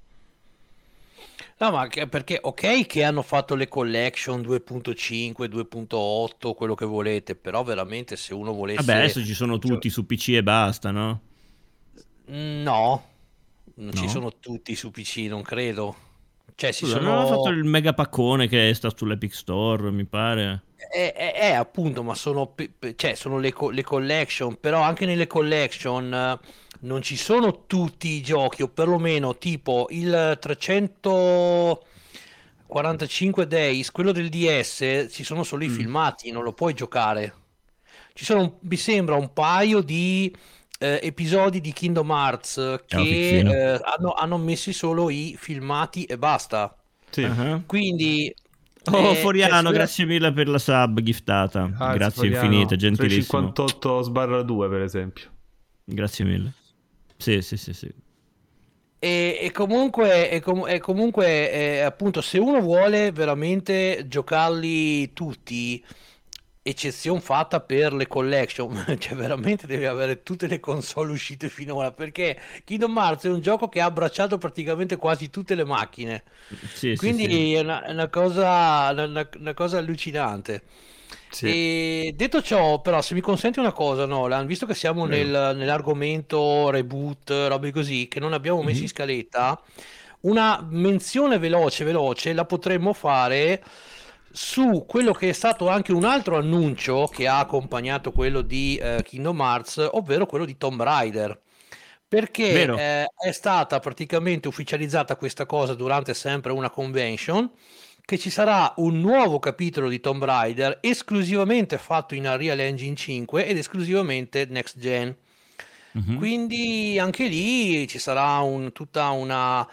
No, ma che- perché ok che hanno fatto le collection due punto cinque, due punto otto, quello che volete, però veramente se uno volesse... Vabbè, adesso ci sono tutti su P C e basta, no? No, non ci No? sono tutti su P C, non credo. Cioè, si Scusa, sono... non hanno fatto il mega paccone che sta sull'Epic Store, mi pare. Eh, eh, eh, appunto, ma sono, pe- pe- cioè, sono le, co- le collection, però anche nelle collection eh, non ci sono tutti i giochi, o perlomeno tipo il trecento, quarantacinque Days, quello del D S, ci sono solo i Mm. filmati, non lo puoi giocare. Ci sono, un- mi sembra, un paio di eh, episodi di Kingdom Hearts Ciao che Fizzino. eh, hanno, hanno messi solo i filmati e basta. Sì. Ah. Quindi, Oh, eh, cioè, Foriano, se- grazie mille per la sub giftata. Ah, Grazie Sforiano, infinite, gentilissimo. trecentocinquantotto sbarra due per esempio. Grazie mille. Sì, sì, sì, sì. E, e comunque, e com- e comunque eh, appunto, se uno vuole veramente giocarli tutti, eccezione fatta per le collection, cioè veramente devi avere tutte le console uscite finora, perché Kingdom Hearts è un gioco che ha abbracciato praticamente quasi tutte le macchine, Sì, sì, quindi sì. è una, è una cosa, una, una- una cosa allucinante. Sì. E detto ciò, però, se mi consenti una cosa, Nolan, visto che siamo Prego. nel- nell'argomento reboot, robe così, che non abbiamo messo Mhm. in scaletta, una menzione veloce, veloce la potremmo fare su quello che è stato anche un altro annuncio che ha accompagnato quello di eh, Kingdom Hearts, ovvero quello di Tomb Raider. Perché Vero? eh, è stata praticamente ufficializzata questa cosa durante sempre una convention, che ci sarà un nuovo capitolo di Tomb Raider esclusivamente fatto in Unreal Engine cinque ed esclusivamente next gen. Mhm. Quindi anche lì ci sarà un, tutta una,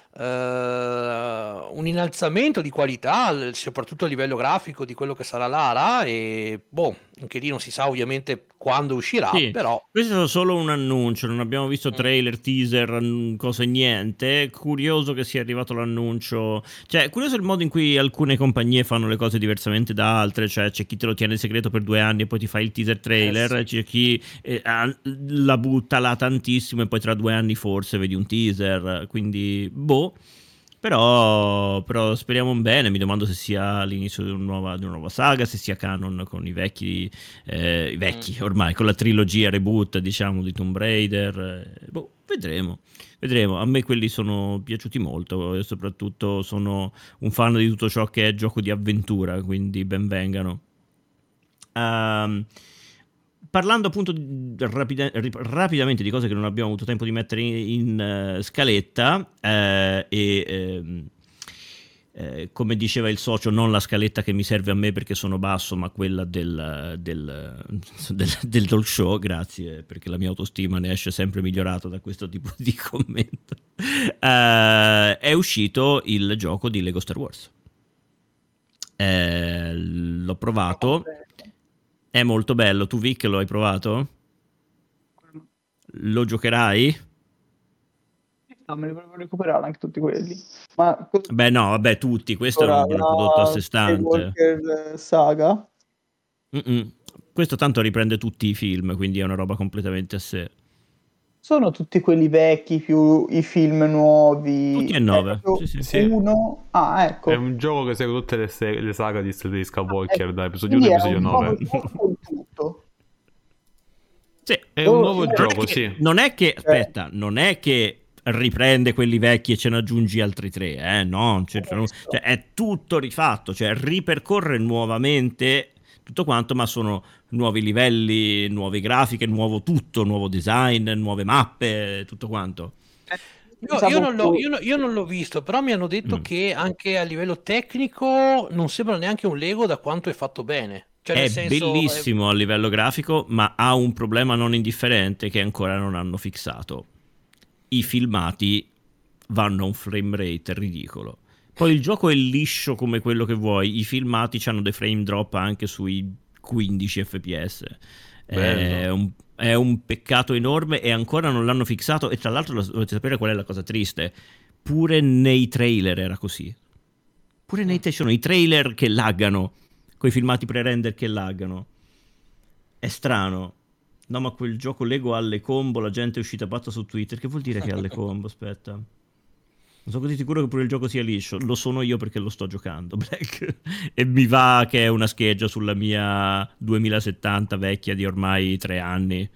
eh, un innalzamento di qualità, l- soprattutto a livello grafico, di quello che sarà Lara. E boh, anche lì non si sa ovviamente quando uscirà, Sì, però. questo è solo un annuncio, non abbiamo visto Mm. trailer, teaser, an- cose niente. Curioso che sia arrivato l'annuncio. Cioè, curioso il modo in cui alcune compagnie fanno le cose diversamente da altre. Cioè, c'è chi te lo tiene segreto per due anni e poi ti fa il teaser trailer. Eh sì. C'è chi eh, ha- la butta là tantissimo e poi tra due anni forse vedi un teaser. Quindi, boh. Però, però speriamo un bene. Mi domando se sia l'inizio di una nuova, di una nuova saga, se sia canon con i vecchi, eh, i Mm. vecchi ormai, con la trilogia reboot, diciamo, di Tomb Raider. eh, boh, vedremo. Vedremo. A me quelli sono piaciuti molto e soprattutto sono un fan di tutto ciò che è gioco di avventura, quindi ben vengano. Ehm, Parlando appunto di- rapida- ri- rapidamente di cose che non abbiamo avuto tempo di mettere in, in, eh, scaletta, eh, e ehm, eh, come diceva il socio, non la scaletta che mi serve a me perché sono basso, ma quella del, del, del, del talk show, grazie, perché la mia autostima ne esce sempre migliorata da questo tipo di commento. Eh, è uscito il gioco di Lego Star Wars. Eh, l'ho provato, è molto bello. Tu Vic lo hai provato? Lo giocherai? No, me li volevo recuperare anche tutti quelli. Ma cos'è Beh no, vabbè tutti, questo è ora un prodotto a sé la stante. Skywalker saga? Mm-mm. Questo tanto riprende tutti i film, quindi è una roba completamente a sé. Sono tutti quelli vecchi più i film nuovi? Tutti e È nove, proprio sì sì. Sì. uno? Ah, È ecco. un gioco che segue tutte le, se- le saga di, di Skywalker, Ecco. da episodio uno Quindi a è episodio un nuovo nove. gioco con tutto. Sì. È un Oh, nuovo io- Non è gioco, che, sì. non è che, Eh. aspetta, non è che riprende quelli vecchi e ce ne aggiungi altri tre, eh, no, non c'è- cioè, è tutto rifatto, cioè ripercorre nuovamente tutto quanto, ma sono nuovi livelli, nuove grafiche, nuovo tutto, nuovo design, nuove mappe, tutto quanto. Io, Pensavo io non l'ho, più- io no- io non l'ho visto, però mi hanno detto Mm. che anche a livello tecnico non sembra neanche un Lego da quanto è fatto bene. Cioè, È nel senso, bellissimo a livello grafico, ma ha un problema non indifferente che ancora non hanno fissato. I filmati vanno a un frame rate ridicolo. Poi il gioco è liscio come quello che vuoi, i filmati hanno dei frame drop anche sui quindici F P S. È Bello. un, è un peccato enorme e ancora non l'hanno fissato. E tra l'altro lo- dovete sapere qual è la cosa triste. Pure nei trailer era così. Pure nei ci sono i trailer che laggano, coi filmati pre-render che laggano. È strano. No, ma quel gioco Lego ha le combo, la gente è uscita pazza su Twitter. Che vuol dire che ha le combo? Aspetta. Non sono così sicuro che pure il gioco sia liscio. Lo sono io perché lo sto giocando, Black. E mi va che è una scheggia sulla mia duemilasettanta vecchia di ormai tre anni.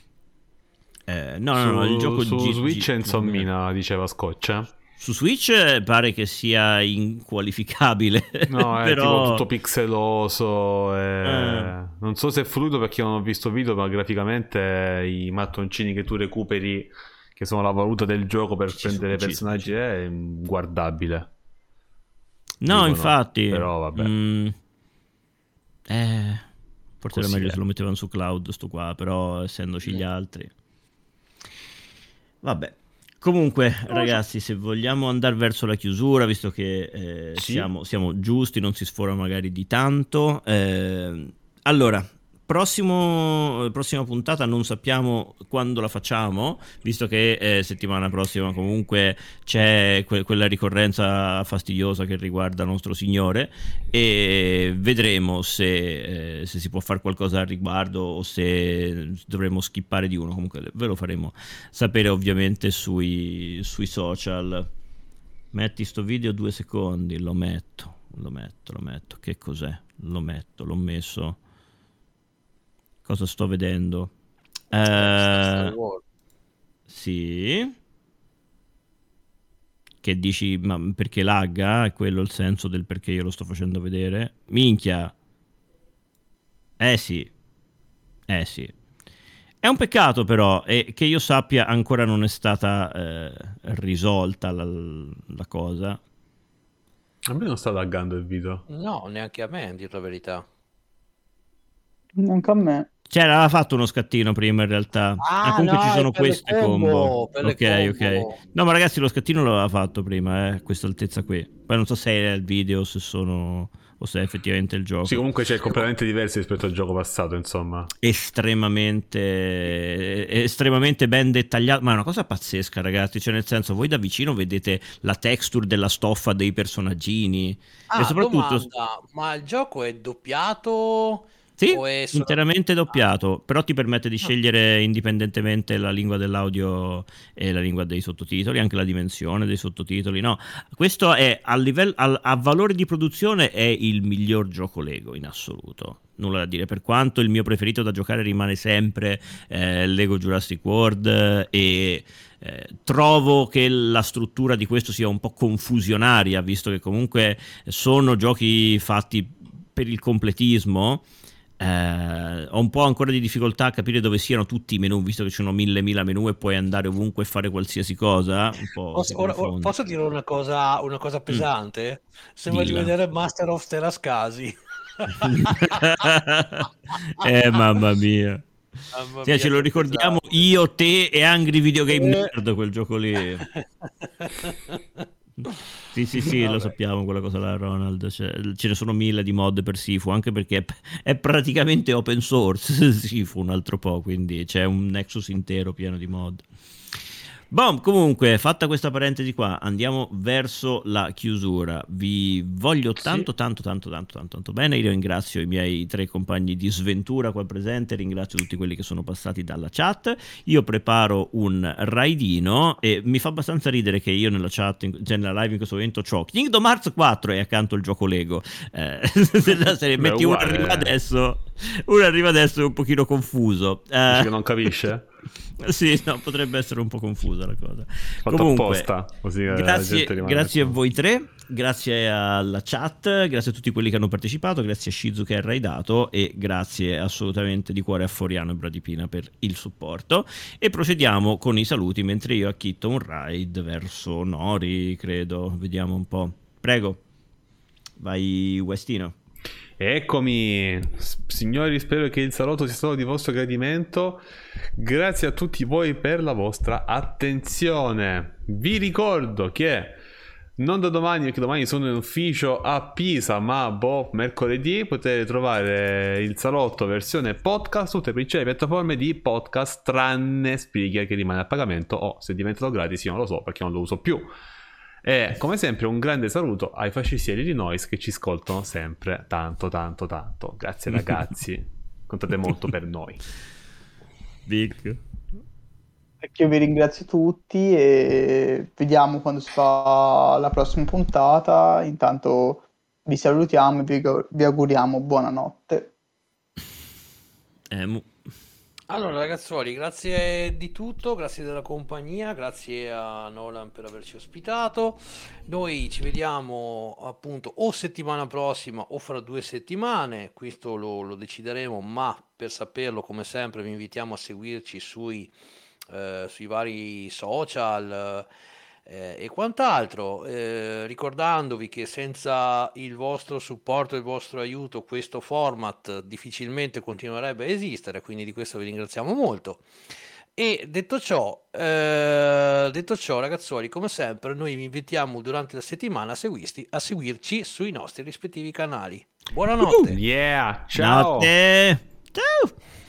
Eh, no, no, su, no, il gioco su G- Switch G- è insommina, diceva Scotch. eh? Su Switch eh, pare che sia inqualificabile. No, è però tipo tutto pixeloso. e- Eh. Non so se è fluido perché non ho visto video, ma graficamente i mattoncini che tu recuperi, che sono la valuta del gioco per Ci prendere i sono, ci sono, personaggi, è guardabile. No, dicono, infatti. però vabbè. Mm, eh, forse era Così meglio è. se lo mettevano su cloud sto qua, però essendoci gli altri. Vabbè. Comunque, ragazzi, se vogliamo andare verso la chiusura, visto che eh, Sì. siamo, siamo giusti, non si sfora magari di tanto. eh, allora, prossimo, prossima puntata non sappiamo quando la facciamo, visto che eh, settimana prossima comunque c'è que- quella ricorrenza fastidiosa che riguarda nostro Signore e vedremo se, eh, se si può fare qualcosa al riguardo o se dovremo skippare di uno. Comunque ve lo faremo sapere ovviamente sui, sui social. Metti sto video due secondi, lo metto, lo metto, lo metto. Che cos'è? Lo metto, l'ho messo. Cosa sto vedendo? Star Eh, Wars. sì. Che dici, ma perché lagga? È quello il senso del perché io lo sto facendo vedere? Minchia. Eh sì. Eh sì. È un peccato però, e che io sappia ancora non è stata eh, risolta la, la cosa. A me non sta laggando il video. No, neanche a me, a dire la verità. Anche a me. Cioè, aveva fatto uno scattino prima in realtà. Ah, Ah, comunque ci no, è sono per le queste combo. combo, per le Ok, ok. combo. No, ma ragazzi, lo scattino l'aveva fatto prima, eh, a questa altezza qui. Poi non so se è il video, se sono o se è effettivamente il Sì, gioco. comunque c'è completamente diverso rispetto al gioco passato, insomma. Estremamente estremamente ben dettagliato, ma è una cosa pazzesca, ragazzi, cioè nel senso voi da vicino vedete la texture della stoffa dei personaggini e Ah, soprattutto domanda, ma il gioco è doppiato sì, o è solo... interamente doppiato, però ti permette di Ah, scegliere indipendentemente la lingua dell'audio e la lingua dei sottotitoli, anche la dimensione dei sottotitoli. No, questo è a livello al- a valore di produzione è il miglior gioco Lego in assoluto. Nulla da dire, per quanto il mio preferito da giocare rimane sempre eh, Lego Jurassic World eh, e eh, trovo che la struttura di questo sia un po' confusionaria, visto che comunque sono giochi fatti per il completismo. Eh, ho un po' ancora di difficoltà a capire dove siano tutti i menu, visto che ci sono mille mila menu e puoi andare ovunque e fare qualsiasi cosa. Un po' si Posso, ora- ora- confonde. posso dire una cosa, una cosa Mm, pesante? Sembra di dilla. vedere Master of Terascasi. Eh, mamma mia. Mamma Sì, ce mia, lo che ricordiamo pesante. io, te e Angry Video Game Eh. Nerd, quel gioco lì. Sì, sì, sì, lo Vabbè. sappiamo quella cosa là, Ronald. Cioè, ce ne sono mille di mod per Sifu, anche perché è, è praticamente open source Sifu un altro po', quindi c'è un Nexus intero pieno di mod. Bom, comunque, fatta questa parentesi qua, andiamo verso la chiusura. Vi voglio Sì. tanto, tanto, tanto, tanto, tanto, tanto bene. Io ringrazio i miei tre compagni di sventura qua presenti, ringrazio tutti quelli che sono passati dalla chat. Io preparo un raidino e mi fa abbastanza ridere che io nella chat, in- cioè nella live in questo momento, c'ho Kingdom Hearts quattro e accanto il gioco Lego. Eh, della serie, Beh, metti uno uguale. arriva adesso, uno arriva adesso è un pochino confuso. Eh, Dici che non capisce? sì, no, potrebbe essere un po' confusa la cosa. Fatto Comunque, apposta, così la grazie, gente rimane... grazie a voi tre, grazie alla chat, grazie a tutti quelli che hanno partecipato, grazie a Shizu che ha raidato e grazie assolutamente di cuore a Foriano e Bradipina per il supporto. E procediamo con i saluti mentre io acchitto un raid verso Nori, credo. Vediamo un po'. Prego, vai Westino. Eccomi, S- signori, spero che il saluto sia stato di vostro gradimento. Grazie a tutti voi per la vostra attenzione. Vi ricordo che non da domani, perché domani sono in ufficio a Pisa, ma boh, mercoledì potete trovare il salotto versione podcast su tutte le principali piattaforme di podcast, tranne Spreaker che rimane a pagamento, o se è diventato gratis io non lo so perché non lo uso più. E come sempre un grande saluto ai fascistieri di Noise che ci ascoltano sempre tanto tanto tanto. Grazie ragazzi, contate molto per noi. Big. Anche io vi ringrazio tutti e vediamo quando si fa la prossima puntata. Intanto vi salutiamo e vi, vi auguriamo buonanotte. Eh, mu- Allora ragazzuoli, grazie di tutto, grazie della compagnia, grazie a Nolan per averci ospitato. Noi ci vediamo appunto o settimana prossima o fra due settimane, questo lo, lo decideremo, ma per saperlo come sempre vi invitiamo a seguirci sui, eh, sui vari social, eh, e quant'altro, eh, ricordandovi che senza il vostro supporto e il vostro aiuto questo format difficilmente continuerebbe a esistere, quindi di questo vi ringraziamo molto. E detto ciò, eh, detto ciò, ragazzuoli, come sempre, noi vi invitiamo durante la settimana a, seguirci, a seguirci sui nostri rispettivi canali. Buonanotte. Yeah, ciao. Notte. Ciao.